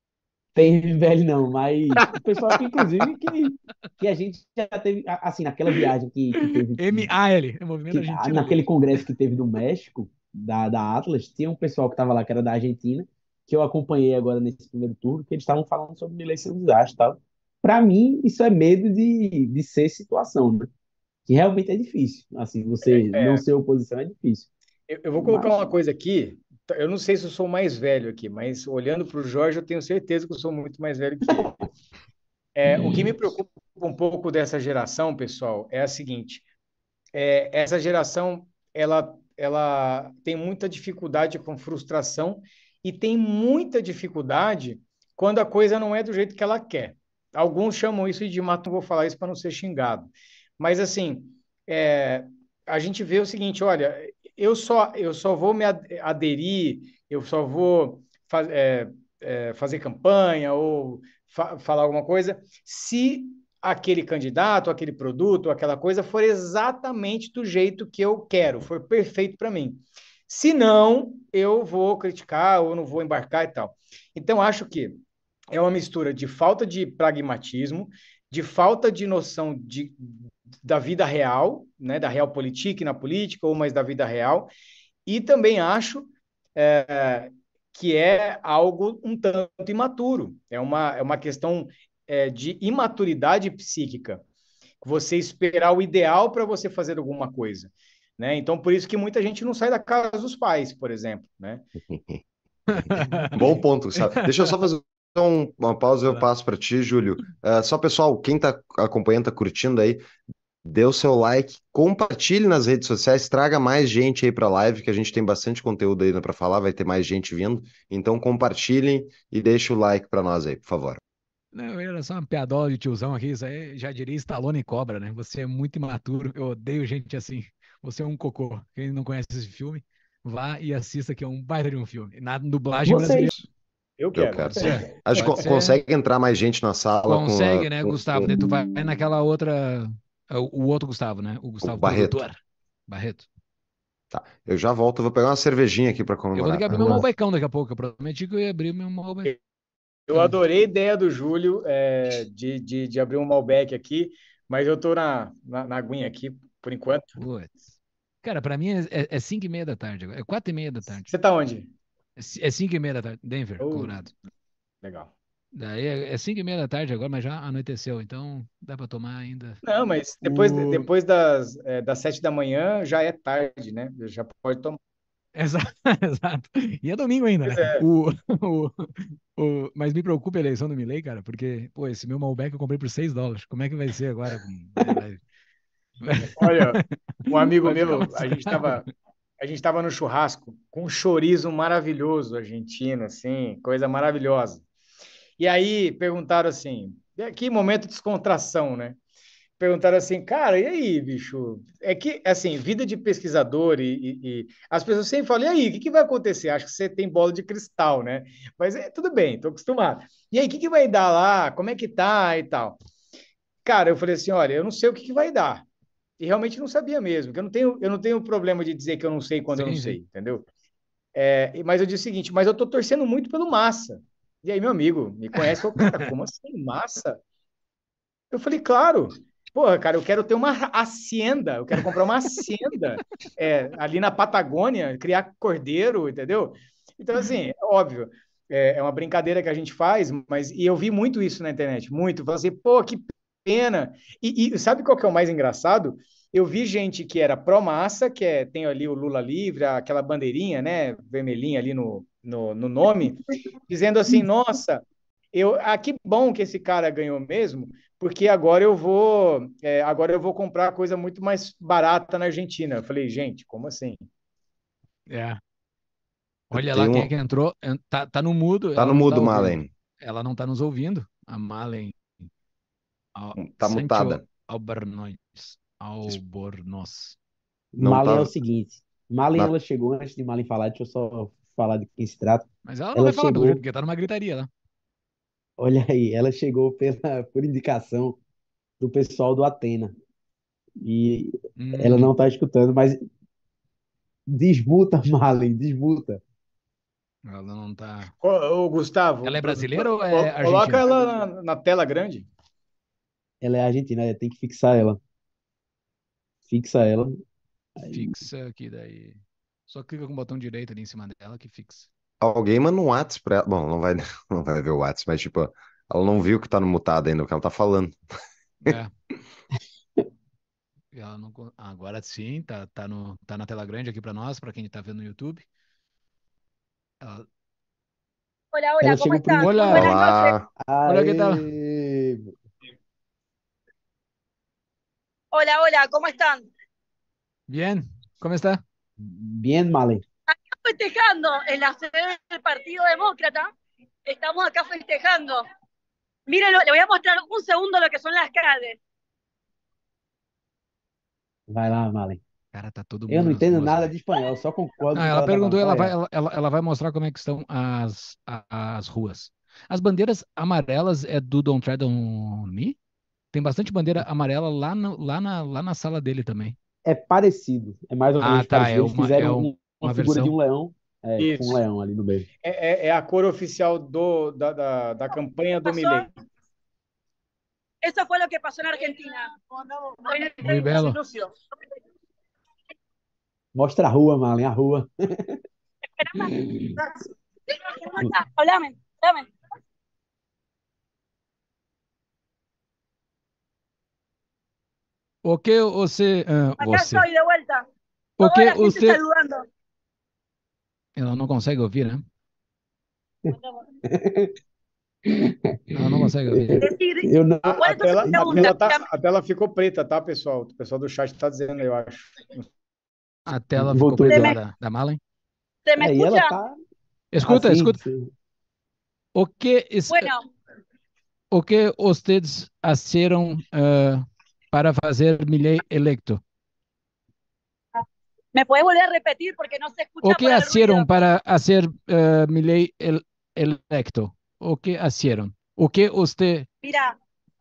tem M B L não, mas o pessoal que, inclusive, que, que a gente já teve, a- assim, naquela viagem que, que teve, M A L, Movimento que, ah, Argentino naquele Livre. congresso que teve do México, da, da Atlas, tinha um pessoal que estava lá, que era da Argentina, que eu acompanhei agora nesse primeiro turno, que eles estavam falando sobre Milei ser um desastre e tal. Para mim, isso é medo de, de ser situação, né? Que realmente é difícil. Assim, você não É, ser oposição é difícil. eu, eu vou colocar Mas, uma coisa aqui. Eu não sei se eu sou o mais velho aqui, mas olhando para o Jorge, eu tenho certeza que eu sou muito mais velho que ele. É, o que me preocupa um pouco dessa geração, pessoal, é a seguinte: é, essa geração ela, ela tem muita dificuldade com frustração e tem muita dificuldade quando a coisa não é do jeito que ela quer. Alguns chamam isso de mato, não vou falar isso para não ser xingado. Mas assim, é, a gente vê o seguinte, olha, eu só, eu só vou me aderir, eu só vou faz, é, é, fazer campanha ou fa falar alguma coisa se aquele candidato, aquele produto, aquela coisa for exatamente do jeito que eu quero, for perfeito para mim. Se não, eu vou criticar ou não vou embarcar e tal. Então, acho que é uma mistura de falta de pragmatismo, de falta de noção de, da vida real, né, da realpolitik na política, ou mais da vida real, e também acho é, que é algo um tanto imaturo, é uma, é uma questão é, de imaturidade psíquica, você esperar o ideal para você fazer alguma coisa. Né? Então, por isso que muita gente não sai da casa dos pais, por exemplo. Né? Bom ponto, sabe? Deixa eu só fazer um- uma pausa e eu passo para ti, Júlio. Ah, só, pessoal, quem está acompanhando, está curtindo aí, dê o seu like, compartilhe nas redes sociais, traga mais gente aí para a live, que a gente tem bastante conteúdo ainda para falar, vai ter mais gente vindo. Então, compartilhem e deixe o like para nós aí, por favor. Não, era só uma piadola de tiozão aqui, isso aí já diria Stallone e Cobra, né? Você é muito imaturo, eu odeio gente assim. Você é um cocô. Quem não conhece esse filme, vá e assista, que é um baita de um filme. Na dublagem brasileira. vocês, Eu Eu quero. quero sim. É, A gente pode co- ser. consegue entrar mais gente na sala com, a- Consegue, né, com, Gustavo? com Daí tu vai naquela outra. O, o outro Gustavo, né? O o Gustavo Barreto. produtor. Barreto. Tá. Eu já volto, eu vou pegar uma cervejinha aqui para Eu vou ter comemorar. que abrir meu boa. Malbecão daqui a pouco. Eu prometi que eu ia abrir meu Malbecão. Eu adorei a ideia do Júlio é, de, de, de abrir um Malbec aqui, mas eu estou na, na, na aguinha aqui, por enquanto. Putz. Cara, pra mim é, é, é cinco e meia da tarde agora. É quatro e meia da tarde. Você está onde? É, ci- é cinco e meia da tarde. Denver, Oh, Colorado. legal. Daí é, é cinco e meia da tarde agora, mas já anoiteceu, então dá pra tomar ainda. Não, mas depois, O... depois das, é, das sete da manhã já é tarde, né? Já pode tomar. Exato, exato. E é domingo ainda, Pois né? é. O, o, o... Mas me preocupa a eleição do Milley, cara, porque, pô, esse meu Malbec eu comprei por seis dólares. Como é que vai ser agora? com- né, Vai, Olha, um amigo vai ficar meu, mais a gente caro. estava a gente estava no churrasco com um chorizo maravilhoso argentino, assim, coisa maravilhosa. E aí perguntaram assim, que momento de descontração, né? Perguntaram assim, cara, e aí, bicho? É que, assim, vida de pesquisador e, e- e as pessoas sempre falam, e aí, o que que vai acontecer? Acho que você tem bola de cristal, né? Mas é, tudo bem, tô acostumado. E aí, o que que vai dar lá? Como é que tá e tal? Cara, eu falei assim, olha, eu não sei o que que vai dar. E realmente não sabia mesmo, que eu não tenho, eu não tenho problema de dizer que eu não sei quando eu não Sim, sim. sei, entendeu? É, mas eu disse o seguinte, mas eu tô torcendo muito pelo Massa. E aí, meu amigo, me conhece, falou, cara, como assim, Massa? Eu falei, claro. Porra, cara, eu quero ter uma hacienda, eu quero comprar uma hacienda é, ali na Patagônia, criar cordeiro, entendeu? Então, assim, é óbvio, é, é uma brincadeira que a gente faz, mas e eu vi muito isso na internet, muito. Falei assim, pô, que pena. E, e sabe qual que é o mais engraçado? Eu vi gente que era pró-massa, que é, tem ali o Lula livre, aquela bandeirinha, né, vermelhinha ali no, no, no nome, dizendo assim, nossa, eu, ah, que bom que esse cara ganhou mesmo, porque agora eu vou, é, agora eu vou comprar coisa muito mais barata na Argentina. Eu falei, gente, como assim? É. Olha Tem lá quem é um. que entrou. Tá, tá no mudo, Tá ela no não tá mudo, ouvindo. Malen. Ela não tá nos ouvindo. A Malen Al- Tá Sancho mutada. Albornoz. Albornoz. Não Malin é o tá. seguinte. Malin, Na... ela chegou, antes de Malin falar, deixa eu só falar de quem se trata. Mas ela não Ela vai falar pelo jeito, chegou, porque tá numa gritaria lá. olha aí, ela chegou pela, por indicação do pessoal do Atena. E ela Hum, não está escutando, mas desmuta, Malin, desmuta. Ela não tá. Ô, ô, Gustavo, Ela é produtor, brasileira ou é co- coloca argentina? ela na, na tela grande. Ela é argentina, é, tem que fixar ela. Fixa ela. Aí, Fixa aqui daí. Só clica com o botão direito ali em cima dela que fixa. Alguém manda um WhatsApp pra ela. Bom, não vai, não vai ver o WhatsApp, mas tipo, ela não viu que tá no mutado ainda, o que ela tá falando. É. Ela não... con- ah, agora sim, tá, tá, no, tá na tela grande aqui pra nós, pra quem tá vendo no YouTube. Ela- Hola, hola, ela ¿cómo chegou están? primeiro. Muy Olá, buenas noches. Olá, olá, que tal? Aê! Hola, hola, ¿cómo están? Bien, como está? Bien, Male. Festejando en la sede del Partido Demócrata. Estamos acá festejando. Mírenlo, le voy a mostrar un segundo lo que son las calles. Vai lá, Male. Cara, tá todo Eu mundo não nas entendo ruas, nada velho. de espanhol, só concordo Não, com o que ela ela tá falando. perguntou, ela Vai vai, lá. ela, ela, ela vai mostrar como é que estão as, a- as ruas. As bandeiras amarelas é do Don't Tread on Me? Tem bastante bandeira amarela lá, no- lá, na, lá na sala dele também. É parecido, é mais ou Ah, menos tá, parecido. é Eles uma, é fizeram um- um- uma uma figura de versão. um leão, é, com um Isso. leão ali no meio. É, é, é a cor oficial do, da, da, da campanha do Pasó, Milei. eso fue lo que pasó en Argentina. En el Muy belo. Lucio. Mostra a rua, Malen, a rua. Hablame, hablame. O que você, ah, Acá você, estoy de vuelta. o Toda que la gente você, saludando. ela não consegue ouvir, né? Ela não consegue ouvir. Decir, Eu não. A, ¿cuál a es tu tela, a, pregunta? tela tá, a tela ficou preta, tá, pessoal? O pessoal do chat está dizendo, eu acho. A tela ficou Voltou preta ¿Se lá me, igual. da, da Malen. se me É, e ela escucha? tá Escuta, assim. escuta. O que, es- Bueno, o que vocês fizeram ah, para fazer Milei electo? ¿me puedes volver a repetir? Porque no se O escucha que por el ruido. fizeram para fazer ah, Milei el- electo? O que fizeram? O que você... Mira,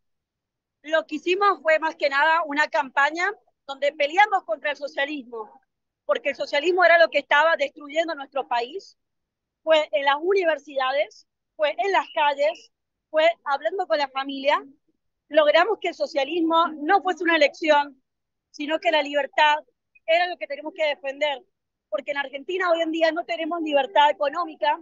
lo que hicimos fue más que nada una campaña donde peleamos contra el socialismo, porque el socialismo era lo que estaba destruyendo nuestro país. Fue en las universidades, fue en las calles, fue hablando con la familia. Logramos que el socialismo no fuese una elección, sino que la libertad era lo que tenemos que defender, porque en Argentina hoy en día no tenemos libertad económica.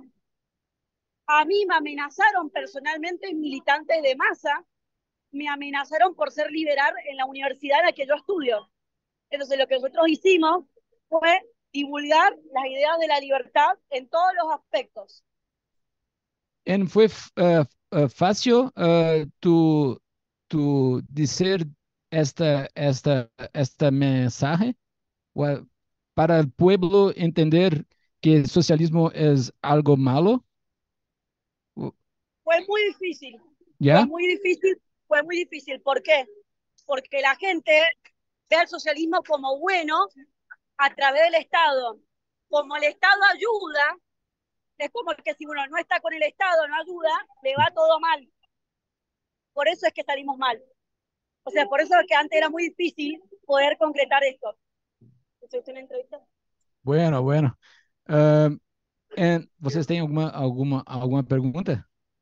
A mí me amenazaron personalmente militantes de masa, me amenazaron por ser liberal en la universidad en la que yo estudio. Entonces lo que nosotros hicimos fue divulgar las ideas de la libertad en todos los aspectos. E foi ah, ah, fácil ah, tu, tu dizer esta, esta, esta mensagem Ua- para o pueblo entender que o socialismo é algo malo? O- Fue muy difícil, fue ¿Ya? muy difícil, fue muy difícil. ¿Por qué? Porque la gente ve al socialismo como bueno a través del Estado. Como el Estado ayuda, es como que si uno no está con el Estado, no ayuda, le va todo mal. Por eso es que salimos mal. O sea, por eso es que antes era muy difícil poder concretar esto. ¿Hiciste una entrevista? Bueno, bueno. Ah, e vocês têm alguma, alguma, alguma pergunta?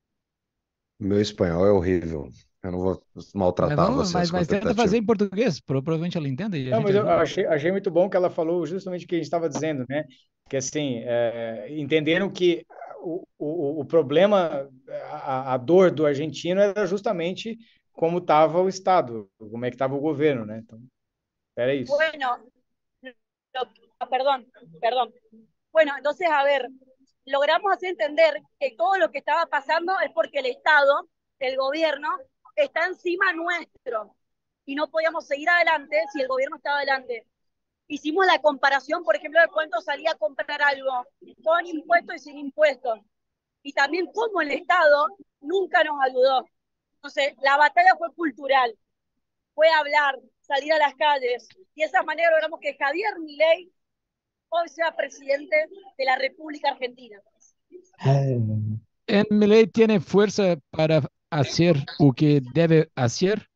meu espanhol é horrível. Eu não vou Mas, maltratar vamos, vocês mas, com a mas tenta fazer tentativa. em português. Pro- Provavelmente ela entende e a Não, gente mas eu ajuda. achei, achei muito bom que ela falou justamente o que a gente estava dizendo, né? Que assim, é, entenderam que o, o, o problema, a, a dor do argentino era justamente como estava o Estado, como é que estaba o governo, né? Então, era isso. Bueno, lo- ah, perdón, perdón. Bueno, entonces, a ver, logramos hacer entender que todo lo que estaba pasando es porque el Estado, el gobierno, está encima nuestro y no podíamos seguir adelante si el gobierno estaba adelante. Hicimos la comparación, por ejemplo, de cuánto salía a comprar algo, con impuestos y sin impuestos. Y también cómo el Estado nunca nos ayudó. Entonces, la batalla fue cultural, fue hablar, salir a las calles, y de esa manera logramos que Javier Milei hoy sea presidente de la República Argentina. É, En Milei tiene fuerza para hacer o que debe hacer.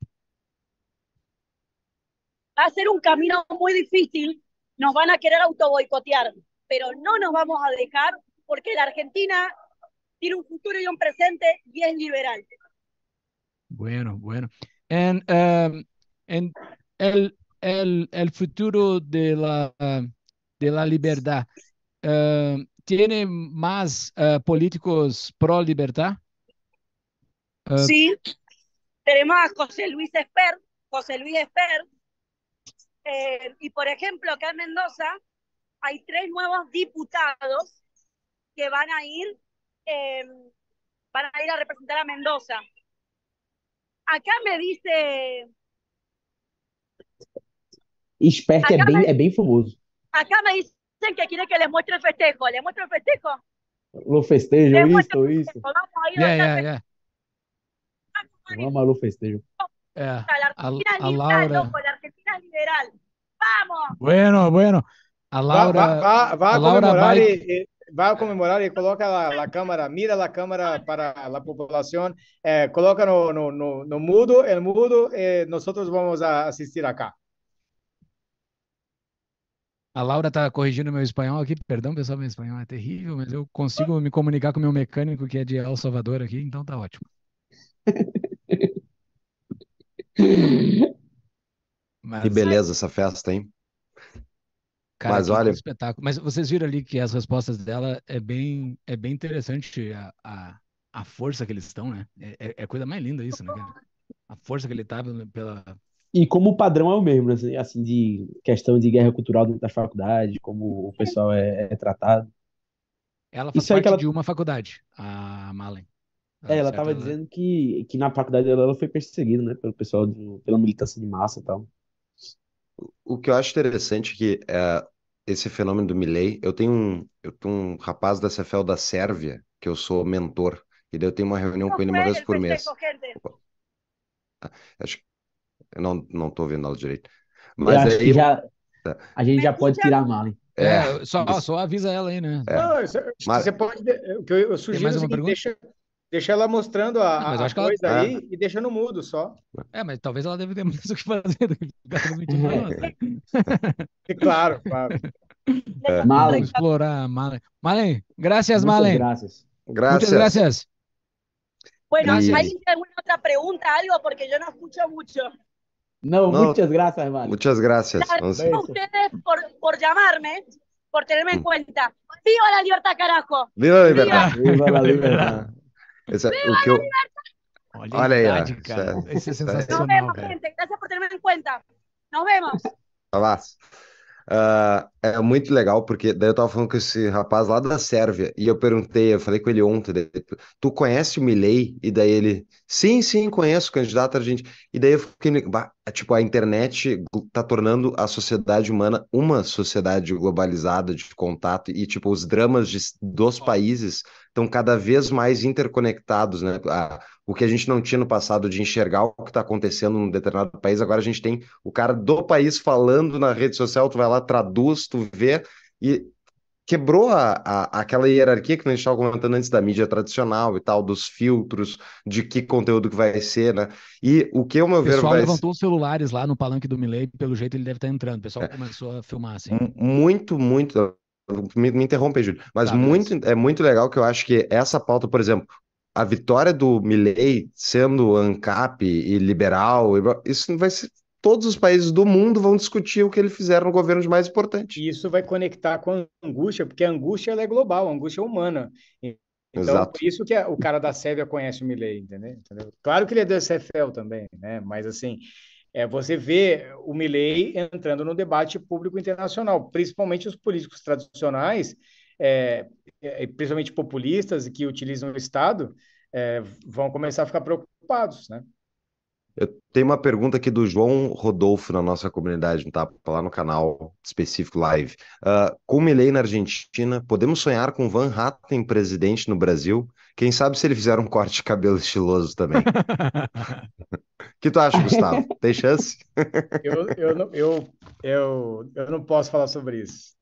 Va a ser un camino muy difícil, nos van a querer autoboicotear, pero no nos vamos a dejar porque la Argentina tiene un futuro y un presente y es liberal. Bueno, bueno. En, um, en el, el, el futuro de la, uh, de la libertad, uh, ¿tiene más uh, políticos pro libertad? Uh, Sí, tenemos a José Luis Esper, José Luis Esper, eh, y por ejemplo, acá en Mendoza hay tres nuevos diputados que van a ir, eh, van a ir a representar a Mendoza. Acá me dice, Esperto é acá bem, me, é bem famoso. acá me dicen que quieren que les muestre el festejo. ¿Les muestro el festejo? Alô, festejo, Les muestro isso, el isso. festejo. Vamos a ir yeah, donde está el yeah, festejo. yeah. Vamos, alô, festejo. Yeah. La A, Argentina es a liberal, Laura. loco, la Argentina es liberal. ¡Vamos! Bueno, bueno. A Vá, vá, Laura, vá, vá a Laura comemorar vai. e, e vá comemorar e coloca a, a câmera, mira a câmera para a população, eh, coloca no, no, no, no mudo, el mudo, e nós vamos a assistir acá. A Laura tá corrigindo meu espanhol aqui. Perdão, pessoal, meu espanhol é terrível, mas eu consigo me comunicar com o meu mecânico que é de El Salvador aqui, então tá ótimo. Que Mas, beleza essa festa, hein? cara, Mas que, olha, que espetáculo. Mas vocês viram ali que as respostas dela é bem, é bem interessante a, a, a força que eles estão, né? É, é é a coisa mais linda isso, né, cara? A força que ele tá pela, pela- E como o padrão é o mesmo, assim, assim, de questão de guerra cultural dentro da faculdade, como o pessoal é, é tratado. Ela faz Isso aí que parte ela, de uma faculdade, a Malen. é, Tá ela certo? tava Ela- dizendo que, que na faculdade dela ela foi perseguida, né, pelo pessoal, de, pela militância de massa e tal. o que eu acho interessante é que é, esse fenômeno do Milei, eu tenho um, eu tenho um rapaz da C F L da Sérvia, que eu sou mentor, e daí eu tenho uma reunião No com ele uma fue vez el por festejo, mês. gente. Acho que eu não, não tô ouvindo ela direito. Eu Mas acho que aí, já a gente ¿Me já pode tirar a escuchan? mala, hein? é, É, só, isso, só avisa ela aí, né? é. Não, isso- acho que Mas, você pode. O que eu, eu Tem sugiro é mais o uma seguinte: pergunta? deixa, deixa ela mostrando Não, mas eu a, a acho que ela. coisa ah, aí e deixa no mudo só. É, mas talvez ela deve ter mais o que fazer do que ficar transmitindo pra nós, né? E claro, claro. Les é. Vamos Malen, explorar a Malen. Malen, gracias, muitas Malen. graças. Muchas Graças. gracias. Bueno, Gracias. E ¿alguien tiene alguna otra pregunta, algo? Porque yo no escucho mucho. Não, não, muitas graças, Malen. muitas graças. Les Vamos agradezco a Beso. ustedes por, por llamarme, por tenerme en Hum. cuenta. ¡Viva la libertad, carajo! Viva a ¡Viva! liberdade. Viva a Liberdade. liberdade. Esse é o que eu. Olha a Olha aí, ó. idade, Isso cara. é, Isso é isso é Nos sensacional, vemos, cara. gente. Gracias por tenerme en cuenta. Nos vemos. Abraço. Ah, é muito legal, porque daí eu tava falando com esse rapaz lá da Sérvia, e eu perguntei, eu falei com ele ontem, daí, tu tu conhece o Milei? E daí ele, sim, sim, conheço, candidato a gente. E daí eu fiquei, bah, tipo, a internet tá tornando a sociedade humana uma sociedade globalizada de contato, e tipo, os dramas de- dos países estão cada vez mais interconectados, né? Ah, o que a gente não tinha no passado de enxergar o que está acontecendo num determinado país, agora a gente tem o cara do país falando na rede social, tu vai lá, traduz, tu vê, e quebrou a, a- aquela hierarquia que a gente estava comentando antes da mídia tradicional e tal, dos filtros, de que conteúdo que vai ser, né? E o que, ao meu O ver, pessoal vai levantou os celulares lá no palanque do Milei, pelo jeito ele deve estar entrando. O pessoal é, começou a filmar assim. mu- muito, muito. Me, me interrompe, Júlio, mas Tá, muito, beleza. é muito legal que eu acho que essa pauta, por exemplo, a vitória do Milei sendo ANCAP e liberal, e blá, isso vai ser. Todos os países do mundo vão discutir o que ele fizer no governo de mais importante. E isso vai conectar com a angústia, porque a angústia ela é global, a angústia é humana. E- Então, por Exato. isso que a- o cara da Sérvia conhece o Milei, entendeu? Entendeu? Claro que ele é do C F L também, né? Mas assim, é, você vê o Milei entrando no debate público internacional, principalmente os políticos tradicionais, é, é, principalmente populistas que utilizam o Estado, é, vão começar a ficar preocupados, né? Eu tenho uma pergunta aqui do João Rodolfo na nossa comunidade, tá? Lá no canal específico live. Ah, com o Milei na Argentina, podemos sonhar com Van Hatten presidente no Brasil? Quem sabe se ele fizer um corte de cabelo estiloso também? O que tu acha, Gustavo? Tem chance? Eu, eu, não- eu, eu, eu não posso falar sobre isso.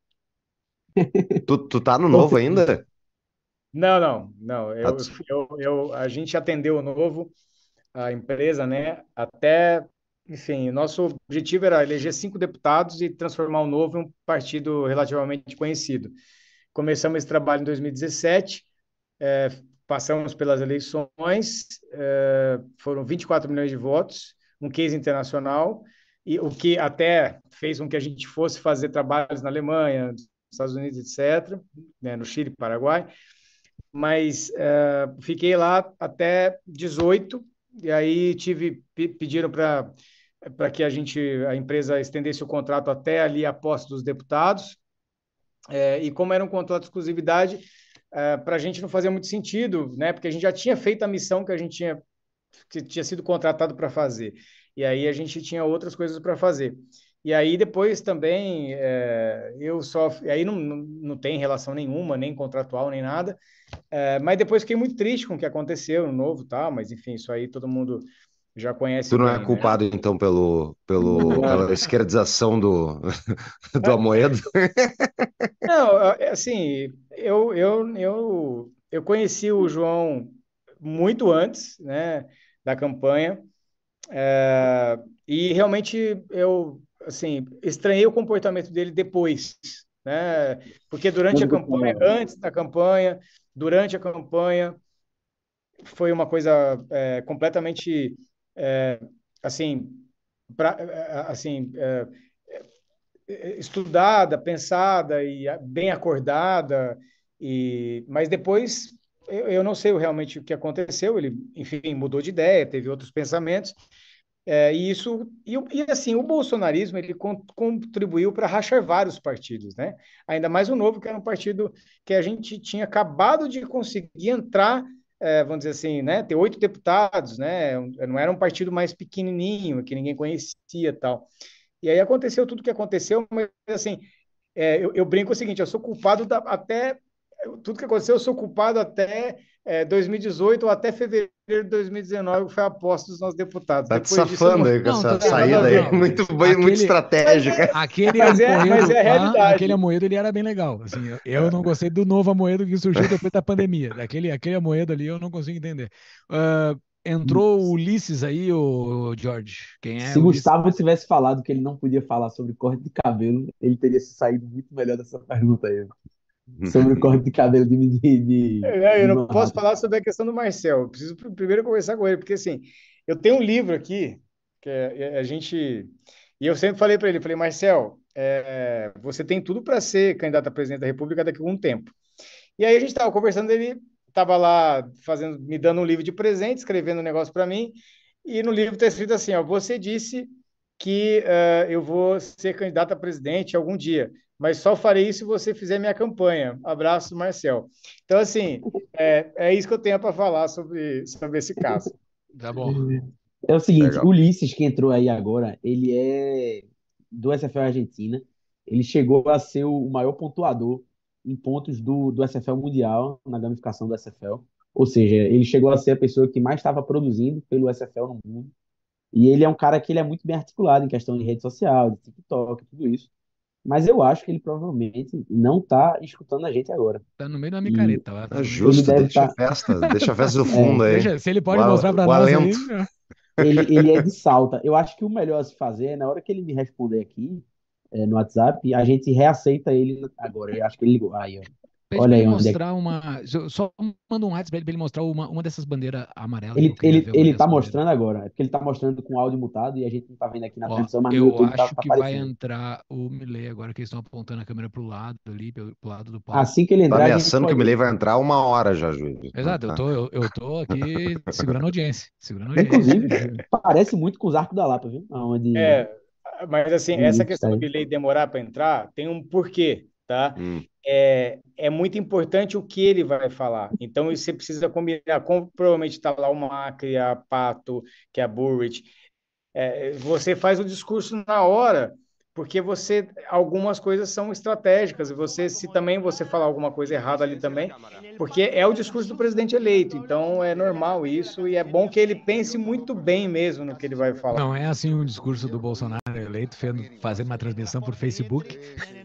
Tu, tu tá no novo Torce- ainda? Não, não, não. Ah, Eu, tu- eu, eu, a gente atendeu o novo, a empresa, né? Até, enfim, nosso objetivo era eleger cinco deputados e transformar o novo em um partido relativamente conhecido. começamos esse trabalho em dois mil e dezessete, é, passamos pelas eleições, é, foram vinte e quatro milhões de votos, um case internacional, e o que até fez com que a gente fosse fazer trabalhos na Alemanha, nos Estados Unidos, etcétera, né, no Chile, Paraguai, mas é, fiquei lá até dezoito, e aí tive, pediram para para que a gente, a empresa estendesse o contrato até ali a posse dos deputados, é, e como era um contrato de exclusividade, é, para a gente não fazia muito sentido, né, porque a gente já tinha feito a missão que a gente tinha, que tinha sido contratado para fazer, e aí a gente tinha outras coisas para fazer. E aí depois também, é, eu só, aí não, não, não tem relação nenhuma, nem contratual, nem nada, é, mas depois fiquei muito triste com o que aconteceu no novo, tá, mas enfim, isso aí todo mundo já conhece Tu não bem, é né? culpado, então, pelo, pelo, pela esquerdização do, do Amoedo? Não, assim, eu, eu, eu, eu conheci o João muito antes, né, da campanha, é, e realmente eu, assim, estranhei o comportamento dele depois, né, porque durante a campanha, antes da campanha, durante a campanha, foi uma coisa é, completamente, é, assim, pra, assim, é, estudada, pensada e bem acordada, e mas depois eu, eu não sei realmente o que aconteceu. Ele, enfim, mudou de ideia, teve outros pensamentos, é, e isso e, e assim o bolsonarismo ele con, contribuiu para rachar vários partidos, né? Ainda mais o Novo, que era um partido que a gente tinha acabado de conseguir entrar, é, vamos dizer assim, né? Ter oito deputados, né? Não era um partido mais pequenininho que ninguém conhecia, tal. E aí aconteceu tudo o que aconteceu, mas assim, é, eu, eu brinco o seguinte, eu sou culpado da, até, tudo que aconteceu, eu sou culpado até é, dois mil e dezoito ou até fevereiro de dois mil e dezenove, que foi a posse dos nossos deputados. Tá te Depois disso, eu safando não... aí com Não, essa tá- saída não, aí, não. muito, bem, muito Aquele- estratégica. Aquele Mas é- Amoedo, mas é a lá, realidade. aquele Amoedo, ele era bem legal. Assim, eu, eu não gostei do novo Amoedo que surgiu depois da pandemia. Daquele, aquele Amoedo ali eu não consigo entender. Ah, entrou o Ulisses aí, o, George. Quem é Se Ulisses? Gustavo tivesse falado que ele não podia falar sobre corte de cabelo, ele teria se saído muito melhor dessa pergunta aí. Sobre o corte de cabelo de, de, de, Eu, de eu não Manhattan. posso falar sobre a questão do Marcel. Eu preciso pr- primeiro conversar com ele, porque assim, eu tenho um livro aqui que é- é- a gente e eu sempre falei para ele, falei, Marcel, é, você tem tudo para ser candidato a presidente da República daqui a algum tempo. E aí a gente estava conversando, ele estava lá fazendo, me dando um livro de presente, escrevendo um negócio para mim, e no livro está escrito assim, ó, você disse que eh, eu vou ser candidato a presidente algum dia, mas só farei isso se você fizer minha campanha. Abraço, Marcel. Então, assim, é, é isso que eu tenho para falar sobre, sobre esse caso. Tá bom. É o seguinte, Legal. o Ulisses que entrou aí agora, ele é do S F L Argentina. Ele chegou a ser o maior pontuador em pontos do, do S F L Mundial, na gamificação do S F L. Ou seja, ele chegou a ser a pessoa que mais estava produzindo pelo S F L no mundo. E ele é um cara que ele é muito bem articulado em questão de rede social, de TikTok, tudo isso. Mas eu acho que ele provavelmente não está escutando a gente agora. Tá no meio da E micareta lá. Tá Tá no meio- justo, deve deixa a tá- festa, deixa a festa do fundo aí. Deixa- se ele pode O a- mostrar pra o nós aí, alento. meu. ele, ele é de Salta. Eu acho que o melhor a se fazer é, na hora que ele me responder aqui, é, no WhatsApp, a gente reaceita ele agora. Eu acho que ele ligou. Aí, ó. Pede Olha pra aí ele onde é que... mostrar uma. Só só manda um WhatsApp pra ele, pra ele mostrar uma, uma dessas bandeiras amarelas. que Ele, eu queria ele, ver uma ele dessas tá bandeiras. mostrando agora. É porque ele tá mostrando com o áudio mutado e a gente não tá vendo aqui na Ó, transmissão, mas no eu YouTube tá, acho tá que vai aparecendo. entrar o Milley agora, que eles estão apontando a câmera pro lado ali, pro pro lado do palco. Assim que ele Tá entrar, a gente ameaçando que o pode... Milei vai entrar uma hora já, Júlio. Exato, eu Ah, tô, eu, eu tô aqui segurando a audiência. Segurando a audiência. Inclusive, parece muito com os Arcos da Lapa, viu? Onde É, mas assim, o essa Ulisses questão tá do aí. delay demorar para entrar tem um porquê, tá? hum. É, é muito importante o que ele vai falar. Então, isso você precisa combinar. Como provavelmente está lá o Macri, a Pato, que é a Burrich. É, você faz o discurso na hora, porque você algumas coisas são estratégicas. E você, se também você falar alguma coisa errada ali também, porque é o discurso do presidente eleito. Então, é normal isso e é bom que ele pense muito bem mesmo no que ele vai falar. Não é assim um discurso do Bolsonaro eleito fazendo, fazendo uma transmissão por Facebook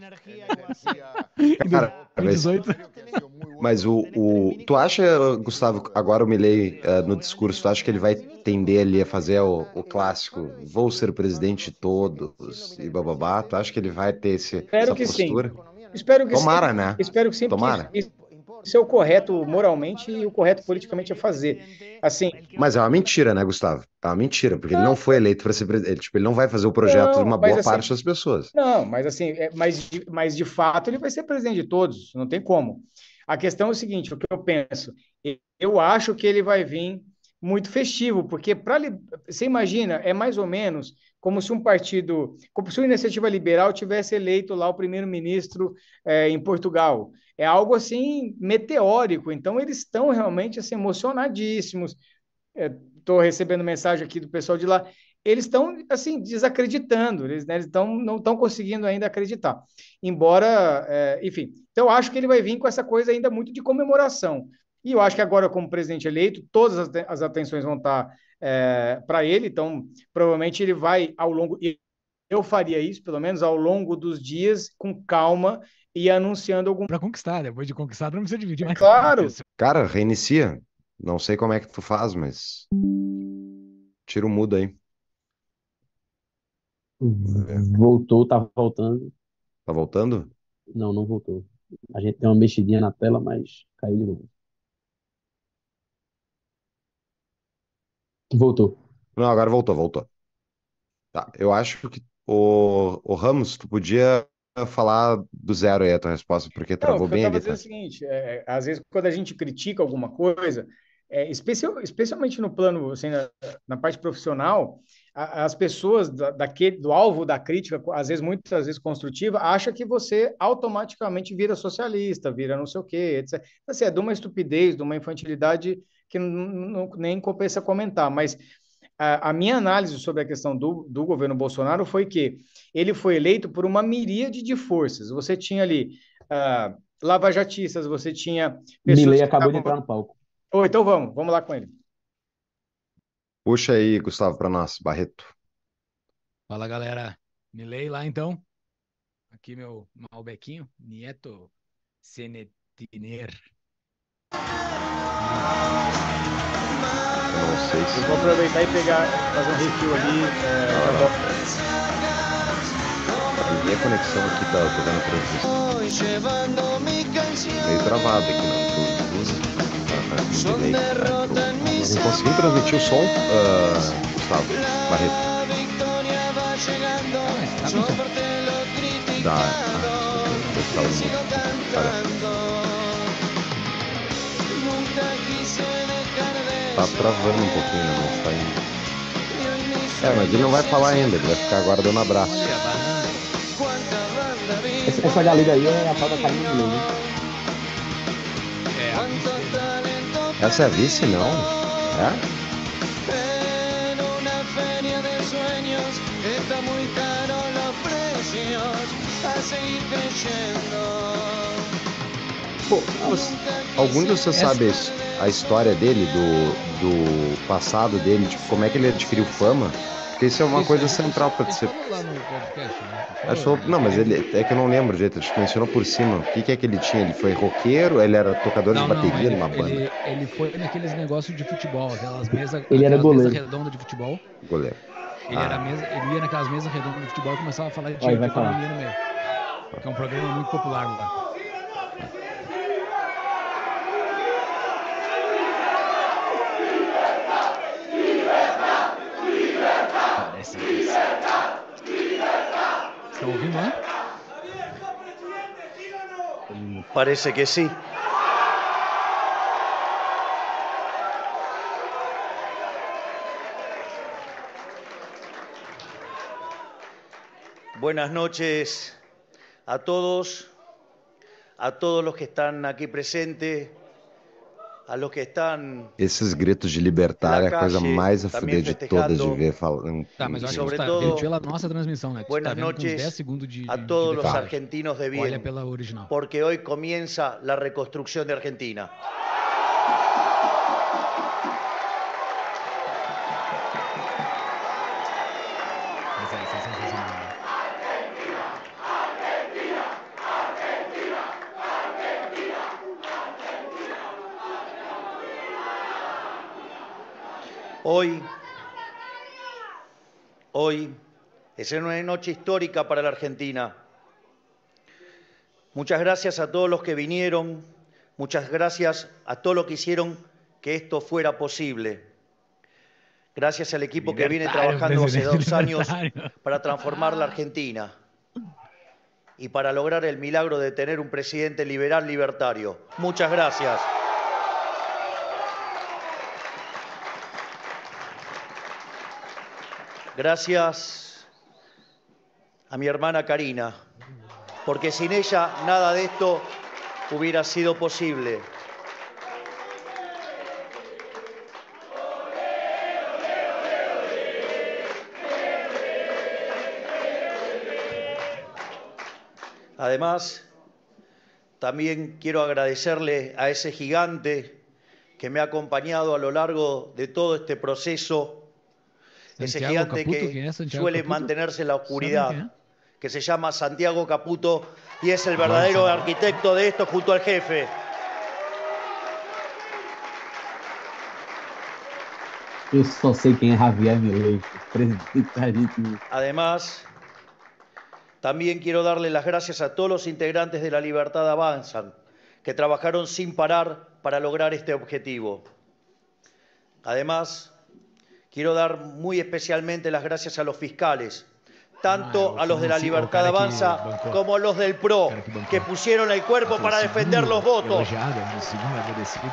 em Cara, dois mil e dezoito. Mas o, o. Tu acha, Gustavo, agora o Milei, eh, no discurso, tu acha que ele vai tender ali a fazer o, o clássico, vou ser o presidente de todos e bababá? Tu acha que ele vai ter esse, Espero essa que sim. postura? Espero que Tomara, sim, né? espero que sim, porque Tomara. isso, isso é o correto moralmente e o correto politicamente a fazer. Assim, Mas é uma mentira, né, Gustavo? É uma mentira, porque ele não foi eleito para ser presidente. Tipo, ele não vai fazer o projeto de não, uma mas boa assim, parte das pessoas. não, mas assim, é, mas, de- mas de fato ele vai ser presidente de todos, não tem como. A questão é o seguinte, o que eu penso, eu acho que ele vai vir muito festivo, porque para você imagina, é mais ou menos como se um partido, como se uma iniciativa liberal tivesse eleito lá o primeiro-ministro é, em Portugal. É algo assim meteórico. Então eles estão realmente assim emocionadíssimos. Estou recebendo mensagem aqui do pessoal de lá, eles estão assim desacreditando, eles, né, eles tão, não estão conseguindo ainda acreditar. Embora, é, enfim, então eu acho que ele vai vir com essa coisa ainda muito de comemoração. E eu acho que agora, como presidente eleito, todas as, as atenções vão estar é, para ele, então provavelmente ele vai ao longo. Eu faria isso, pelo menos ao longo dos dias, com calma e anunciando algum. Para conquistar, depois de conquistar, não precisa dividir mais. Claro, Cara, reinicia. Não sei como é que tu faz, mas tira o mudo aí. Voltou, tá voltando. Tá voltando? Não, não voltou. A gente deu uma mexidinha na tela, mas caiu de novo. Voltou. Não, agora voltou, voltou. Tá, eu acho que o, o Ramos, tu podia falar do zero aí a tua resposta, porque não, o travou que eu bem estava ali, dizendo é tá? o seguinte: é, às vezes, quando a gente critica alguma coisa, é, especial, especialmente no plano, assim, na, na parte profissional, a, as pessoas da, daquele, do alvo da crítica, às vezes, muitas vezes construtiva, acha que você automaticamente vira socialista, vira não sei o quê, etcétera. Assim, é de uma estupidez, de uma infantilidade que não, não, nem compensa comentar, mas a, a minha análise sobre a questão do, do governo Bolsonaro foi que ele foi eleito por uma miríade de forças. Você tinha ali uh, lavajatistas, você tinha pessoas Milley que acabou de estavam. entrar no palco. Oh, então vamos, vamos lá com ele. Puxa aí, Gustavo, para nós, Barreto. Fala, galera. Milei lá, então. Aqui meu Malbequinho, Nieto Senetiner. Eu não sei se. Eu vou aproveitar e pegar, fazer um refil ali. É, Não, tá não. bom. A minha conexão aqui tá pegando transmissão. Meio travado aqui, não. Tá, tá com delay. Não conseguindo transmitir o som, uh, Gustavo, Barreto. Ah, mas tá com som. Dá. Ah, desculpa, eu tava no mudo. Olha. Tá travando um pouquinho, né? Mas tá indo. É, mas ele não vai falar ainda, ele vai ficar agora dando abraço. Olha, banana. Essa, essa galera aí é a tal da Karina Milley, né? É, a vice dele. Essa é a vice, não? É? Pô, você- algum de vocês Essa- sabe a história dele, do, do passado dele, tipo, como é que ele adquiriu fama? Porque isso é uma Isso, coisa ele- central para ele ser. falou lá no podcast, né? Ele Acho falou, que- não, mas ele é que eu não lembro direito, acho que mencionou por cima. O que, que é que ele tinha? Ele foi roqueiro, ele era tocador de Não, não, bateria ele, numa banda. ele, ele foi naqueles negócios de futebol, aquelas mesas, Ele era aquelas mesas goleiro. redondas de futebol. Goleiro. Ele Ah. era mesa, ele ia naquelas mesas redondas de futebol e começava a falar de Ó, ele vai economia no meio. Que é um programa muito popular lá. Parece que sim. Estão ouvindo lá? Parece que sí. Buenas noches a todos, a todos los que están aquí presentes, a los que están. Esses gritos de libertário é a coisa Calle, mais a também fuder de todas de festejando. ver falando. Tá, mas eu acho que sobre tu tá todo, vendo pela nossa transmissão, né? Tu tá Buenas vendo com uns noches dez segundos de, a de, todos de los defasagem. argentinos de Olha bien, pela original. porque hoy comienza la reconstrucción de Argentina. Essa, essa é sensacional. né? Hoy, hoy es una noche histórica para la Argentina. Muchas gracias a todos los que vinieron, muchas gracias a todos los que hicieron que esto fuera posible. Gracias al equipo que viene Libertario, trabajando hace presidente dos años libertario. para transformar la Argentina y para lograr el milagro de tener un presidente liberal libertario. Muchas gracias. Gracias a mi hermana Karina, porque sin ella nada de esto hubiera sido posible. Además, también quiero agradecerle a ese gigante que me ha acompañado a lo largo de todo este proceso, ese Santiago gigante Caputo, que ¿quién es Santiago suele Caputo? mantenerse en la ¿Saben oscuridad, quién es? que se llama Santiago Caputo y es el verdadero arquitecto de esto junto al jefe. Eu só sei quem é Javier Milei, presidente da Argentina. Además, también quiero darle las gracias a todos los integrantes de La Libertad Avanzan, que trabajaron sin parar para lograr este objetivo. Además, quiero dar muy especialmente las gracias a los fiscales, tanto Ah, a los de La sí, o Libertad cara que Avanza bancó. como a los del P R O, Cara que bancó. que pusieron el cuerpo para defender los votos. Elogiado, o segundo agradecido.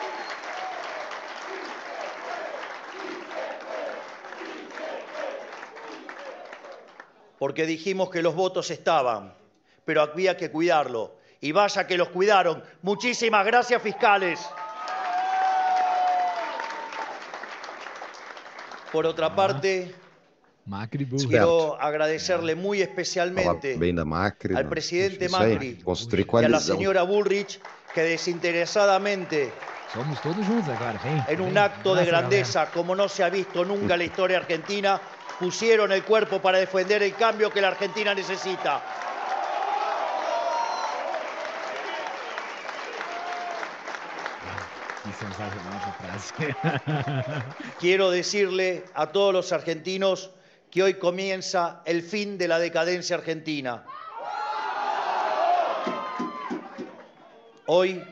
Porque dijimos que los votos estaban, pero había que cuidarlo. Y vaya que los cuidaron. Muchísimas gracias, fiscales. Por otra parte, Macri burro. quiero agradecerle muy Falar especialmente bem da Macri. al né? presidente Isso aí, Macri construir y a la coalizão. señora Bullrich, que desinteresadamente, Somos todos juntos agora, vem. en un vem. acto de Abraça, grandeza como no se ha visto nunca en la historia argentina, pusieron el cuerpo para defender el cambio que la Argentina necesita. galera. Que sensacional essa frase. Quiero decirle a todos los argentinos que hoy comienza el fin de la decadencia argentina. Hoy,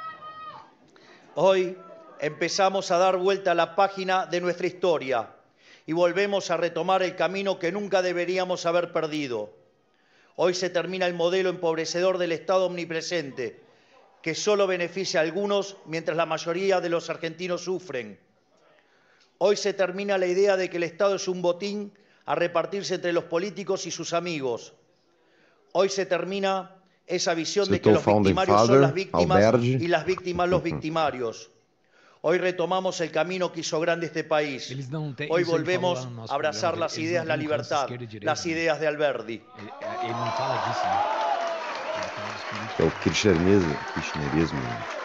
hoy empezamos a dar vuelta a la página de nuestra historia y volvemos a retomar el camino que nunca deberíamos haber perdido. Hoy se termina el modelo empobrecedor del Estado omnipresente, que solo beneficia a algunos mientras la mayoría de los argentinos sufren. Hoy se termina la idea de que el Estado es un botín a repartirse entre los políticos y sus amigos. Hoy se termina esa visión de que Citou los Founding victimarios son Father, las víctimas Alberdi. y las víctimas los victimarios. Hoy retomamos el camino que hizo grande este país. Eles não têm, Hoy isso ele falou volvemos lá no nosso a abrazar programa, las eles ideas, não la têm câncer libertad, esquerda e direita, las né? ideas de Alberdi. Ele, ele não fala disso, né? Ele fala dos políticos. É o kirchnerismo. kirchnerismo.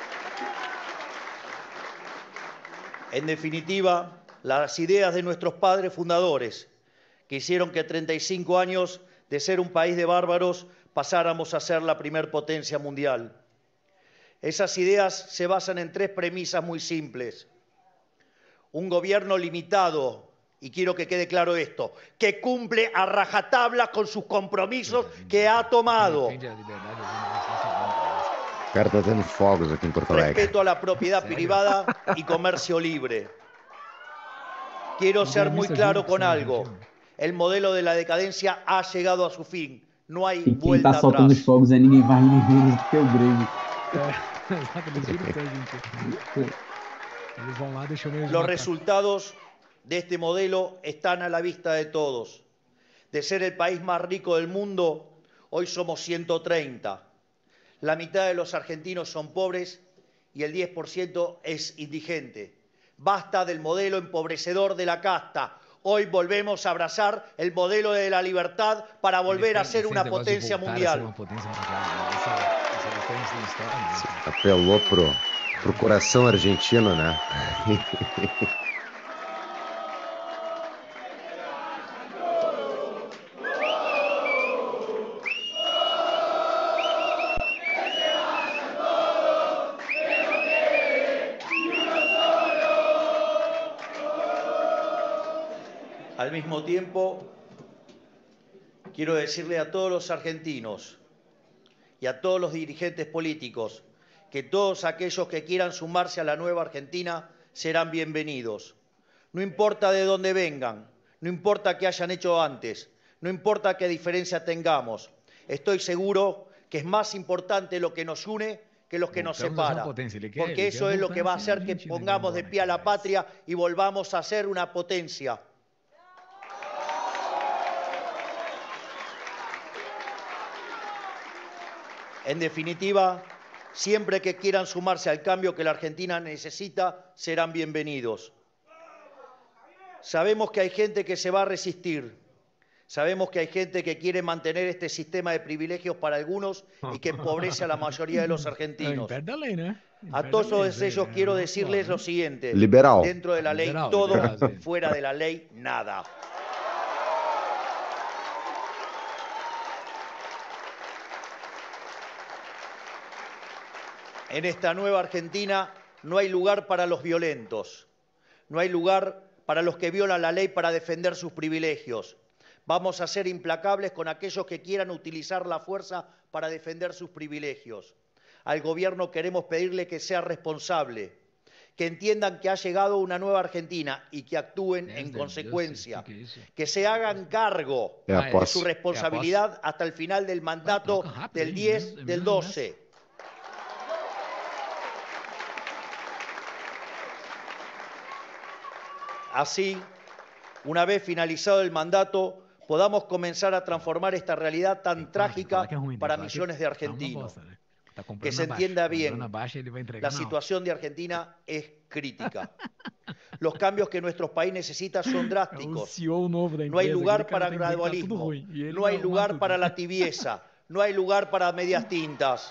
En definitiva, las ideas de nuestros padres fundadores, que hicieron que treinta y cinco años de ser un país de bárbaros pasáramos a ser la primer potencia mundial. Esas ideas se basan en tres premisas muy simples. Un gobierno limitado, y quiero que quede claro esto, que cumple a rajatabla con sus compromisos que ha tomado. Defende a liberdade nacional. O cara tá tendo fogos aqui em Porto Alegre. Respeto a la propiedad ¿Serio? privada y comercio libre. Quiero ser muy claro con algo. El modelo de la decadencia ha llegado a su fin. No hay E quem vuelta tá soltando os atrás. fogos é ninguém mais ninguém menos do que o Grêmio. É, exato, eles viram pra gente. Eles vão lá, deixam eles Los matar. resultados de este modelo están a la vista de todos. De ser el país más rico del mundo, hoy somos ciento treinta. La mitad de los argentinos son pobres y el diez por ciento es indigente. Basta del modelo empobrecedor de la casta. Hoy volvemos a abrazar el modelo de la libertad para volver a ser una potencia mundial. Uma potência mundial. Né? Essa, essa é a diferença da história. Né? Apelou pro, pro coração argentino, né? Al mismo tiempo, quiero decirle a todos los argentinos y a todos los dirigentes políticos que todos aquellos que quieran sumarse a la nueva Argentina serán bienvenidos. No importa de dónde vengan, no importa qué hayan hecho antes, no importa qué diferencia tengamos. Estoy seguro que es más importante lo que nos une que lo que nos separa, porque eso es lo que va a hacer que pongamos de pie a la patria y volvamos a ser una potencia. En definitiva, siempre que quieran sumarse al cambio que la Argentina necesita, serán bienvenidos. Sabemos que hay gente que se va a resistir. Sabemos que hay gente que quiere mantener este sistema de privilegios para algunos y que empobrece a la mayoría de los argentinos. A todos ellos quiero decirles lo siguiente. Liberal. Dentro de la ley todo, fuera de la ley nada. En esta nueva Argentina no hay lugar para los violentos, no hay lugar para los que violan la ley para defender sus privilegios. Vamos a ser implacables con aquellos que quieran utilizar la fuerza para defender sus privilegios. Al gobierno queremos pedirle que sea responsable, que entiendan que ha llegado una nueva Argentina y que actúen en consecuencia, que se hagan cargo de su responsabilidad hasta el final del mandato del diez del doce. Así, una vez finalizado el mandato, podamos comenzar a transformar esta realidad tan trágica para millones de argentinos. Que se entienda bien, la situación de Argentina es crítica. Los cambios que nuestro país necesita son drásticos. No hay lugar para gradualismo, no hay lugar para la tibieza, no hay lugar para medias tintas.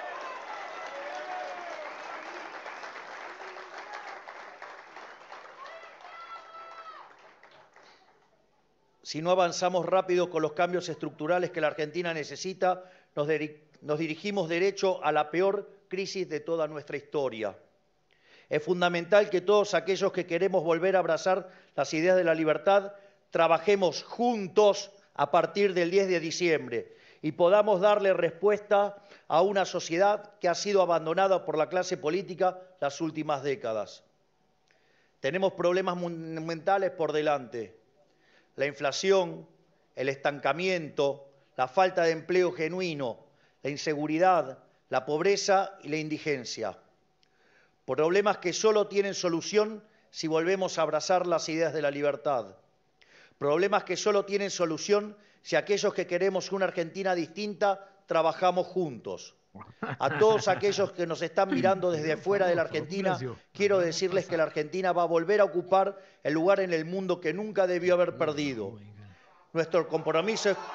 Si no avanzamos rápido con los cambios estructurales que la Argentina necesita, nos, nos dirigimos derecho a la peor crisis de toda nuestra historia. Es fundamental que todos aquellos que queremos volver a abrazar las ideas de la libertad, trabajemos juntos a partir del diez de diciembre y podamos darle respuesta a una sociedad que ha sido abandonada por la clase política las últimas décadas. Tenemos problemas monumentales por delante. La inflación, el estancamiento, la falta de empleo genuino, la inseguridad, la pobreza y la indigencia. Problemas que solo tienen solución si volvemos a abrazar las ideas de la libertad. Problemas que solo tienen solución si aquellos que queremos una Argentina distinta trabajamos juntos. A todos aquellos que nos están mirando desde afuera de la Argentina, quiero decirles que la Argentina va a volver a ocupar el lugar en el mundo que nunca debió haber perdido. Nuestro compromiso es...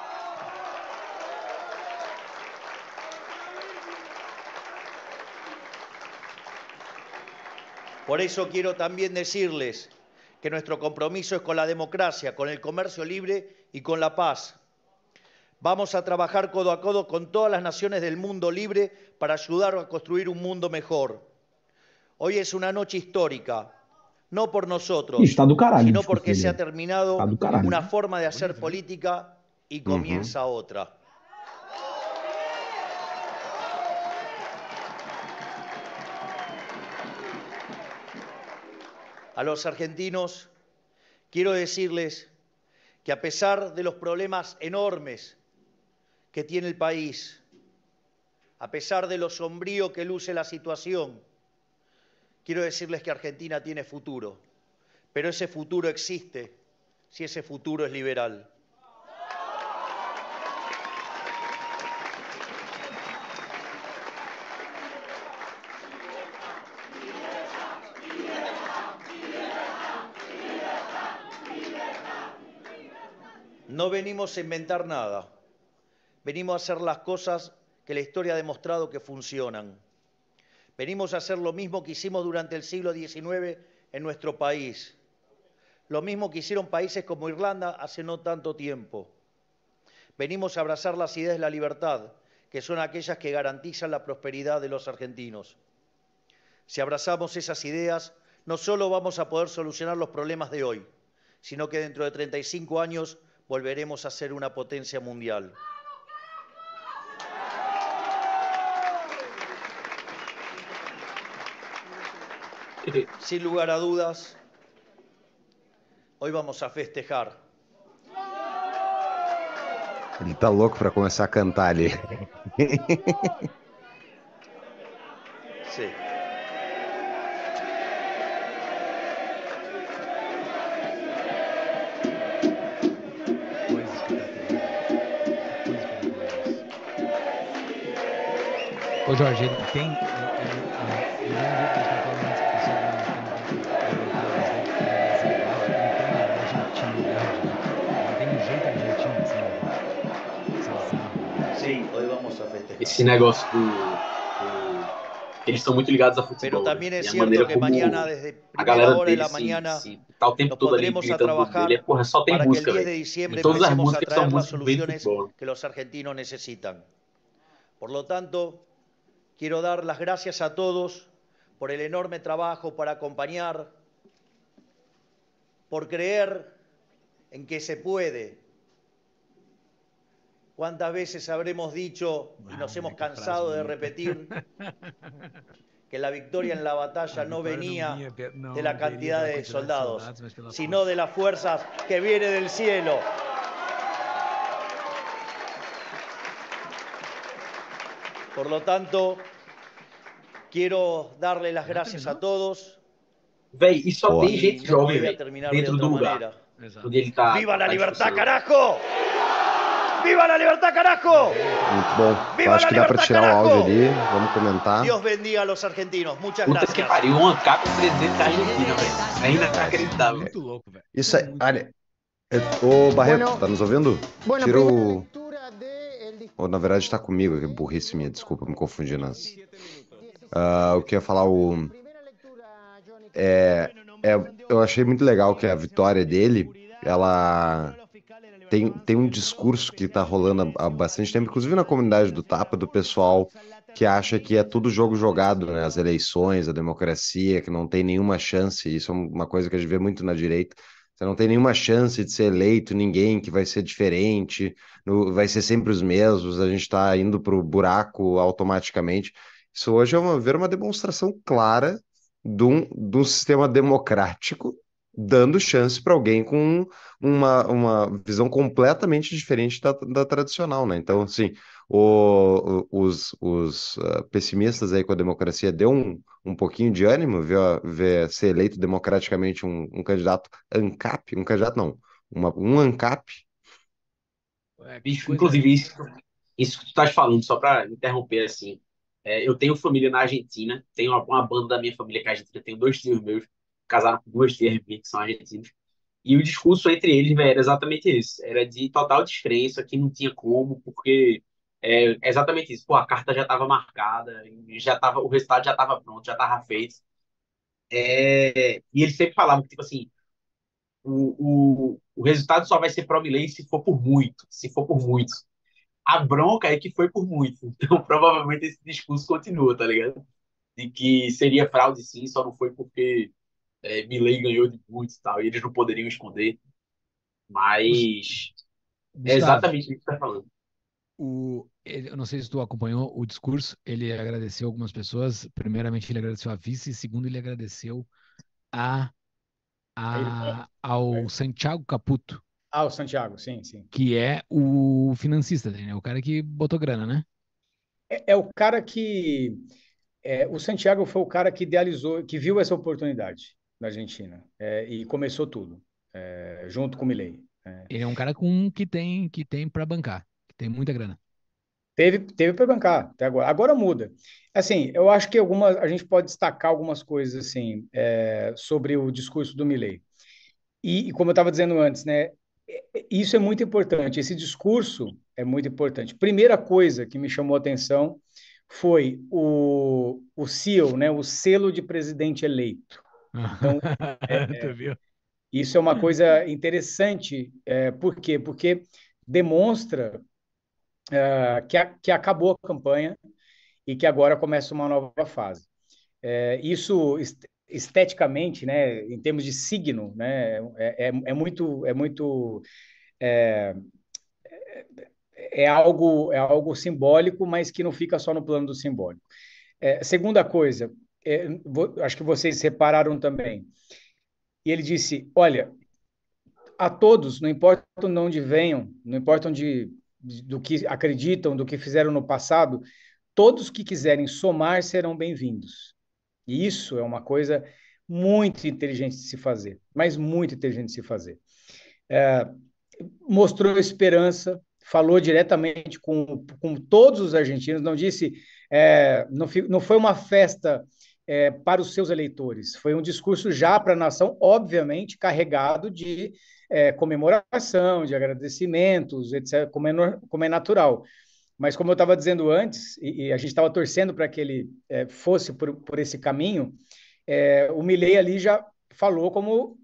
Por eso quiero también decirles que nuestro compromiso es con la democracia, con el comercio libre y con la paz. Vamos a trabajar codo a codo con todas las naciones del mundo libre para ayudar a construir un mundo mejor. Hoy es una noche histórica, no por nosotros, caralho, sino porque se ha terminado una forma de hacer política y comienza uh-huh. otra. A los argentinos quiero decirles que a pesar de los problemas enormes que tiene el país, a pesar de lo sombrío que luce la situación, quiero decirles que Argentina tiene futuro, pero ese futuro existe si ese futuro es liberal. No venimos a inventar nada. Venimos a hacer las cosas que la historia ha demostrado que funcionan. Venimos a hacer lo mismo que hicimos durante el siglo diecinueve en nuestro país. Lo mismo que hicieron países como Irlanda hace no tanto tiempo. Venimos a abrazar las ideas de la libertad, que son aquellas que garantizan la prosperidad de los argentinos. Si abrazamos esas ideas, no solo vamos a poder solucionar los problemas de hoy, sino que dentro de treinta y cinco años volveremos a ser una potencia mundial. Sin lugar a dudas, hoy vamos a festejar. Ele tá louco pra começar a cantar ali. Sí. Coisa espetacular. Coisa espetacular isso. Ô, Jorge, ele tem. Ele, ele, ele, ele é um jeito que a gente tá falando antes, que você não ele tem um jeito argentino, assim, né? Bizarro. Sí, hoy vamos a festejar. Esse negócio do, do- Eles estão muito ligados a Pero futebol, né? también es E a cierto maneira que como mañana, desde a primera galera hora de dele la se, mañana, se tá o tempo nos todo ali pondremos a gritando o nome dele. É, trabajar porra, só tem para que el música, diez de velho. Em diciembre todas as empecemos a músicas são traer las músicas bem de soluciones futebol. que los argentinos necesitan. Por lo tanto, quiero dar las gracias a todos por el enorme trabajo, para acompañar, por creer en que se puede. ¿Cuántas veces habremos dicho y nos Ah, hemos qué frase cansado de bonita. repetir que la victoria en la batalla A no vitória não venía vinha pe- não de la viria cantidad pela de quantidade de soldados, soldados, mas pela sino força. de las fuerzas que viene del cielo? Por lo tanto, quiero darle las Já gracias a terminou? todos Véi, e só Boa. tem y gente no jovem, podía velho, terminar de dentro do otra lugar manera. Exato. onde ele tá, ¡Viva la tá libertad, discursando. carajo! ¡Viva la libertad, carajo! Muito bom. Eu Viva acho la que dá pra libertad, tirar o carajo! áudio ali. Vamos comentar. Dios bendiga a los argentinos. Muchas Puta que gracias. pariu, um ANCAP presidente da Argentina, velho. É inacreditável. Muito louco, velho. Isso aí. Muito Olha. é- Ô, Barreto, Bueno, tá nos ouvindo? Bueno, Tira primera o. lectura del discurso. Ou, na verdade, tá comigo, que burrice minha, desculpa, me confundi nas. Ah, eu queria falar o. Primera lectura, Johnny. É, é, eu achei muito legal que a vitória dele, ela tem, tem um discurso que tá rolando há, há bastante tempo, inclusive na comunidade do Tapa, do pessoal que acha que é tudo jogo jogado, né? As eleições, a democracia, que não tem nenhuma chance, isso é uma coisa que a gente vê muito na direita. Você não tem nenhuma chance de ser eleito ninguém que vai ser diferente, no- vai ser sempre os mesmos, a gente está indo para o buraco automaticamente. Isso hoje é uma, ver uma demonstração clara de um, de um sistema democrático dando chance para alguém com uma, uma visão completamente diferente da, da tradicional, né? Então, assim, o- o- os, os ah, pessimistas aí com a democracia deu um, um pouquinho de ânimo ver, a- ver ser eleito democraticamente um, um candidato ANCAP, um candidato não, uma, um ANCAP. É, que Bicho, coisa. inclusive, isso, isso que tu estás falando, só para interromper assim, é, eu tenho família na Argentina, tenho uma, uma banda da minha família que é argentina, tenho dois tios meus, casaram com duas tias minhas que são argentinos, e o discurso entre eles, velho, era exatamente isso, era de total descrença, que não tinha como, porque é, é exatamente isso, pô, a carta já estava marcada, já tava, o resultado já estava pronto, já estava feito, é, e eles sempre falavam que, tipo assim, o, o, o resultado só vai ser pró-Milei se for por muito, se for por muito. A bronca é que foi por muito. Então, provavelmente esse discurso continua, tá ligado? De que seria fraude sim, só não foi porque é, Milei ganhou de muito e tal, e eles não poderiam esconder. Gus- Mas é Gustavo, exatamente isso que você tá falando. o, ele- eu não sei se tu acompanhou o discurso, ele agradeceu algumas pessoas. Primeiramente, ele agradeceu a vice, e segundo, ele agradeceu a, a, ao Santiago Caputo, Ah, o Santiago, sim, sim. que é o financista dele, né? O cara que botou grana, né? É, é o cara que. É, o Santiago foi o cara que idealizou, que viu essa oportunidade na Argentina, é, e começou tudo, é, junto com o Milei. É. Ele é um cara com que tem que tem para bancar, que tem muita grana. Teve, teve para bancar até agora. Agora muda. Assim, eu acho que algumas, a gente pode destacar algumas coisas assim, é, sobre o discurso do Milei. E, e como eu estava dizendo antes, né, é- é- isso é muito importante. Esse discurso é muito importante. Primeira coisa que me chamou a atenção foi o, o seal, né, o selo de presidente eleito. Então, Tu viu? isso é uma coisa interessante. É, por quê? Porque demonstra ah, que, a- que acabou a campanha e que agora começa uma nova fase. É, isso est- esteticamente, né, em termos de signo, né, é, é, é muito, é muito, é, é algo, é algo simbólico, mas que não fica só no plano do simbólico. É, segunda coisa, é, vo- acho que vocês separaram também. E ele disse: olha, a todos, não importa de onde venham, não importa onde, do que acreditam, do que fizeram no passado, todos que quiserem somar serão bem-vindos. E isso é uma coisa muito inteligente de se fazer, mas muito inteligente de se fazer. É, mostrou esperança, falou diretamente com, com todos os argentinos, não disse, é, não, não foi uma festa é, para os seus eleitores, foi um discurso já para a nação, obviamente carregado de é, comemoração, de agradecimentos, etcétera, como é, como é natural. Mas como eu estava dizendo antes, e, e a gente estava torcendo para que ele é, fosse por, por esse caminho, é, o Milei ali já falou como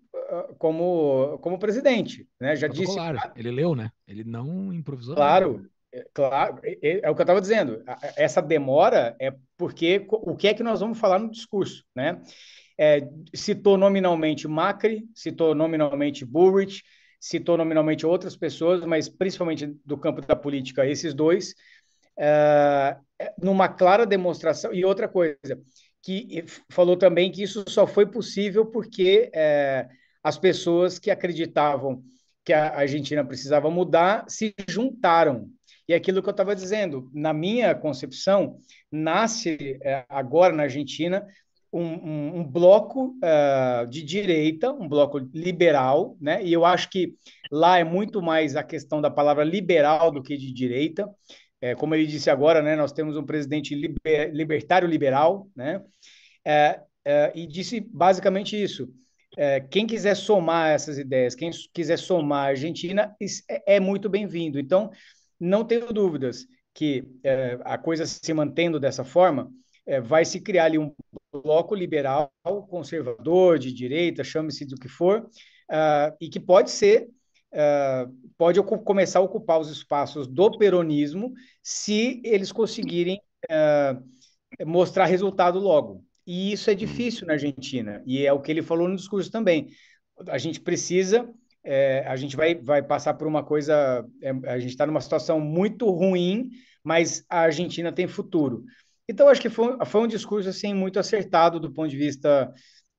como, como presidente, né? Já disse, Protocolar. Ele leu, né? Ele não improvisou nada. claro, é, claro, é, é o que eu estava dizendo. Essa demora é porque o que é que nós vamos falar no discurso, né? É, citou nominalmente Macri, citou nominalmente Bullrich, citou nominalmente outras pessoas, mas principalmente do campo da política, esses dois, é, numa clara demonstração. E outra coisa, que falou também que isso só foi possível porque é, as pessoas que acreditavam que a Argentina precisava mudar se juntaram. E aquilo que eu estava dizendo, na minha concepção, nasce é, agora na Argentina um, um, um bloco uh, de direita, um bloco liberal, né? E eu acho que lá é muito mais a questão da palavra liberal do que de direita. É, como ele disse agora, né, nós temos um presidente liber, libertário liberal, né, é, é, e disse basicamente isso. É, quem quiser somar essas ideias, quem quiser somar a Argentina, é, é muito bem-vindo. Então, não tenho dúvidas que é, a coisa se mantendo dessa forma, é, vai se criar ali um bloco liberal, conservador, de direita, chame-se do que for, uh, e que pode ser Uh, pode começar a ocupar os espaços do peronismo se eles conseguirem uh, mostrar resultado logo. E isso é difícil na Argentina, e é o que ele falou no discurso também. A gente precisa, é, a gente vai, vai passar por uma coisa, é, a gente está numa situação muito ruim, mas a Argentina tem futuro. Então, acho que foi, foi um discurso assim, muito acertado do ponto de vista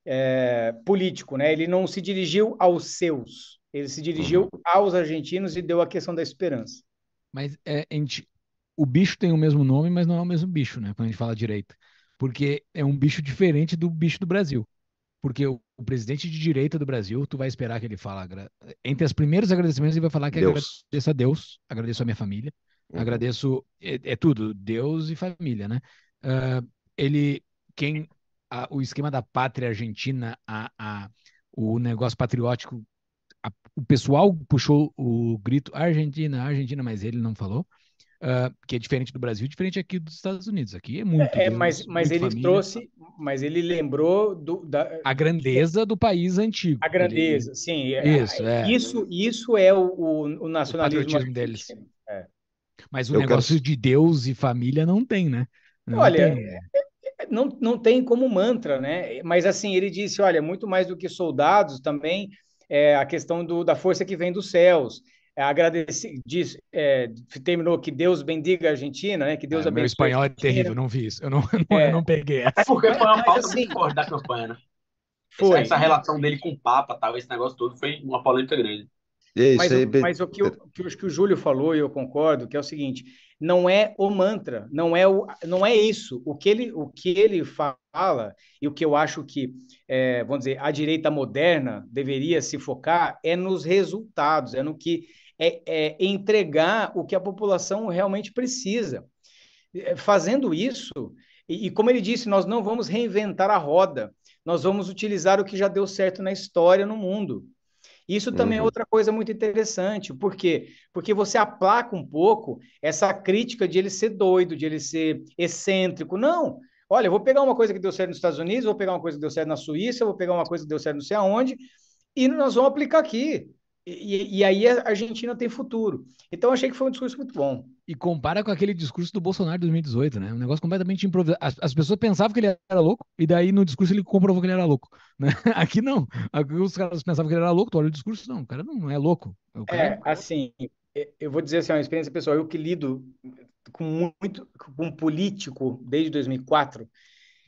é, político, né? Ele não se dirigiu aos seus, ele se dirigiu Uhum. aos argentinos e deu a questão da esperança. Mas é, a gente, o bicho tem o mesmo nome, mas não é o mesmo bicho, né? Quando a gente fala direita. Porque é um bicho diferente do bicho do Brasil. Porque o, o presidente de direita do Brasil, tu vai esperar que ele fale, entre os primeiros agradecimentos, ele vai falar que Deus. agradeço a Deus, agradeço a minha família, Uhum. agradeço, é, é tudo, Deus e família, né? Uh, ele, quem, a, o esquema da pátria argentina, a, a, o negócio patriótico, a, o pessoal puxou o grito Argentina, Argentina, mas ele não falou. Uh, que é diferente do Brasil, diferente aqui dos Estados Unidos. Aqui é muito É, é, mas, Deus, mas muito ele família. trouxe, mas ele lembrou do, da, A grandeza do país antigo. a Ele, ele, grandeza, sim. isso, é. Isso, isso é o, o, o O nacionalismo patriotismo deles. argentino. É. Mas o Eu quero. negócio de Deus e família não tem, né? Não Olha, tem. não, não tem como mantra, né? Mas assim, ele disse, olha, muito mais do que soldados também é a questão do, da força que vem dos céus. É, agradecer, diz, é, terminou que Deus bendiga a Argentina, né? Que Deus É, meu abençoe a espanhol é Argentina. terrível, não vi isso. Eu não, não, eu É, não peguei É essa. porque mas, foi uma mas pauta assim, muito forte da campanha, né? Essa, foi. essa relação dele com o Papa, tal, esse negócio todo foi uma polêmica grande. E é isso Mas, aí. o- mas o que, o, que o que o Júlio falou, e eu concordo, que é o seguinte, não é o mantra, não é, o, não é isso. O que ele, o que ele fala, e o que eu acho que, é, vamos dizer, a direita moderna deveria se focar é nos resultados, é no que é, é entregar o que a população realmente precisa. É, Fazendo isso, e, e como ele disse, nós não vamos reinventar a roda, nós vamos utilizar o que já deu certo na história, no mundo. Isso também é Uhum. outra coisa muito interessante. Por quê? Porque você aplaca um pouco essa crítica de ele ser doido, de ele ser excêntrico. Não. Olha, eu vou pegar uma coisa que deu certo nos Estados Unidos, vou pegar uma coisa que deu certo na Suíça, vou pegar uma coisa que deu certo não sei aonde, e nós vamos aplicar aqui. E, e aí a Argentina tem futuro. Então, eu achei que foi um discurso muito bom. E compara com aquele discurso do Bolsonaro de dois mil e dezoito, né? Um negócio completamente improvisado. As, as pessoas pensavam que ele era louco, e daí no discurso ele comprovou que ele era louco. Né? Aqui não. Aqui os caras pensavam que ele era louco, tu olha o discurso, não, o cara não é louco. O cara É, assim, eu vou dizer assim, é uma experiência pessoal. Eu que lido com muito com um político desde dois mil e quatro,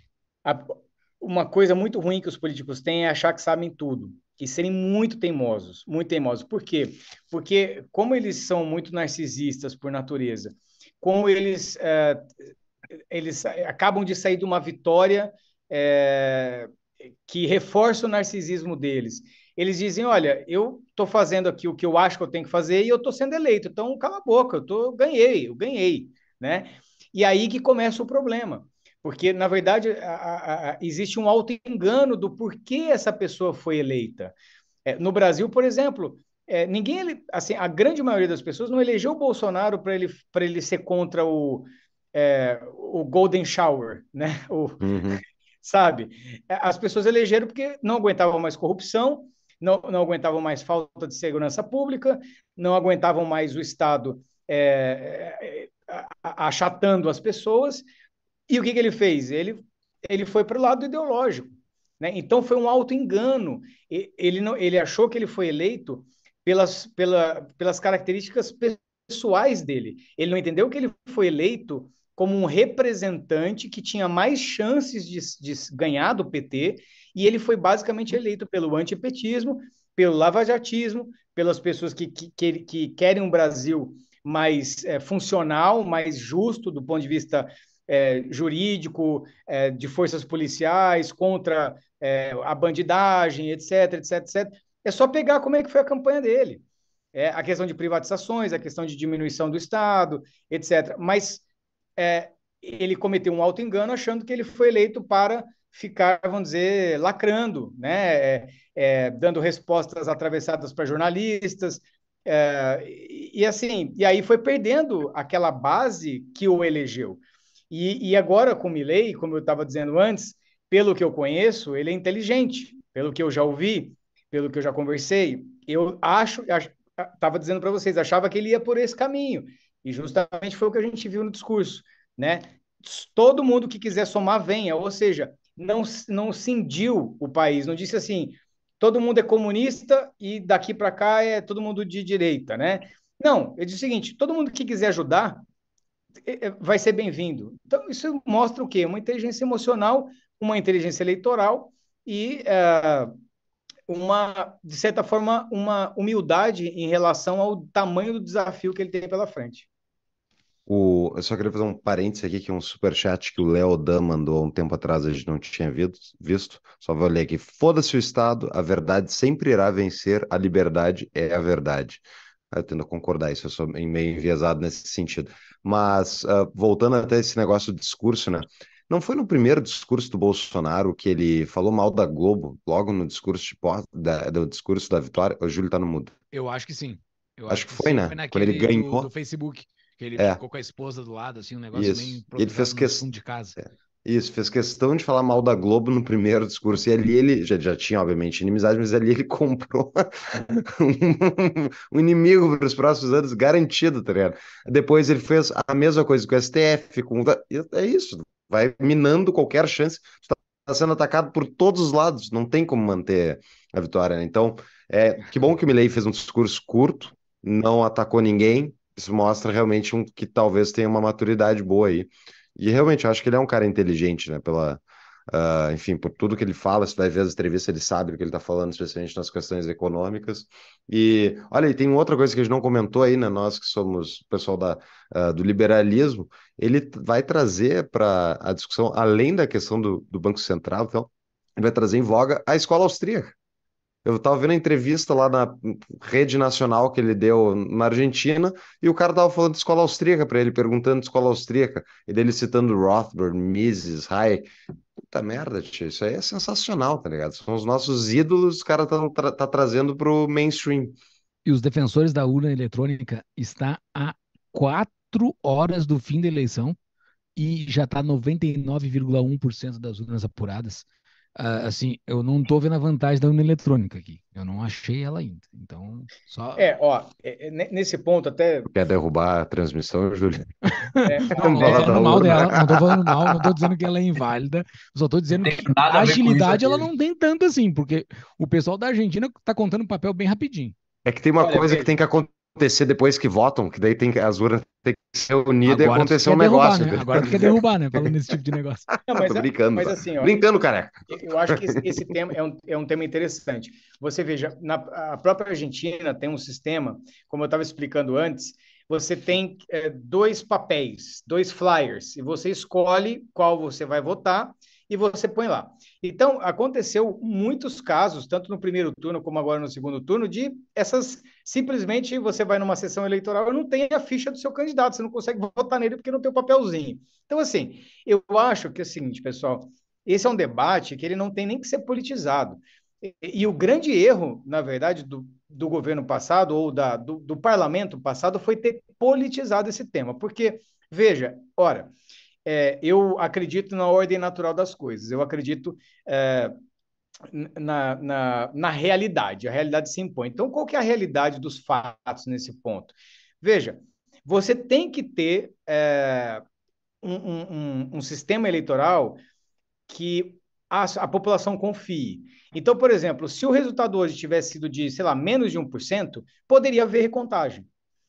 A- uma coisa muito ruim que os políticos têm é achar que sabem tudo e serem muito teimosos, muito teimosos. Por quê? Porque como eles são muito narcisistas por natureza, como eles eh, eles acabam de sair de uma vitória eh, que reforça o narcisismo deles. Eles dizem: olha, eu estou fazendo aqui o que eu acho que eu tenho que fazer e eu estou sendo eleito, então cala a boca, eu tô, ganhei, eu ganhei, né? E aí que começa o problema, porque, na verdade, a, a, a, existe um auto-engano do porquê essa pessoa foi eleita. É, no Brasil, por exemplo, é, ninguém, assim, a grande maioria das pessoas não elegeu o Bolsonaro para ele, para ele ser contra o, é, o Golden Shower, né? O, Uhum. sabe? As pessoas elegeram porque não aguentavam mais corrupção, não, não aguentavam mais falta de segurança pública, não aguentavam mais o Estado é, é, achatando as pessoas. E o que, que ele fez? Ele, ele foi para o lado ideológico. Né? Então foi um auto-engano. Ele, não, ele achou que ele foi eleito pelas, pela, pelas características pessoais dele. Ele não entendeu que ele foi eleito como um representante que tinha mais chances de, de ganhar do P T, e ele foi basicamente eleito pelo antipetismo, pelo lavajatismo, pelas pessoas que, que, que, que querem um Brasil mais é, funcional, mais justo do ponto de vista é, jurídico, é, de forças policiais, contra é, a bandidagem, etc, etc, etcétera. É só pegar como é que foi a campanha dele. É, a questão de privatizações, a questão de diminuição do Estado, etcétera. Mas é, ele cometeu um auto-engano achando que ele foi eleito para ficar, vamos dizer, lacrando, né? É, é, dando respostas atravessadas para jornalistas, é, e, e assim, e aí foi perdendo aquela base que o elegeu. E, e agora com o Milei, como eu estava dizendo antes, pelo que eu conheço, ele é inteligente, pelo que eu já ouvi, pelo que eu já conversei, eu acho, estava dizendo para vocês, achava que ele ia por esse caminho. E justamente foi o que a gente viu no discurso, né? Todo mundo que quiser somar, venha. Ou seja, não, não cindiu o país, não disse assim, todo mundo é comunista e daqui para cá é todo mundo de direita, né? Não, ele disse o seguinte, todo mundo que quiser ajudar vai ser bem-vindo. Então, isso mostra o quê? Uma inteligência emocional, uma inteligência eleitoral e, uh, uma, de certa forma, uma humildade em relação ao tamanho do desafio que ele tem pela frente. O, eu só queria fazer um parênteses aqui, que é um superchat que o Léo Dan mandou há um tempo atrás, a gente não tinha visto. Só vou ler aqui. Foda-se o Estado, a verdade sempre irá vencer, a liberdade é a verdade. Eu tendo a concordar, isso eu sou meio enviesado nesse sentido. Mas, uh, voltando até esse negócio do discurso, né? Não foi no primeiro discurso do Bolsonaro que ele falou mal da Globo, logo no discurso, de, da, do discurso da vitória? O Júlio tá no mudo. Eu acho que sim. Eu acho, acho que, que foi, sim. né? Foi Quando ele ganhou. Do, do Facebook, que ele é. ficou com a esposa do lado, assim, um negócio Isso. meio E ele fez que... fundo de casa. É. Isso, fez questão de falar mal da Globo no primeiro discurso. E ali ele já, já tinha, obviamente, inimizade, mas ali ele comprou um, um inimigo para os próximos anos, garantido, tá ligado? Depois ele fez a mesma coisa com o S T F, com... é isso, vai minando qualquer chance. Está sendo atacado por todos os lados, não tem como manter a vitória, né? Então, é, que bom que o Milei fez um discurso curto, não atacou ninguém, isso mostra realmente um, que talvez tenha uma maturidade boa aí. E realmente, eu acho que ele é um cara inteligente, né? Pela, uh, enfim, por tudo que ele fala, se vai ver as entrevistas, ele sabe do que ele está falando, especialmente nas questões econômicas. E, olha, e tem outra coisa que a gente não comentou aí, né? Nós que somos o pessoal da, uh, do liberalismo, ele vai trazer para a discussão, além da questão do, do Banco Central, então, ele vai trazer em voga a escola austríaca. Eu estava vendo a entrevista lá na rede nacional que ele deu na Argentina e o cara estava falando de escola austríaca para ele, perguntando de escola austríaca, e dele citando Rothbard, Mises, Hayek. Puta merda, tio, isso aí é sensacional, tá ligado? São os nossos ídolos, os caras estão tra tá trazendo pro mainstream. E os defensores da urna eletrônica está a quatro horas do fim da eleição e já está noventa e nove vírgula um por cento das urnas apuradas. Uh, assim, eu não tô vendo a vantagem da urna eletrônica aqui. Eu não achei ela ainda. Então, só... É, ó, é, nesse ponto até... Quer derrubar a transmissão, Júlio? É, não, não tô falando mal dela, não tô falando mal, não tô dizendo que ela é inválida, só tô dizendo que a agilidade ela não tem tanto assim, porque o pessoal da Argentina tá contando um papel bem rapidinho. É que tem uma Olha, coisa que tem que acontecer acontecer depois que votam, que daí tem que, as urnas têm que ser unidas e Agora tu acontecer quer um derrubar, negócio. né? Agora tu quer derrubar, né? Falando nesse tipo de negócio. Não, Ah, mas, tô é- brincando, mas tá? assim, ó, Brincando, careca. eu acho que esse, esse tema é um, é um tema interessante. Você veja, na, a própria Argentina tem um sistema, como eu estava explicando antes, você tem é, dois papéis, dois flyers, e você escolhe qual você vai votar e você põe lá. Então, aconteceu muitos casos, tanto no primeiro turno como agora no segundo turno, de essas. Simplesmente você vai numa sessão eleitoral e não tem a ficha do seu candidato, você não consegue votar nele porque não tem o papelzinho. Então, assim, eu acho que é o seguinte, pessoal, esse é um debate que ele não tem nem que ser politizado. E, e o grande erro, na verdade, do, do governo passado ou da, do, do parlamento passado foi ter politizado esse tema. Porque, veja, ora, é, eu acredito na ordem natural das coisas, eu acredito é, na, na, na realidade, a realidade se impõe. Então, qual que é a realidade dos fatos nesse ponto? Veja, você tem que ter é, um, um, um, um sistema eleitoral que a, a população confie. Então, por exemplo, se o resultado hoje tivesse sido de, sei lá, menos de um por cento, poderia haver recontagem.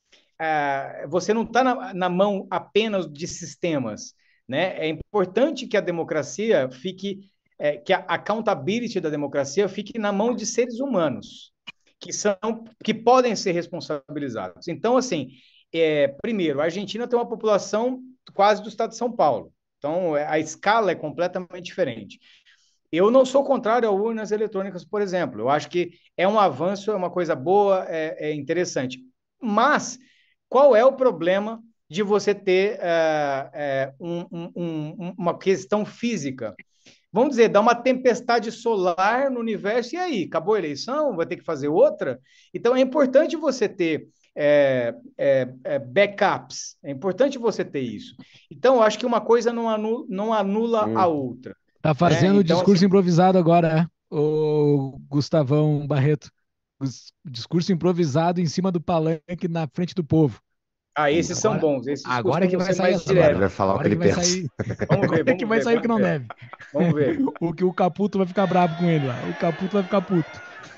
É, você não está na, na mão apenas de sistemas, né? É importante que a democracia fique, é, que a accountability da democracia fique na mão de seres humanos, que são, que podem ser responsabilizados. Então, assim, é, primeiro, a Argentina tem uma população quase do estado de São Paulo. Então, a escala é completamente diferente. Eu não sou contrário a urnas eletrônicas, por exemplo. Eu acho que é um avanço, é uma coisa boa, é, é interessante. Mas qual é o problema de você ter é, é, um, um, um, uma questão física? Vamos dizer, dá uma tempestade solar no universo, e aí? Acabou a eleição? Vai ter que fazer outra? Então, é importante você ter é, é, é, backups, é importante você ter isso. Então, eu acho que uma coisa não anula, não anula Hum. a outra. Tá fazendo É, então, discurso assim- improvisado agora, é? O Gustavão Barreto. Gus- Discurso improvisado em cima do palanque na frente do povo. Ah, esses são Agora- bons. Esses agora que costumam vai ser sair mais as Agora ele diretos. vai falar o Agora que que ele vai pensa. sair. Vamos ver, Agora vamos que vai ver, sair o que não vamos ver. deve. Vamos ver. O que o Caputo vai ficar bravo com ele lá. O Caputo vai ficar puto.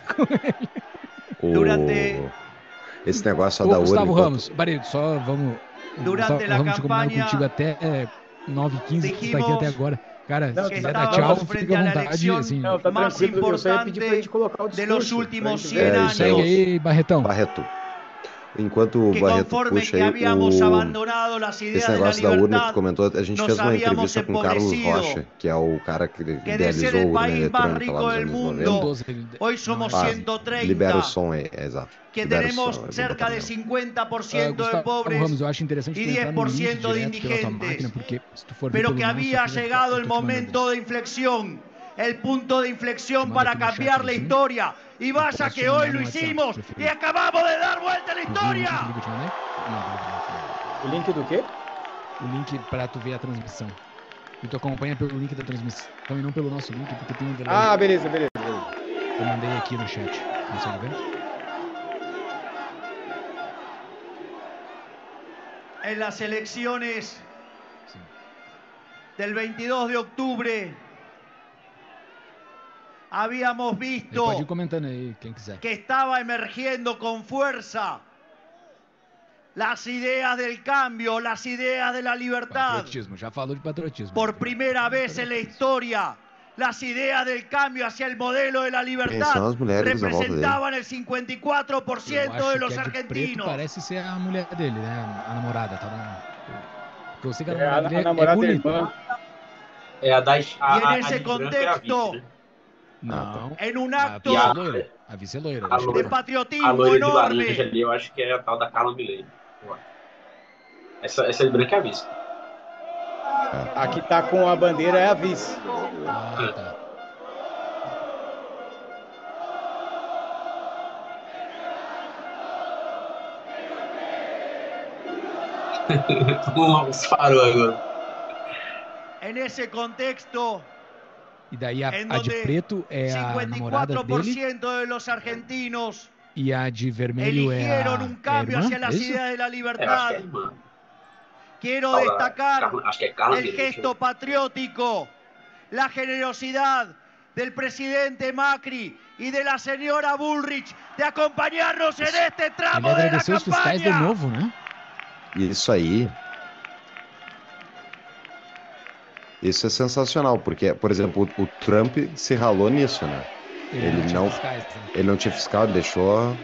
O... Durante- Esse negócio só Ô, da urna. Gustavo enquanto- Ramos, Barreto, só vamos. Durante Gustavo la Ramos tinha combinado campaña, contigo até nove e quinze, tu tá aqui até dijimos agora. Cara, Não, se que quiser dar estábamos tchau, frente fica à a la vontade. elección Assim, Não, tá más tranquilo. Eu só ia pedir pra importante gente colocar o de discurso. los pra últimos gente cien ver. É, isso aí. segue años. aí, Barretão. Barreto. Enquanto o Que Barreto conforme puxa que aí, habíamos o... abandonado las esse ideas de la negócio da urna que tu libertad, comentou, a gente nos fez uma habíamos entrevista com o Carlos empobrecido, Rocha, que é o cara que que de ser idealizou a el urna país más eletrônica lá rico nos del anos mundo, noventa. doze, ele- hoy somos não, Ah, ciento treinta, libera o som aí, é exato. que Libera o tenemos som, eu vou cerca botar de mesmo. cincuenta por Ah, ciento de Gustavo pobres Ramos, eu acho interessante y tu entrar no link diez por ciento de direto pela tua indigentes. máquina, porque se tu for ver pero pelo que mouse, había aqui vai ficar- llegado eu el tô te mandando. momento de inflexión, el punto de Te inflexión mando para aqui no chat cambiar la vizinho. historia. Y vaya posso te que mandar hoy no lo WhatsApp, hicimos preferido. y acabamos de dar vuelta a la Tu viu o link historia. que eu te mandei? Não, não, não, O link do quê? não. O link pra tu ver a transmissão. E tu acompanha pelo link da transmissão e não pelo nosso link, porque tem um delay. Ah, beleza, beleza. beleza. Eu mandei aqui no chat. Consegue ver? En las elecciones Sim. del veintidós de octubre habíamos Ele pode ir visto comentando aí, quem quiser. que estaba emergiendo con fuerza las ideas del cambio, las ideas de la libertad. Patriotismo, já falou de patriotismo. Por primera vez en la historia, las ideas del cambio hacia el modelo de la Quem libertad são as mulheres à volta dele? representaban el cincuenta y cuatro por Eu ciento acho de los que a de preto argentinos. parece ser a mulher dele, né? A namorada, tá? Na... Porque eu sei que a É, a, namorada dele a é, é namorada da bonita. irmã. É a das. A, E a, a nesse de branco é a vice, contexto, né? Não. En un A acto vice é a- loira. A vice é loira. a acho que de loira. é. A patriotismo loira de laranja enorme, ali, eu acho que é a tal da Carla Milei. eu acho. Essa, essa de branco é a vice. A que tá com a bandeira é a vice. Ah, tá. Como parou agora. en ese contexto, E daí a, en a de donde preto é a namorada cincuenta y cuatro por dele ciento de los argentinos e a de vermelho é a, eligieron un é a cambio irmã, hacia é las isso? ideas de la É, eu acho que é libertad. a irmã. Quiero Carla- destacar Carla- acho que é Carla el Milei. gesto patriótico, la generosidad del presidente Macri y de la señora Bullrich de acompañarnos en este Ele tramo de la agradeceu os fiscais de campaña. novo, né? Isso aí. Isso é sensacional, porque, por exemplo, o, o Trump se ralou nisso, né? Ele, Ele tinha não, fiscais, né? ele não tinha fiscal, ele deixou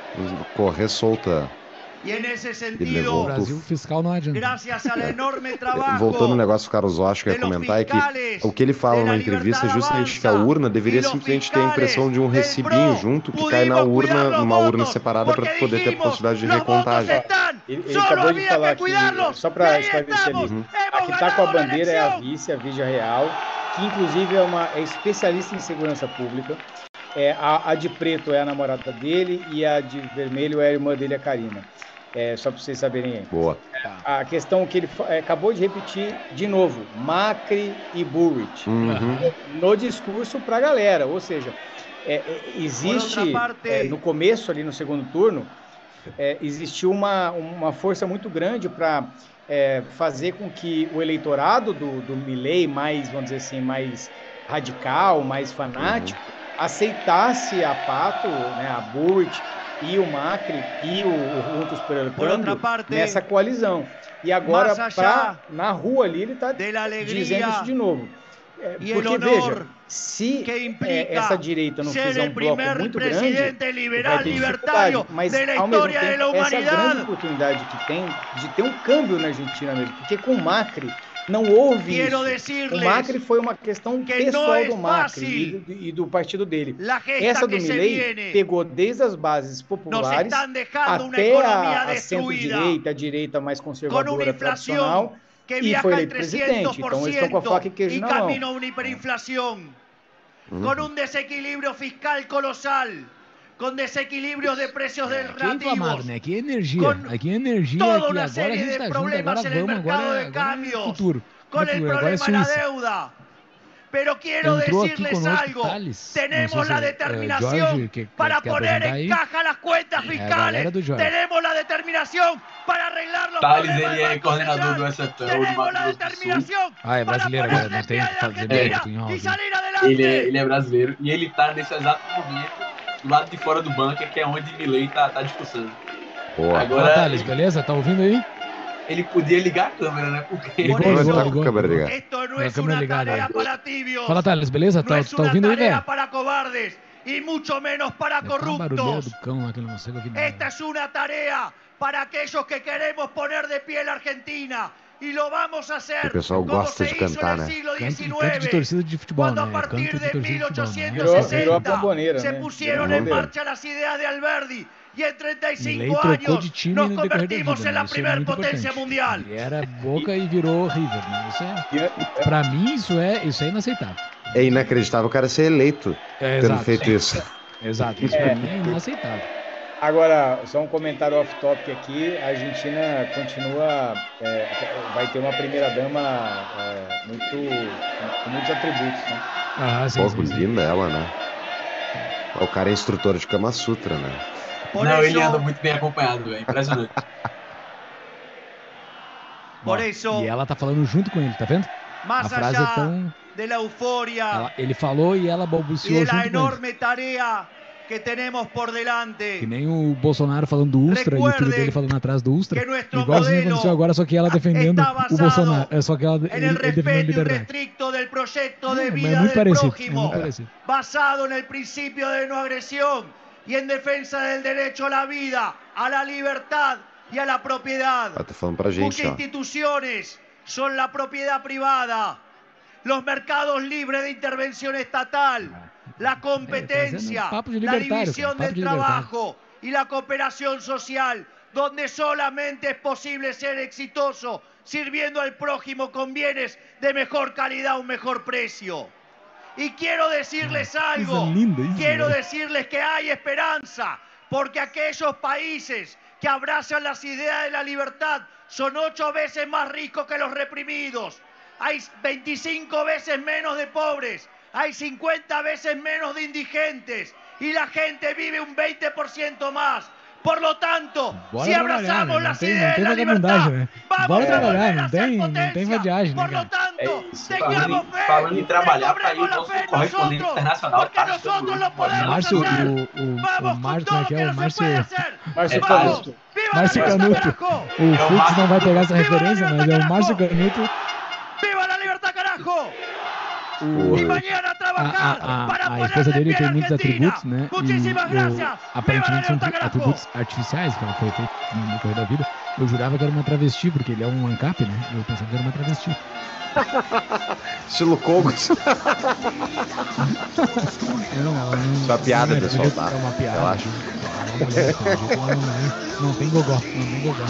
correr solta. Y en ese Ele sentido, No levou Brasil, tufo. fiscal não adianta. gracias al enorme Voltando ao trabajo negócio que o Carlos Rocha de quer los comentar, é que fiscales o que ele fala de la na entrevista é Libertad justamente que a Avanza urna y deveria los simplesmente ter a impressão fiscales de um del recibinho PRO junto que cai na pudimos cuidar urna, los uma urna votos, separada para porque poder ter a dijimos, possibilidade de los votos recontagem. están, Ele, ele solo acabou de había falar que que, cuidarlos, só y para ahí esclarecer estamos, ali, Uhum. a que hemos está com a ganado la bandeira é a elección. vice, a Vigia Real, que inclusive é uma é especialista em segurança pública. É, a, a de preto é a namorada dele e a de vermelho é a irmã dele, a Karina. É, só para vocês saberem aí. Boa. A questão que ele fa- é, acabou de repetir de novo, Macri e Bullrich, Uhum. no discurso para a galera. Ou seja, é, é, existe, Por outra parte- é, no começo, ali no segundo turno, é, existiu uma, uma força muito grande para fazer com que o eleitorado do, do Milei, mais, vamos dizer assim, mais radical, mais fanático, aceitasse a Pato, né, a Bullrich e o Macri e o, o Juntos por el Por outra Cambio parte, nessa coalizão. E agora, mais pra, allá na rua ali, ele está de la alegría dizendo isso de novo. É, y el porque, honor veja, se que é, implica essa direita não ser fizer el um bloco primer muito grande, presidente vai liberal ter libertario dificuldade. Mas, de la ao mesmo historia de la tempo, essa é a grande humanidad. oportunidade que tem de ter um câmbio na Argentina mesmo. Porque com o Macri não houve Quiero isso. O decirles Macri foi uma questão que pessoal no es do Macri fácil e do, e do partido dele. la gesta Essa do que se Milei viene. pegou desde as bases Nos populares están dejando una até economía a, a destruida centro-direita, a direita mais con una conservadora tradicional, inflación que e viaja foi al eleito presidente. Então eles estão com a faca e trescientos por ciento queijo y na mão. camino a una hiperinflación, con un desequilibrio fiscal colosal, con desequilibrios de precios Aqui é inflamado, relativos, né? Aqui é energia. Com Aqui é energia. toda Aqui una agora a serie gente de tá junto, problemas agora en el vamos, mercado agora, de agora é cambios, futuro. con Futuro, el agora é problema de la Suíça. deuda. Pero quiero Entrou aqui decirles conosco algo, Thales, tenemos não sei la se, eh, determinación Jorge, que- que para quer poner apresentar en aí. caja las cuentas É a galera fiscales, do Jorge. tenemos la determinación para arreglar los Thales, problemas ele del é Banco coordenador do Central, S F L do tenemos Mato la Grosso do Sul. determinación Ah, é para brasileiro poner agora, não de tem pie que a fazer Argentina mérito em y óbvio. salir adelante. Ele é, ele é brasileiro e ele tá nesse exato momento do lado de fora do bunker, que é onde Milei tá, tá discussando. Boa. Agora, Fala, Thales, beleza? Tá ouvindo aí? ele podia ligar a câmera, né? Porque Ligou, Por Ele ligou, tá eso, com a câmera ligada. esto no La es cámara una ligada. tarea para tibios, Fala, Thales, beleza? no Tá, es tá una ouvindo aí, tarea velho? para cobardes y mucho menos para Deve tá uma barulheira corruptos. do cão lá que eu não consigo ouvir nada. Esta es una tarea para aquellos que queremos poner de pie la Argentina y lo vamos a hacer O pessoal como gosta se de hizo cantar, en el né? siglo Canto, canto de diecinueve, torcida de futebol, cuando né? a partir Canto de de torcida de mil futebol, né? Virou, ochocientos virou a sesenta bomboneira, se né? pusieron Virou a en bomboneira. marcha las ideas de Alberdi y en treinta y Milei cinco trocou años de time nos no decorrer da convertimos vida, en né? la Isso é primer muito potencia importante. mundial. Ele era Boca e virou River, né? Isso é, E- pra mim, isso é, isso é inaceitável. É inacreditável o cara ser eleito É, tendo exato, feito isso. exato. Isso pra mim é inaceitável. Agora, só um comentário off-topic aqui. A Argentina continua, é, vai ter uma primeira-dama é, muito, com muitos atributos, né? Ah, sim, Pô, sim, sim. linda ela, né? O cara é instrutor de Kama Sutra, né? Por não, ele eso- anda muito bem acompanhado, é impressionante. Por Ó, eso, E ela tá falando junto com ele, tá vendo? A más frase é allá tão... de la euforia ela- ele falou e ela y balbuciou de la junto com ele. enorme tarea que tenemos por Que delante, nem o Bolsonaro falando do Ustra e o filho Recuerden dele falando atrás do Ustra. que nuestro Igualzinho modelo aconteceu agora, só que ela defendendo está o basado Bolsonaro. É só que ela en ele, el ele defendendo respeto liberdade. irrestricto del proyecto de É, mas é vida muito del parecido. É prójimo, muito parecido. basado en el principio de no agresión y en defensa del derecho a la vida, a la libertad y a la propiedad, Ela tá falando pra gente, cuyas ó. instituciones son la propiedad privada, los mercados libres de intervención estatal, la competencia, trazendo papo de la libertário, división cara, papo del de libertário. trabajo y la cooperación social, donde solamente es posible ser exitoso sirviendo al prójimo con bienes de mejor calidad a un mejor precio. Y quiero decirles algo, Coisa linda isso, quiero né? decirles que hay esperanza, porque aquellos países que abrazan las ideas de la libertad son ocho veces más ricos que los reprimidos. Hay veinticinco veces menos de pobres, hay cincuenta veces menos de indigentes y la gente vive un veinte por ciento más. Por lo tanto, Bora si trabalhar, abrazamos né? Não las tem, não ideas tem de la libertad, vagabundagem, né? vamos Bora a trabalhar, volver não a ser tem, não tem potencia. vadiagem, né, Por lo cara? tanto, É isso. Falando em, falando em trabalhar para ir o nosso correspondente internacional, tá achando hoje, pô, O Márcio, o, o, o Márcio, como é que é? O Márcio, Márcio É, Canuto. Márcio Canuto. O É o Fux Márcio não vai pegar essa referência, mas é o Márcio Canuto. O, a, a, a, a esposa dele tem muitos atributos, né? E eu, aparentemente são tri- atributos artificiais que ela foi feita no decorrer da vida. Eu jurava que era uma travesti, porque ele é um ANCAP, né? Eu pensava que era uma travesti. Estilo Cogos. Não, ela não, Só piada, não é, pessoal, tá? É uma piada. Relaxa. Ela é uma mulher, assim, do jeito que ela não, é- não tem gogó, não tem gogó.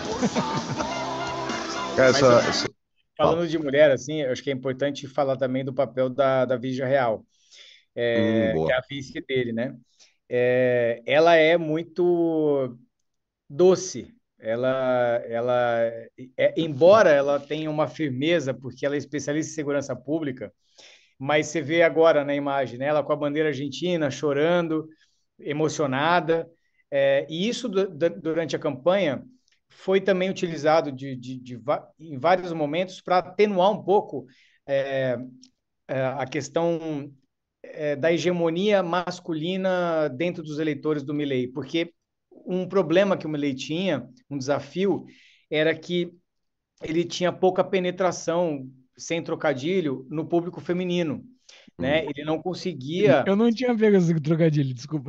Cara, Mas, só, ó, só- falando de mulher, assim, eu acho que é importante falar também do papel da, da Vigia Real, Hum, é, que é boa. a vice dele, né? É, ela é muito doce. Ela, ela, é, embora ela tenha uma firmeza, porque ela é especialista em segurança pública, mas você vê agora na imagem, né? Ela com a bandeira argentina, chorando, emocionada. É, e isso du- du- durante a campanha foi também utilizado de, de, de va- em vários momentos para atenuar um pouco é, é, a questão é, da hegemonia masculina dentro dos eleitores do Milei, porque um problema que o Milei tinha, um desafio, era que ele tinha pouca penetração, sem trocadilho, no público feminino, Hum. né? Ele não conseguia. Eu não tinha pego esse trocadilho, desculpa.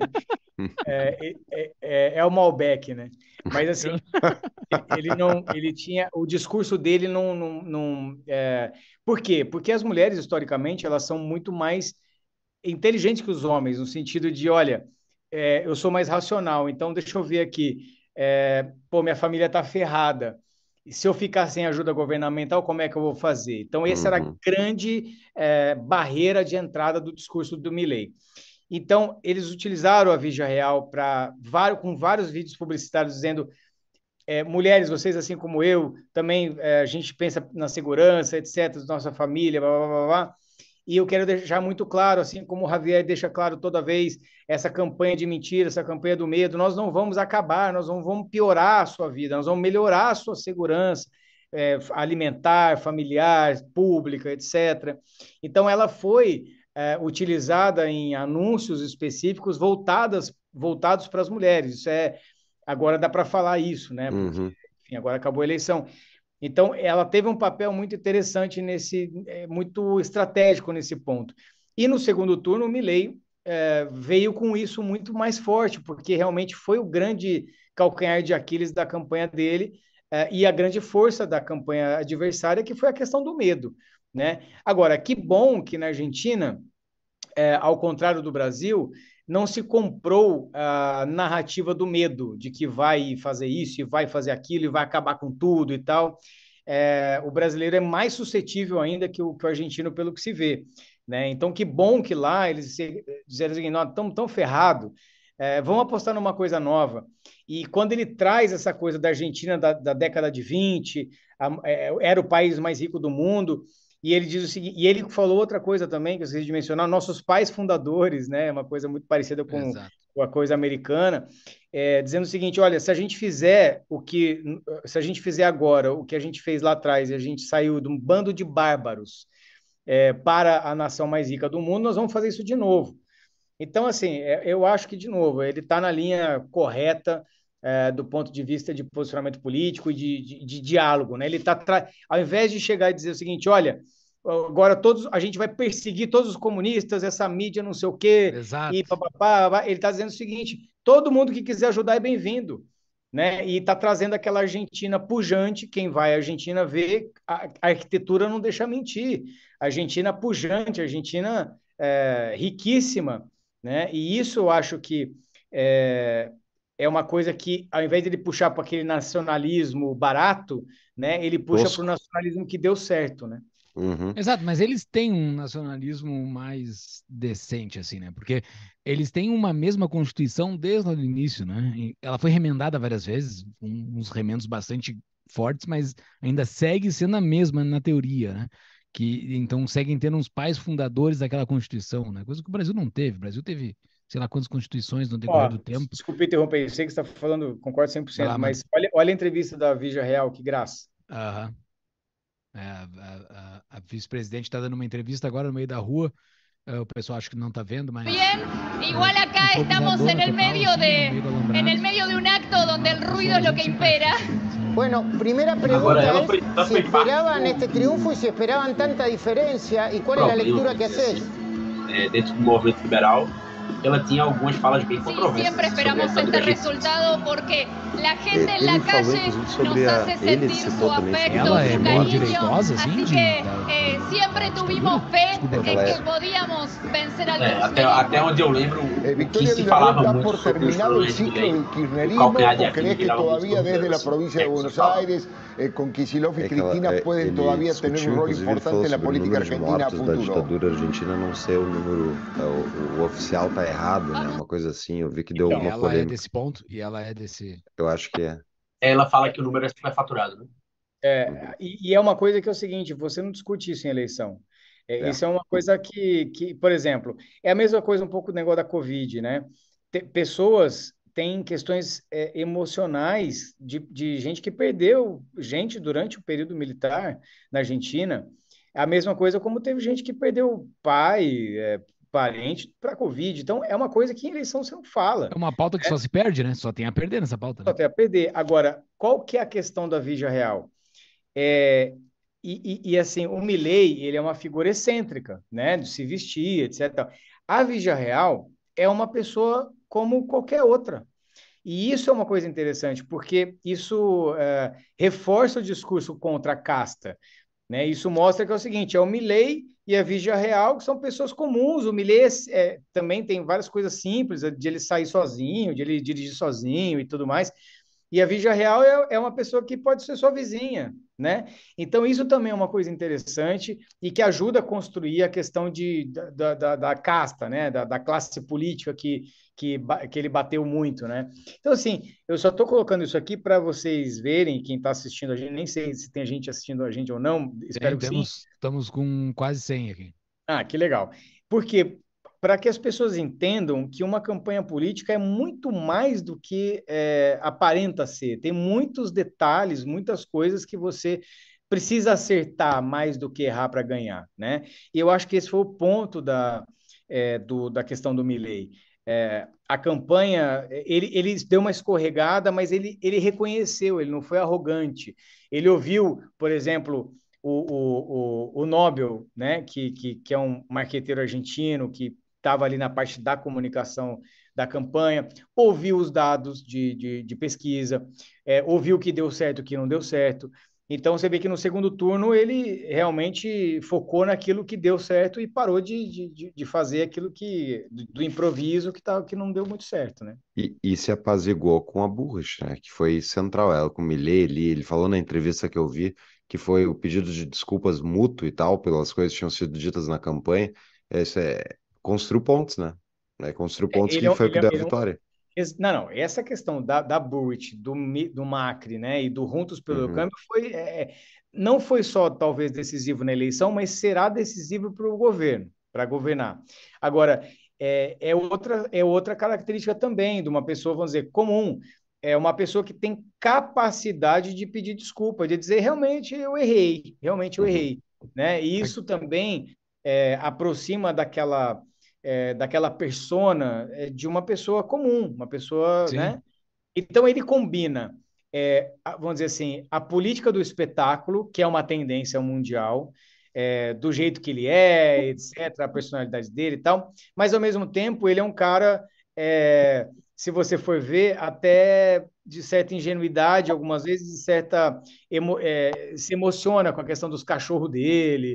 É, é, é, é o Malbec, né? Mas assim, Eu- ele não, ele tinha, o discurso dele não, não, não é, por quê? Porque as mulheres historicamente elas são muito mais inteligentes que os homens no sentido de, olha, é, eu sou mais racional, então deixa eu ver aqui, é, pô, minha família está ferrada. E se eu ficar sem ajuda governamental, como é que eu vou fazer? Então, essa era a Uhum. grande é, barreira de entrada do discurso do Milei. Então, eles utilizaram a Vigia Real para com vários vídeos publicitários dizendo é, mulheres, vocês assim como eu, também é, a gente pensa na segurança, etc, da nossa família, blá, blá, blá, blá. E eu quero deixar muito claro, assim como o Javier deixa claro toda vez, essa campanha de mentira, essa campanha do medo, nós não vamos acabar, nós não vamos piorar a sua vida, nós vamos melhorar a sua segurança é, alimentar, familiar, pública, etcétera. Então, ela foi é, utilizada em anúncios específicos voltadas, voltados para as mulheres. Isso é, agora dá para falar isso, né? Porque, Uhum. enfim, agora acabou a eleição. Então, ela teve um papel muito interessante nesse, é, muito estratégico nesse ponto. E no segundo turno, o Milei é, veio com isso muito mais forte, porque realmente foi o grande calcanhar de Aquiles da campanha dele é, e a grande força da campanha adversária, que foi a questão do medo, né? Agora, que bom que na Argentina, é, ao contrário do Brasil, não se comprou a narrativa do medo, de que vai fazer isso e vai fazer aquilo e vai acabar com tudo e tal. É, o brasileiro é mais suscetível ainda que o, que o argentino, pelo que se vê. Né? Então, que bom que lá eles se, disseram assim, nós estamos tão ferrados, é, vamos apostar numa coisa nova. E quando ele traz essa coisa da Argentina da, da década de vinte, a, é, era o país mais rico do mundo, e ele diz o seguinte, e ele falou outra coisa também, que eu esqueci de mencionar, nossos pais fundadores, né? Uma coisa muito parecida com, Exato. com a coisa americana, é, dizendo o seguinte: olha, se a gente fizer o que, se a gente fizer agora o que a gente fez lá atrás, e a gente saiu de um bando de bárbaros é, para a nação mais rica do mundo, nós vamos fazer isso de novo. Então, assim, é, eu acho que, de novo, ele está na linha correta é, do ponto de vista de posicionamento político e de, de, de diálogo, né? Ele está, tra... ao invés de chegar e dizer o seguinte, olha, agora todos, a gente vai perseguir todos os comunistas, essa mídia não sei o quê, Exato. e papapá, ele está dizendo o seguinte, todo mundo que quiser ajudar é bem-vindo, né? E está trazendo aquela Argentina pujante, quem vai à Argentina vê, a, a arquitetura não deixa mentir, a Argentina pujante, a Argentina é, riquíssima, né? E isso eu acho que é, é uma coisa que, ao invés de ele puxar para aquele nacionalismo barato, né, ele puxa para o nacionalismo que deu certo, né? Uhum. Exato, mas eles têm um nacionalismo mais decente, assim, né? Porque eles têm uma mesma Constituição desde o início, né? E ela foi remendada várias vezes, um- uns remendos bastante fortes, mas ainda segue sendo a mesma na teoria, né? Que, então seguem tendo uns pais fundadores daquela Constituição, né? Coisa que o Brasil não teve. O Brasil teve, sei lá, quantas constituições no decorrer Ó, do tempo. desculpe interromper, eu sei que você está falando, concordo cem por Vai lá, cento, mano. mas olha, olha a entrevista da Vigia Real, que graça. Aham. É, a, a- a vice-presidente está dando uma entrevista agora no meio da rua. É, o pessoal acho que não está vendo, mas Bien, igual acá estamos en el medio de en el medio de un acto donde el ruido es lo que impera. Bueno, primera Agora pregunta ela es foi, ela si foi parte esperaban do este triunfo y si esperaban tanta diferencia y cuál es la problema, lectura que vamos dizer haces. assim, é, dentro do movimento liberal. Ela tinha algumas falas bem Sí, controversas siempre sobre esperamos essa este mudança. resultado porque la gente en Ele la falou, calle inclusive, nos sobre a. hace Ele sentir citou su também sobre afecto, ela é su o meio cariño. direitosa, assim, Así de, que da, eh, siempre da tuvimos ditadura? fe Desculpa, É que en ela que é. podíamos vencer al É, até, kirchnerismo. até onde eu lembro, Eh, o que Victoria se Villarruel, falava ¿da muito por sobre os terminado el problemas de ciclo Milei, del o kirchnerismo calcanhar de o Aquiles crees que girava muito em todavía torno desde dela, la assim, provincia de é que se Buenos falava. Aires, eh, con Kicillof y É que ela, Cristina, é, pueden ele todavía tener discutiu, un rol inclusive, ele importante falou en la sobre o política número de argentina a mortos da futuro? ditadura argentina não ser o número, é, o, o oficial tá errado, né? Uma coisa assim. Eu vi que deu Então, alguma Ela é polêmica. desse ponto e ela é desse. Eu acho que é. Ela fala que o número é superfaturado, né? Uhum. É, e, e é uma coisa que é o seguinte, você não discute isso em eleição. É, É. isso é uma coisa que, que, por exemplo, é a mesma coisa um pouco do negócio da Covid, né? Te- pessoas têm questões é, emocionais de, de gente que perdeu gente durante o período militar na Argentina. É a mesma coisa como teve gente que perdeu pai, é, parente para Covid. Então, é uma coisa que em eleição você não fala. É uma pauta que só se perde, né? Só tem a perder nessa pauta, Só né? tem a perder. Agora, qual que é a questão da Vigia Real? É, e, e, e, assim, o Milei, ele é uma figura excêntrica, né? De se vestir, etcétera. A Vigia Real é uma pessoa como qualquer outra. E isso é uma coisa interessante, porque isso é, reforça o discurso contra a casta, né? Isso mostra que é o seguinte, é o Milei e a Vigia Real, que são pessoas comuns. O Milei é, também tem várias coisas simples, de ele sair sozinho, de ele dirigir sozinho e tudo mais. E a Vigia Real é, é uma pessoa que pode ser sua vizinha, né? Então, isso também é uma coisa interessante e que ajuda a construir a questão de, da, da, da casta, né? Da, da classe política que, que, que ele bateu muito, né? Então, assim, eu só estou colocando isso aqui para vocês verem, quem está assistindo a gente, nem sei se tem gente assistindo a gente ou não, espero Tem, que temos, sim. estamos com quase cem aqui. Ah, que legal. Porque para que as pessoas entendam que uma campanha política é muito mais do que é, aparenta ser. Tem muitos detalhes, muitas coisas que você precisa acertar mais do que errar para ganhar, né? E eu acho que esse foi o ponto da, é, do, da questão do Milei. É, a campanha, ele, ele deu uma escorregada, mas ele, ele reconheceu, ele não foi arrogante. Ele ouviu, por exemplo, o, o, o, o Nobel, né, que, que, que é um marqueteiro argentino, que estava ali na parte da comunicação da campanha, ouviu os dados de, de, de pesquisa, é, ouviu o que deu certo e o que não deu certo. Então, você vê que no segundo turno ele realmente focou naquilo que deu certo e parou de, de, de fazer aquilo que, do, do improviso que, tá, que não deu muito certo, né? E, e se apaziguou com a Bullrich, né? Que foi central. Ela com o Milei ali, ele falou na entrevista que eu vi que foi o pedido de desculpas mútuo e tal, pelas coisas que tinham sido ditas na campanha. Isso é construir pontos, né? É construir pontos Ele que é, foi o ele que é, deu a ele é um, vitória. não, não, essa questão da, da Burrit, do, do Macri, né, e do Juntos pelo Uhum. Câmbio foi, é, não foi só talvez decisivo na eleição, mas será decisivo para o governo, para governar. Agora, é, é, outra, é outra característica também de uma pessoa, vamos dizer, comum, é uma pessoa que tem capacidade de pedir desculpa, de dizer, realmente eu errei, realmente eu Uhum. errei, né, e isso também é, aproxima daquela... É, daquela persona é, de uma pessoa comum, uma pessoa, Sim. né? Então ele combina, é, a- vamos dizer assim, a política do espetáculo, que é uma tendência mundial, é, do jeito que ele é, etcétera, a personalidade dele e tal, mas ao mesmo tempo ele é um cara, é, se você for ver, até de certa ingenuidade, algumas vezes de certa emo- é, se emociona com a questão dos cachorros dele,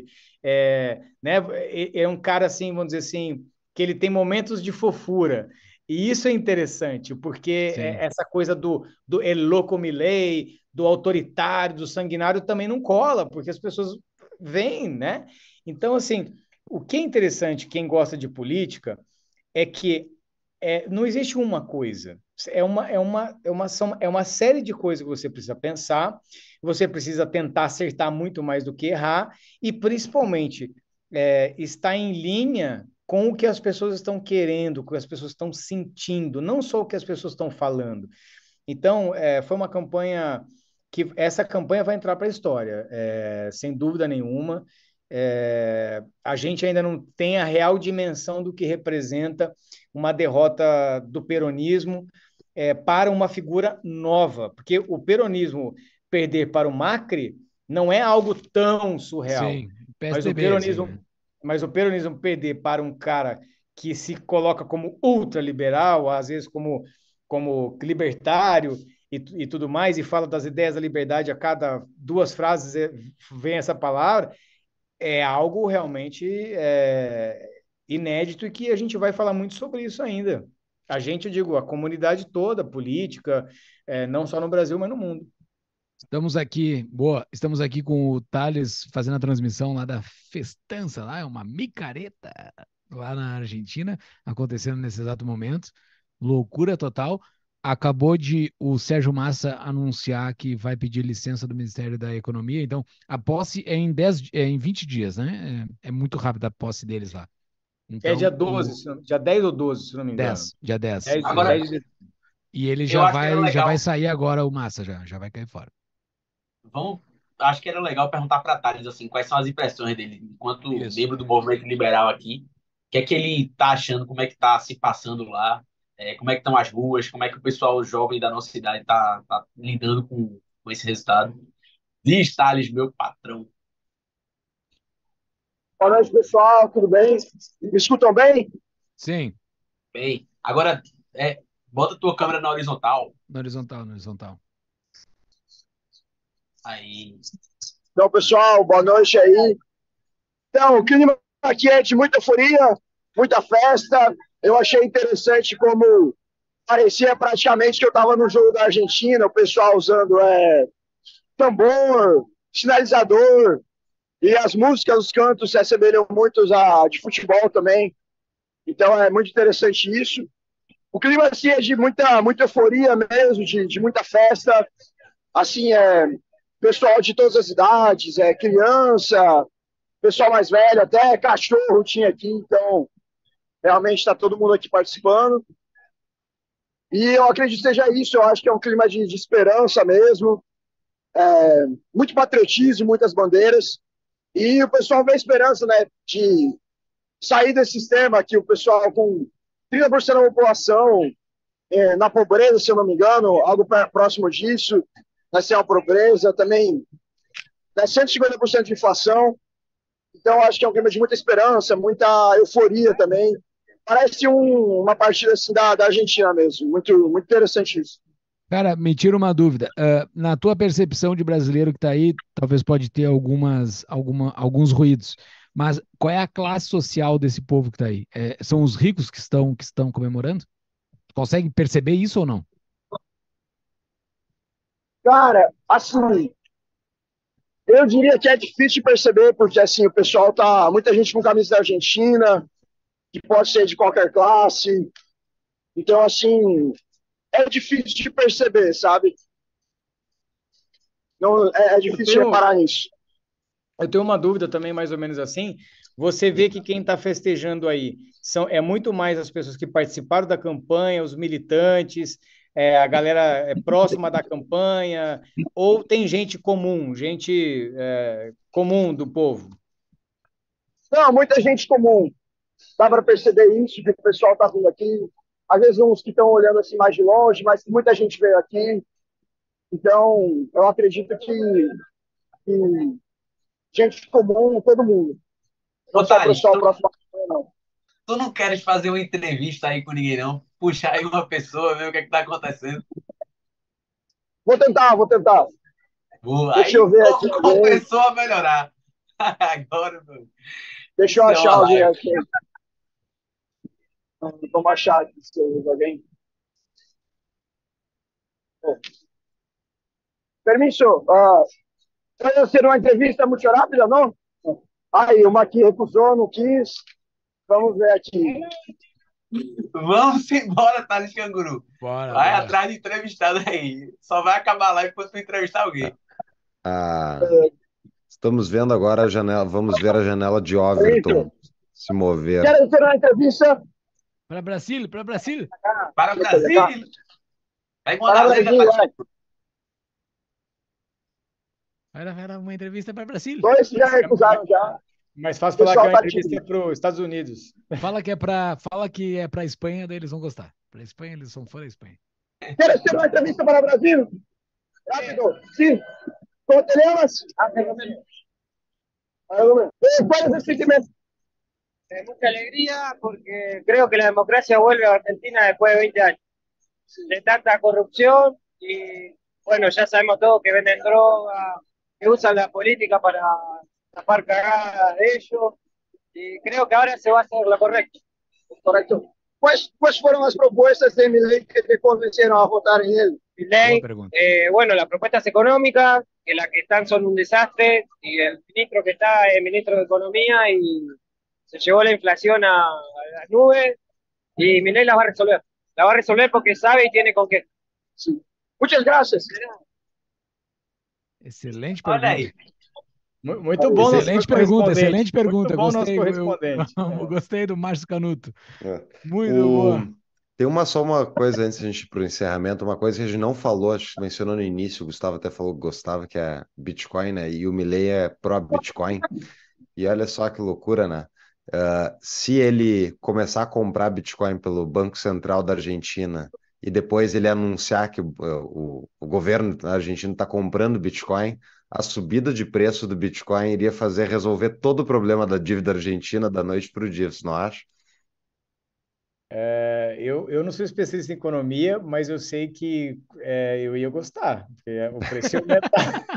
é, né? É é um cara assim, vamos dizer assim, que ele tem momentos de fofura. E isso é interessante, porque Sim. é- essa coisa do, do El Loco Milei, do autoritário, do sanguinário, também não cola, porque as pessoas veem, né? Então, assim, o que é interessante, quem gosta de política, é que é, não existe uma coisa. É uma, é, uma, é, uma, são, é uma série de coisas que você precisa pensar, você precisa tentar acertar muito mais do que errar, e principalmente é, estar em linha com o que as pessoas estão querendo, o que as pessoas estão sentindo, não só o que as pessoas estão falando. Então, é, foi uma campanha que essa campanha vai entrar para a história, é, sem dúvida nenhuma. É, a gente ainda não tem a real dimensão do que representa uma derrota do peronismo é, para uma figura nova, porque o peronismo perder para o Macri não é algo tão surreal, Sim, mas o P S D B, assim, peronismo, né? mas o peronismo perder para um cara que se coloca como ultraliberal, às vezes como, como libertário e, e tudo mais, e fala das ideias da liberdade a cada duas frases vem essa palavra, é algo realmente é, inédito e que a gente vai falar muito sobre isso ainda. A gente, eu digo, a comunidade toda, política, é, não só no Brasil, mas no mundo. Estamos aqui, boa, estamos aqui com o Thales fazendo a transmissão lá da festança, lá é uma micareta lá na Argentina, acontecendo nesse exato momento. Loucura total. Acabou de o Sérgio Massa anunciar que vai pedir licença do Ministério da Economia, então a posse é em dez, é em vinte dias, né? É, é muito rápida a posse deles lá. É dia Então, doze, o se não- dia dez ou doze, se não me engano. dez, dia dez. dez, Agora, dez de... E ele eu já acho que era vai, já vai legal. sair agora o Massa, já, já vai cair fora. Vamos, acho que era legal perguntar para Thales assim, quais são as impressões dele enquanto Isso. membro do movimento liberal aqui. O que é que ele tá achando? Como é que tá se passando lá? É, como é que estão as ruas? Como é que o pessoal jovem da nossa cidade tá, tá lidando com, com esse resultado? Diz, Thales, meu patrão. Boa noite, pessoal, tudo bem? Me escutam bem? Sim, Bem, agora é, bota tua câmera na horizontal. na horizontal, na horizontal. Aí. Então, pessoal, boa noite aí. Então, o clima aqui é de muita euforia, muita festa. Eu achei interessante como parecia praticamente que eu estava no jogo da Argentina, o pessoal usando é, tambor, sinalizador, e as músicas, os cantos se assemelham muito a de futebol também. Então, é muito interessante isso. O clima assim, é de muita, muita euforia mesmo, de, de muita festa. Assim, é pessoal de todas as idades, é criança, pessoal mais velho, até cachorro tinha aqui, então realmente está todo mundo aqui participando. E eu acredito que seja isso, eu acho que é um clima de, de esperança mesmo, é, muito patriotismo, muitas bandeiras, e o pessoal vê esperança, né, de sair desse sistema que o pessoal com trinta por cento da população é, na pobreza, se eu não me engano, algo próximo disso, vai ser uma pobreza também, né, cento e cinquenta por cento de inflação. Então, acho que é um clima de muita esperança, muita euforia também. Parece um, uma partida assim, da, da Argentina mesmo. Muito, muito interessante isso. Cara, me tira uma dúvida. Uh, na tua percepção de brasileiro que está aí, talvez pode ter algumas, alguma, alguns ruídos. Mas qual é a classe social desse povo que está aí? É, são os ricos que estão, que estão comemorando? Consegue perceber isso ou não? Cara, assim, eu diria que é difícil de perceber, porque assim, o pessoal tá. Muita gente com camisa da Argentina, que pode ser de qualquer classe. Então, assim, é difícil de perceber, sabe? Não, é, é difícil tenho, reparar nisso. Eu tenho uma dúvida também, mais ou menos assim. Você vê que quem está festejando aí são, é muito mais as pessoas que participaram da campanha, os militantes, é, a galera é próxima da campanha, ou tem gente comum, gente é, comum do povo? Não, muita gente comum. Dá para perceber isso, que o pessoal está vindo aqui. Às vezes uns que estão olhando assim mais de longe, mas muita gente veio aqui. Então, eu acredito que, que gente comum, todo mundo. Não Ô, só o Thales, pessoal tu, próximo, não. tu não queres fazer uma entrevista aí com ninguém, não? Puxar aí uma pessoa, ver o que é que tá acontecendo. Vou tentar, vou tentar. Boa. Deixa Aí eu ver aqui. co- começou a melhorar. Agora, meu. Deixa eu Isso é achar uma alguém live. aqui. Vamos achar aqui se tem alguém. Permisso, uh, vai ser uma entrevista muito rápida, não? Aí, uma aqui recusou, não quis. Vamos ver aqui. Vamos embora, Thales Canguru. Bora, Vai bora. atrás de entrevistado aí. Só vai acabar a live quando tu entrevistar alguém. Ah, estamos vendo agora a janela, vamos ver a janela de Overton se mover. Quero ter uma entrevista. Para Brasil, para Brasil. Para o Brasil. Pega uma Para gazeta Brasil, pra é. Era, era uma entrevista para Brasil. Dois já recusaram já. Mais fácil falar que é Pessoal uma tá entrevista tímido. para os Estados Unidos. Fala que é para, fala que é para Espanha, daí eles vão gostar. Para Espanha, eles são fã da Espanha. ¿Quieres hacer una entrevista para Brasil? Rápido, sí. ¿Cómo te llamas? Eh, ¿Cuál es el sentimiento? Eh, mucha alegría porque creo que la democracia vuelve a Argentina después de veinte años de tanta corrupción y bueno, ya sabemos todos que venden droga, que usan la política para tapar cagadas de ellos y creo que ahora se va a hacer lo correcto. Correcto. ¿Cuáles, ¿Cuáles fueron las propuestas de Milei que te convencieron a votar en él? Milei, eh, bueno, las propuestas económicas, que las que están son un desastre y el ministro que está es ministro de Economía y se llevó la inflación a, a las nubes y Milei las va a resolver. La va a resolver porque sabe y tiene con qué. Sí. Muchas gracias. Excelente Olha pergunta. aí. Mu- Muito bom nosso Excelente pergunta, correspondente. excelente pergunta. Muito bom nosso Gostei, eu, correspondente. eu gostei do Márcio Canuto. É. Muito O- boa. Tem uma só uma coisa antes da gente ir para o encerramento, uma coisa que a gente não falou, acho que mencionou no início, o Gustavo até falou que gostava, que é Bitcoin, né? E o Milei é pró-Bitcoin. E olha só que loucura, né? Ah, se ele começar a comprar Bitcoin pelo Banco Central da Argentina e depois ele anunciar que o, o, o governo argentino está comprando Bitcoin, a subida de preço do Bitcoin iria fazer resolver todo o problema da dívida argentina da noite para o dia, você não acha? É, eu, eu não sou especialista em economia, mas eu sei que é, eu ia gostar, porque o preço ia aumentar.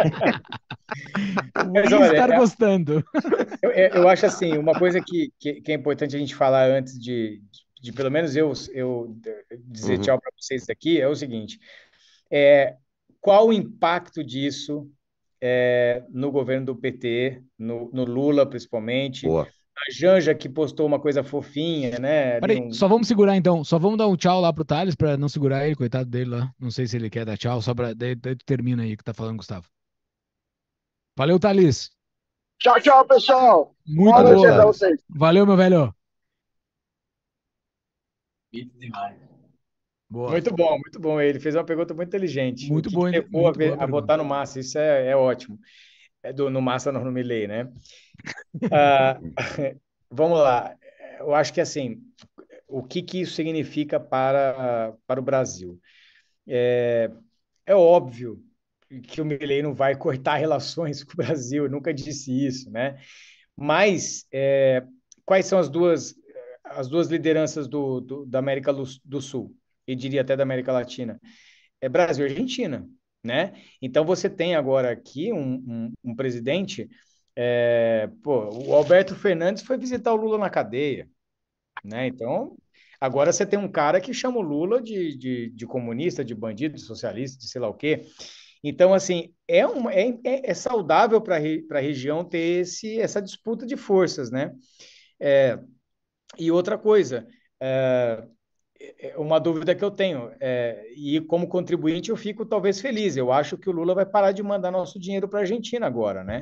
Mas Ia olha, estar é- gostando. eu, eu eu acho assim, uma coisa que, que, que é importante a gente falar antes de, de pelo menos eu, eu dizer Uhum. tchau para vocês aqui, é o seguinte, é, qual o impacto disso é, no governo do P T, no, no Lula principalmente, Boa. a Janja que postou uma coisa fofinha, né? ali Peraí, um- só vamos segurar então. Só vamos dar um tchau lá pro Thales pra não segurar ele, coitado dele lá. Não sei se ele quer dar tchau, só pra. Daí, daí tu termina aí que tá falando, Gustavo. Valeu, Thales. Tchau, tchau, pessoal. Muito Boa noite aí pra boa. vocês. Valeu, meu velho. Bonito demais. Boa. Muito bom, muito bom. Ele fez uma pergunta muito inteligente. Muito o que boa, que levou a, muito ver- boa a pergunta. botar no Massa? Isso é, é ótimo. É do, no Massa, não no Milei, né? Ah, vamos lá. Eu acho que assim, o que que isso significa para, para o Brasil? É, é óbvio que o Milei não vai cortar relações com o Brasil, eu nunca disse isso, né? Mas é, quais são as duas, as duas lideranças do, do- da América do do Sul, e diria até da América Latina? É Brasil e Argentina, né? Então você tem agora aqui um, um, um presidente, é, pô, o Alberto Fernandes foi visitar o Lula na cadeia, né? Então, agora você tem um cara que chama o Lula de, de, de comunista, de bandido, de socialista, de sei lá o quê. Então, assim, é, um, é, é é saudável para a região ter esse, essa disputa de forças, né? É, e outra coisa, é, é uma dúvida que eu tenho, é, e como contribuinte eu fico talvez feliz, eu acho que o Lula vai parar de mandar nosso dinheiro para a Argentina agora, né?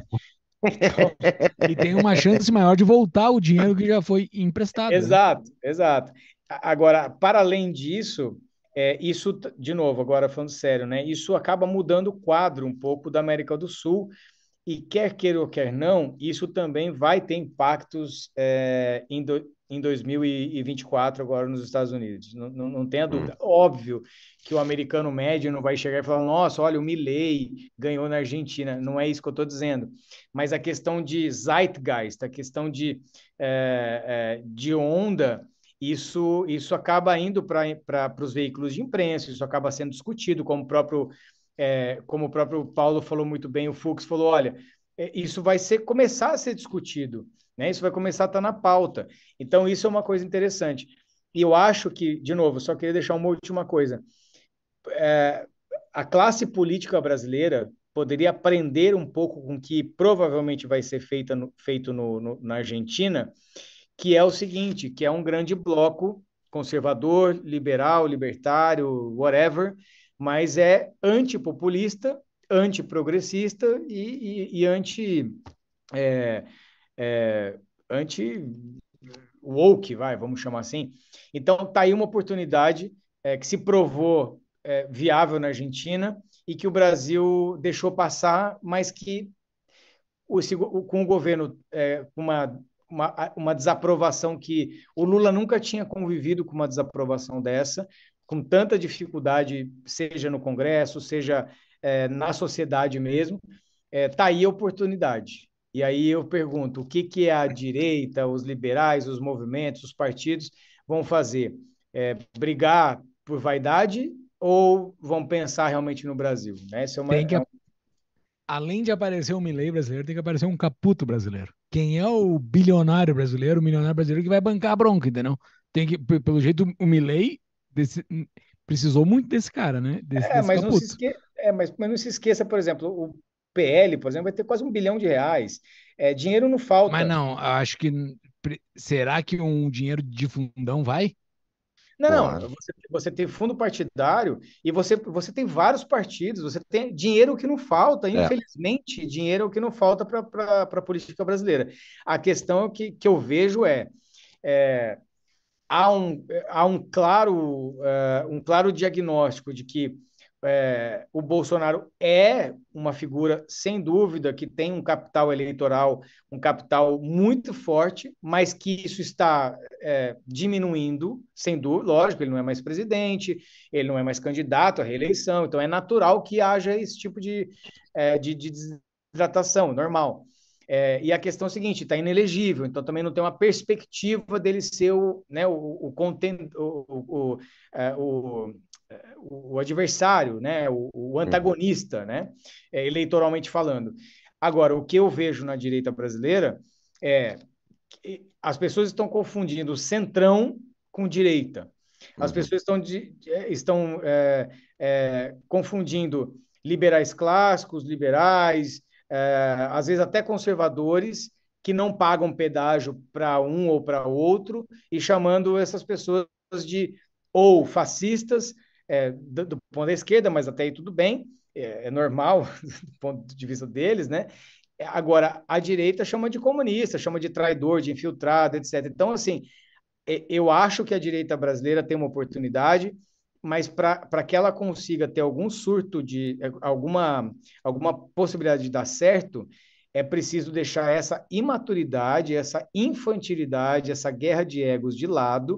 E tem uma chance maior de voltar o dinheiro que já foi emprestado. né? Exato, exato. A- Agora, para além disso, é, isso, t- de novo, agora falando sério, né? Isso acaba mudando o quadro um pouco da América do Sul, e quer queira ou quer não, isso também vai ter impactos é, em, do, em dois mil e vinte e quatro agora nos Estados Unidos. Não, não, não tenha dúvida. Óbvio que o americano médio não vai chegar e falar, nossa, olha, o Milei ganhou na Argentina. Não é isso que eu estou dizendo. Mas a questão de zeitgeist, a questão de, é, é, de onda, isso, isso acaba indo para os veículos de imprensa, isso acaba sendo discutido, como o próprio, é, como o próprio Paulo falou muito bem, o Fux falou, olha, é, isso vai ser, começar a ser discutido, né? Isso vai começar a estar na pauta. Então, isso é uma coisa interessante. E eu acho que, de novo, só queria deixar uma última coisa. É, a classe política brasileira poderia aprender um pouco com o que provavelmente vai ser feita no, feito no, no, na Argentina, que é o seguinte, que é um grande bloco conservador, liberal, libertário, whatever, mas é antipopulista, antiprogressista e, e, e anti, é, é, anti woke, vai, vamos chamar assim. Então, está aí uma oportunidade é, que se provou é, viável na Argentina e que o Brasil deixou passar, mas que o, com o governo é, uma, uma, uma desaprovação que o Lula nunca tinha convivido com uma desaprovação dessa, com tanta dificuldade, seja no Congresso, seja é, na sociedade mesmo, está é, aí a oportunidade. E aí eu pergunto, o que, que a direita, os liberais, os movimentos, os partidos vão fazer? É, brigar por vaidade ou vão pensar realmente no Brasil? Essa é uma, Tem que, é um... Além de aparecer um Milei brasileiro, tem que aparecer um Caputo brasileiro. Quem é o bilionário brasileiro, o milionário brasileiro que vai bancar a bronca, entendeu? Tem que, pelo jeito, o Milei desse, precisou muito desse cara, né? Desse, é, desse mas não se Caputo. esque... é, mas, mas não se esqueça, por exemplo, o P L, por exemplo, vai ter quase um bilhão de reais. É, dinheiro não falta. Mas não, acho que. Será que um dinheiro de fundão vai? Não, não. Você, você tem fundo partidário e você, você tem vários partidos, você tem dinheiro que não falta, infelizmente, é. dinheiro é o que não falta para a política brasileira. A questão que, que eu vejo é, é há, um, há um, claro, uh, um claro diagnóstico de que é, o Bolsonaro é uma figura, sem dúvida, que tem um capital eleitoral, um capital muito forte, mas que isso está é, diminuindo, sem dúvida. Lógico, ele não é mais presidente, ele não é mais candidato à reeleição, então é natural que haja esse tipo de, é, de, de desidratação, normal. É, e a questão é a seguinte, está inelegível, então também não tem uma perspectiva dele ser o, né, o, o, content, o, o, o, o, o adversário, né, o, o antagonista, né, é, eleitoralmente falando. Agora, o que eu vejo na direita brasileira é que as pessoas estão confundindo centrão com direita. As uhum. pessoas estão, de, estão é, é, confundindo liberais clássicos, liberais, É, às vezes até conservadores, que não pagam pedágio para um ou para outro, e chamando essas pessoas de ou fascistas, é, do, do ponto da esquerda, mas até aí tudo bem, é, é normal do ponto de vista deles, né? Agora, a direita chama de comunista, chama de traidor, de infiltrado, etcétera. Então, assim, eu acho que a direita brasileira tem uma oportunidade, mas para que ela consiga ter algum surto de alguma, alguma possibilidade de dar certo, é preciso deixar essa imaturidade, essa infantilidade, essa guerra de egos de lado,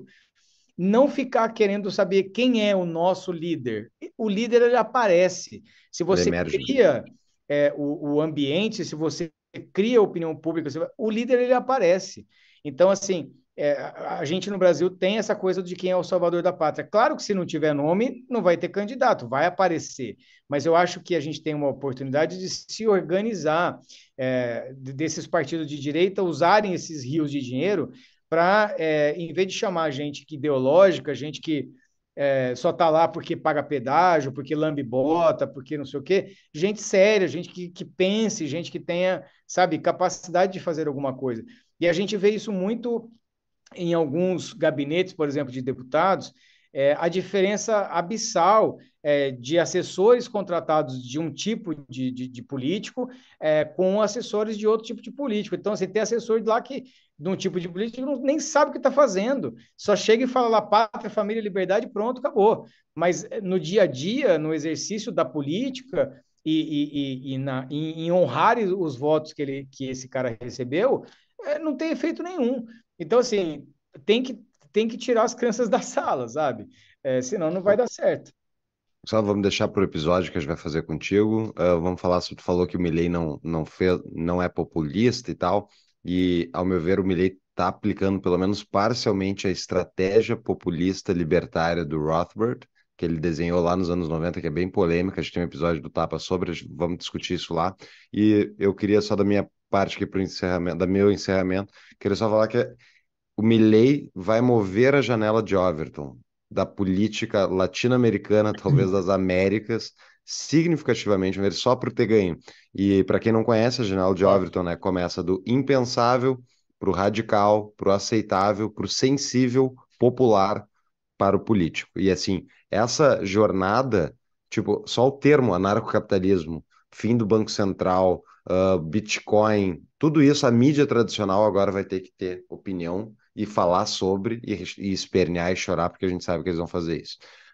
não ficar querendo saber quem é o nosso líder. O líder, ele aparece. Se você cria é, o, o ambiente, se você cria a opinião pública, o líder, ele aparece. Então, assim, É, a gente no Brasil tem essa coisa de quem é o salvador da pátria. Claro que se não tiver nome, não vai ter candidato, vai aparecer. Mas eu acho que a gente tem uma oportunidade de se organizar, é, desses partidos de direita usarem esses rios de dinheiro para, é, em vez de chamar gente que ideológica, gente que é, só está lá porque paga pedágio, porque lambe bota, porque não sei o quê, gente séria, gente que, que pense, gente que tenha, sabe, capacidade de fazer alguma coisa. E a gente vê isso muito em alguns gabinetes, por exemplo, de deputados, é, a diferença abissal é, de assessores contratados de um tipo de, de, de político é, com assessores de outro tipo de político. Então, você tem assessor de lá que, de um tipo de político, não, nem sabe o que está fazendo, só chega e fala lá, pátria, família, liberdade, pronto, acabou. Mas no dia a dia, no exercício da política e, e, e, e na, em, em honrar os votos que, ele, que esse cara recebeu, é, não tem efeito nenhum. Então, assim, tem que, tem que tirar as crianças da sala, sabe? É, senão não vai dar certo. Só vamos deixar para o episódio que a gente vai fazer contigo. Uh, vamos falar sobre, tu falou que o Milei não, não, fez, não é populista e tal, e, ao meu ver, o Milei está aplicando, pelo menos parcialmente, a estratégia populista libertária do Rothbard, que ele desenhou lá nos anos noventa, que é bem polêmica. A gente tem um episódio do Tapa sobre, vamos discutir isso lá. E eu queria só da minha parte aqui para o encerramento, da meu encerramento, queria só falar que o Milei vai mover a janela de Overton da política latino-americana, talvez das Américas, significativamente, só por ter ganho. E para quem não conhece, a janela de Overton, né, começa do impensável para o radical, para o aceitável, para o sensível, popular, para o político. E assim, essa jornada, tipo, só o termo anarcocapitalismo, fim do Banco Central, uh, Bitcoin, tudo isso, a mídia tradicional agora vai ter que ter opinião e falar sobre, e, e espernear e chorar, porque a gente sabe que eles vão fazer isso.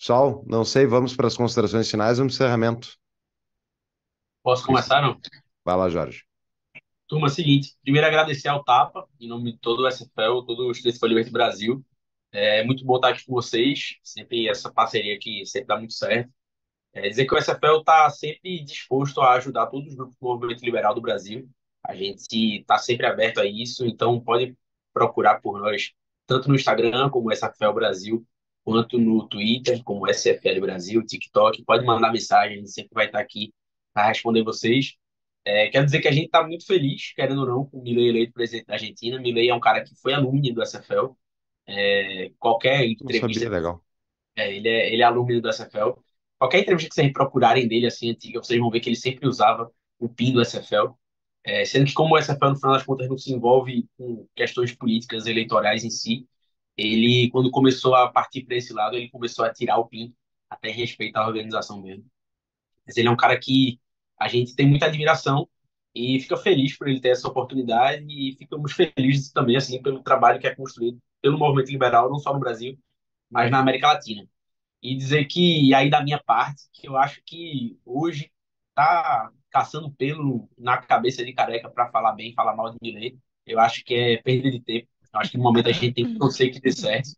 Pessoal, não sei, vamos para as considerações finais ou encerramento? Posso começar, não? Vai lá, Jorge. Turma, é o seguinte, primeiro agradecer ao Tapa, em nome de todo o S F L, todo o Street Fighter Brasil. É muito bom estar aqui com vocês, sempre essa parceria aqui sempre dá muito certo. É dizer que o S F L está sempre disposto a ajudar todos os grupos do movimento liberal do Brasil. A gente está sempre aberto a isso, então pode procurar por nós, tanto no Instagram, como S F L Brasil, quanto no Twitter, como S F L Brasil, TikTok. Pode mandar mensagem, a gente sempre vai estar aqui para responder vocês. É, quero dizer que a gente está muito feliz, querendo ou não, com o Milei eleito presidente da Argentina. Milei é um cara que foi alumni do S F L. É, qualquer Não sabia, entrevista, legal. é, ele é, ele é alumni do S F L. Qualquer entrevista que vocês procurarem dele, assim, antiga, vocês vão ver que ele sempre usava o PIN do S F L. É, sendo que como o S F L, no final das contas, não se envolve com questões políticas eleitorais em si, ele, quando começou a partir para esse lado, ele começou a tirar o PIN, até em respeito à organização mesmo. Mas ele é um cara que a gente tem muita admiração e fica feliz por ele ter essa oportunidade e ficamos felizes também, assim, pelo trabalho que é construído pelo movimento liberal, não só no Brasil, mas na América Latina. E dizer que, e aí da minha parte, que eu acho que hoje tá caçando pelo na cabeça de Careca para falar bem, falar mal de Milei. Eu acho que é perda de tempo. Eu acho que no momento a gente tem que torcer que dê certo.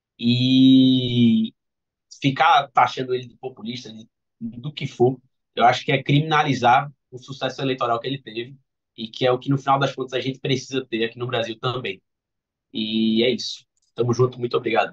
E ficar taxando ele de populista, de, do que for, eu acho que é criminalizar o sucesso eleitoral que ele teve e que é o que no final das contas a gente precisa ter aqui no Brasil também. E é isso. Tamo junto, muito obrigado.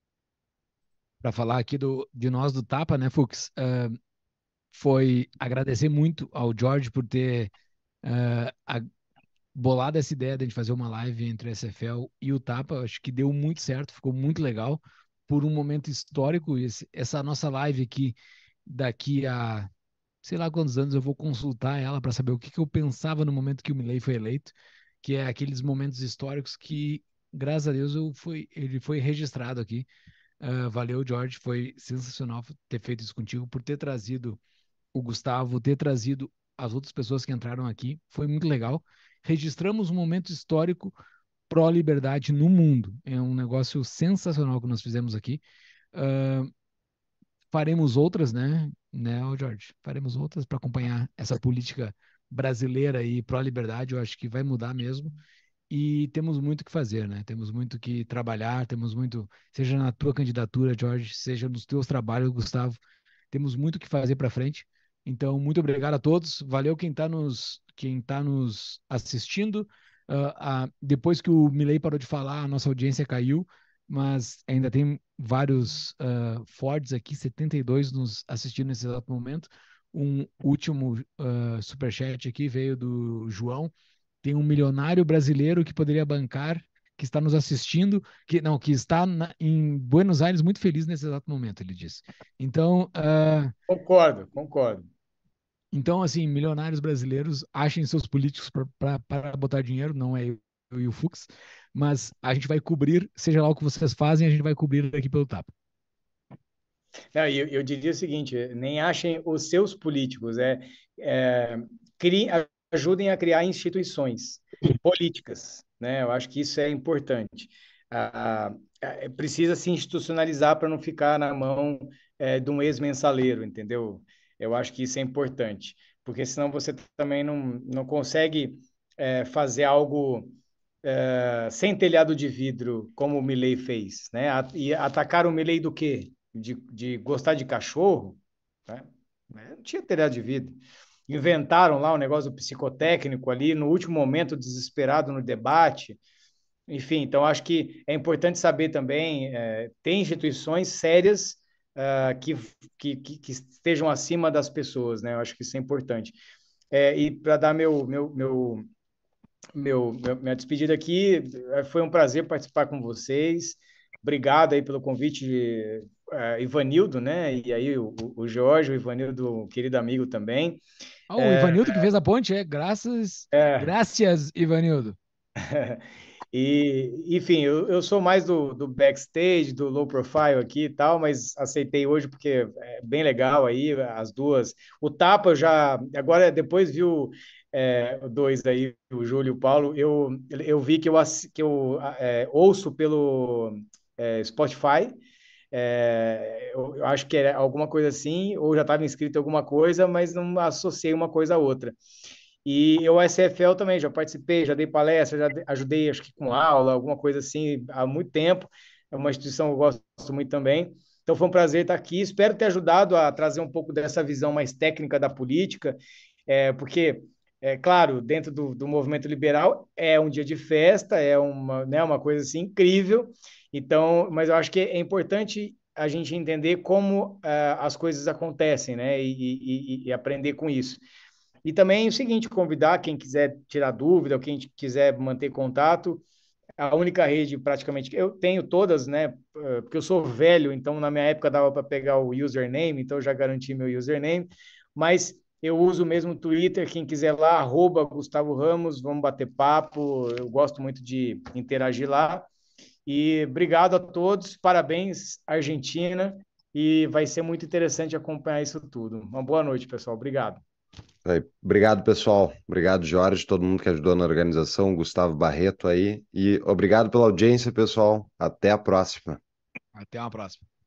Para falar aqui do, de nós do Tapa, né, Fux? Uh, foi agradecer muito ao George por ter uh, a, bolado essa ideia de a gente fazer uma live entre o S F L e o Tapa. Acho que deu muito certo, ficou muito legal. Por um momento histórico, esse, essa nossa live aqui, daqui a sei lá quantos anos eu vou consultar ela para saber o que, que eu pensava no momento que o Milei foi eleito, que é aqueles momentos históricos que, graças a Deus, eu fui, ele foi registrado aqui. Uh, valeu, George, foi sensacional ter feito isso contigo, por ter trazido o Gustavo, ter trazido as outras pessoas que entraram aqui, foi muito legal. Registramos um momento histórico pró-liberdade no mundo. É um negócio sensacional que nós fizemos aqui. Uh, faremos outras, né, né, George? Faremos outras para acompanhar essa política brasileira e pró-liberdade. Eu acho que vai mudar mesmo. E temos muito que fazer, né? Temos muito que trabalhar, temos muito, seja na tua candidatura, George, seja nos teus trabalhos, Gustavo, temos muito que fazer para frente. Então, muito obrigado a todos. Valeu quem está nos, quem tá nos assistindo. Uh, uh, depois que o Milei parou de falar, a nossa audiência caiu, mas ainda tem vários uh, Fords aqui, setenta e dois nos assistindo nesse exato momento. Um último uh, superchat aqui veio do João. Tem um milionário brasileiro que poderia bancar, que está nos assistindo, que não, que está na, em Buenos Aires muito feliz nesse exato momento, ele disse. Então, uh, concordo, concordo. Então, assim, milionários brasileiros, achem seus políticos para botar dinheiro, não é eu e o Fux, mas a gente vai cobrir, seja lá o que vocês fazem, a gente vai cobrir aqui pelo Tapa. Não, eu, eu diria o seguinte, nem achem os seus políticos, é, é criem, ajudem a criar instituições políticas, né? Eu acho que isso é importante. Ah, ah, precisa se institucionalizar para não ficar na mão é, de um ex-mensaleiro, entendeu? Eu acho que isso é importante, porque senão você também não, não consegue é, fazer algo é, sem telhado de vidro, como o Milei fez, né? E atacar o Milei do quê? De, de gostar de cachorro, né? Não tinha telhado de vidro. Inventaram lá o um negócio do psicotécnico ali, no último momento, desesperado no debate. Enfim, então acho que é importante saber também, é, tem instituições sérias uh, que, que, que estejam acima das pessoas, né? Eu acho que isso é importante. É, e para dar meu, meu, meu, meu, minha despedida aqui, foi um prazer participar com vocês. Obrigado aí pelo convite, uh, Ivanildo, né? E aí o, o Jorge, o Ivanildo, querido amigo também. Ah, o é, Ivanildo que fez a ponte, é? Graças, é. Graças, Ivanildo. E, enfim, eu, eu sou mais do, do backstage, do low profile aqui e tal, mas aceitei hoje porque é bem legal aí, as duas. O Tapa eu já, agora depois viu é, dois aí, o Júlio e o Paulo, eu, eu vi que eu, que eu é, ouço pelo é, Spotify, É, eu, eu acho que era alguma coisa assim, ou já estava inscrito em alguma coisa, mas não associei uma coisa a outra. E eu, S F L também, já participei, já dei palestra, já de- ajudei, acho que com aula, alguma coisa assim, há muito tempo. É uma instituição que eu gosto muito também. Então foi um prazer estar aqui. Espero ter ajudado a trazer um pouco dessa visão mais técnica da política, é, porque, é claro, dentro do, do movimento liberal é um dia de festa, é uma, né, uma coisa assim incrível. Então, mas eu acho que é importante a gente entender como uh, as coisas acontecem, né, e, e, e aprender com isso. E também o seguinte, convidar quem quiser tirar dúvida, ou quem quiser manter contato, a única rede praticamente, eu tenho todas, né, porque eu sou velho, então na minha época dava para pegar o username, então eu já garanti meu username, mas eu uso mesmo o Twitter, quem quiser lá, arroba Gustavo Ramos, vamos bater papo, eu gosto muito de interagir lá, e obrigado a todos, parabéns Argentina, e vai ser muito interessante acompanhar isso tudo. Uma boa noite, pessoal, obrigado. Aí, obrigado, pessoal. Obrigado, Jorge, todo mundo que ajudou na organização, Gustavo Barreto aí. E obrigado pela audiência, pessoal. Até a próxima. Até uma próxima.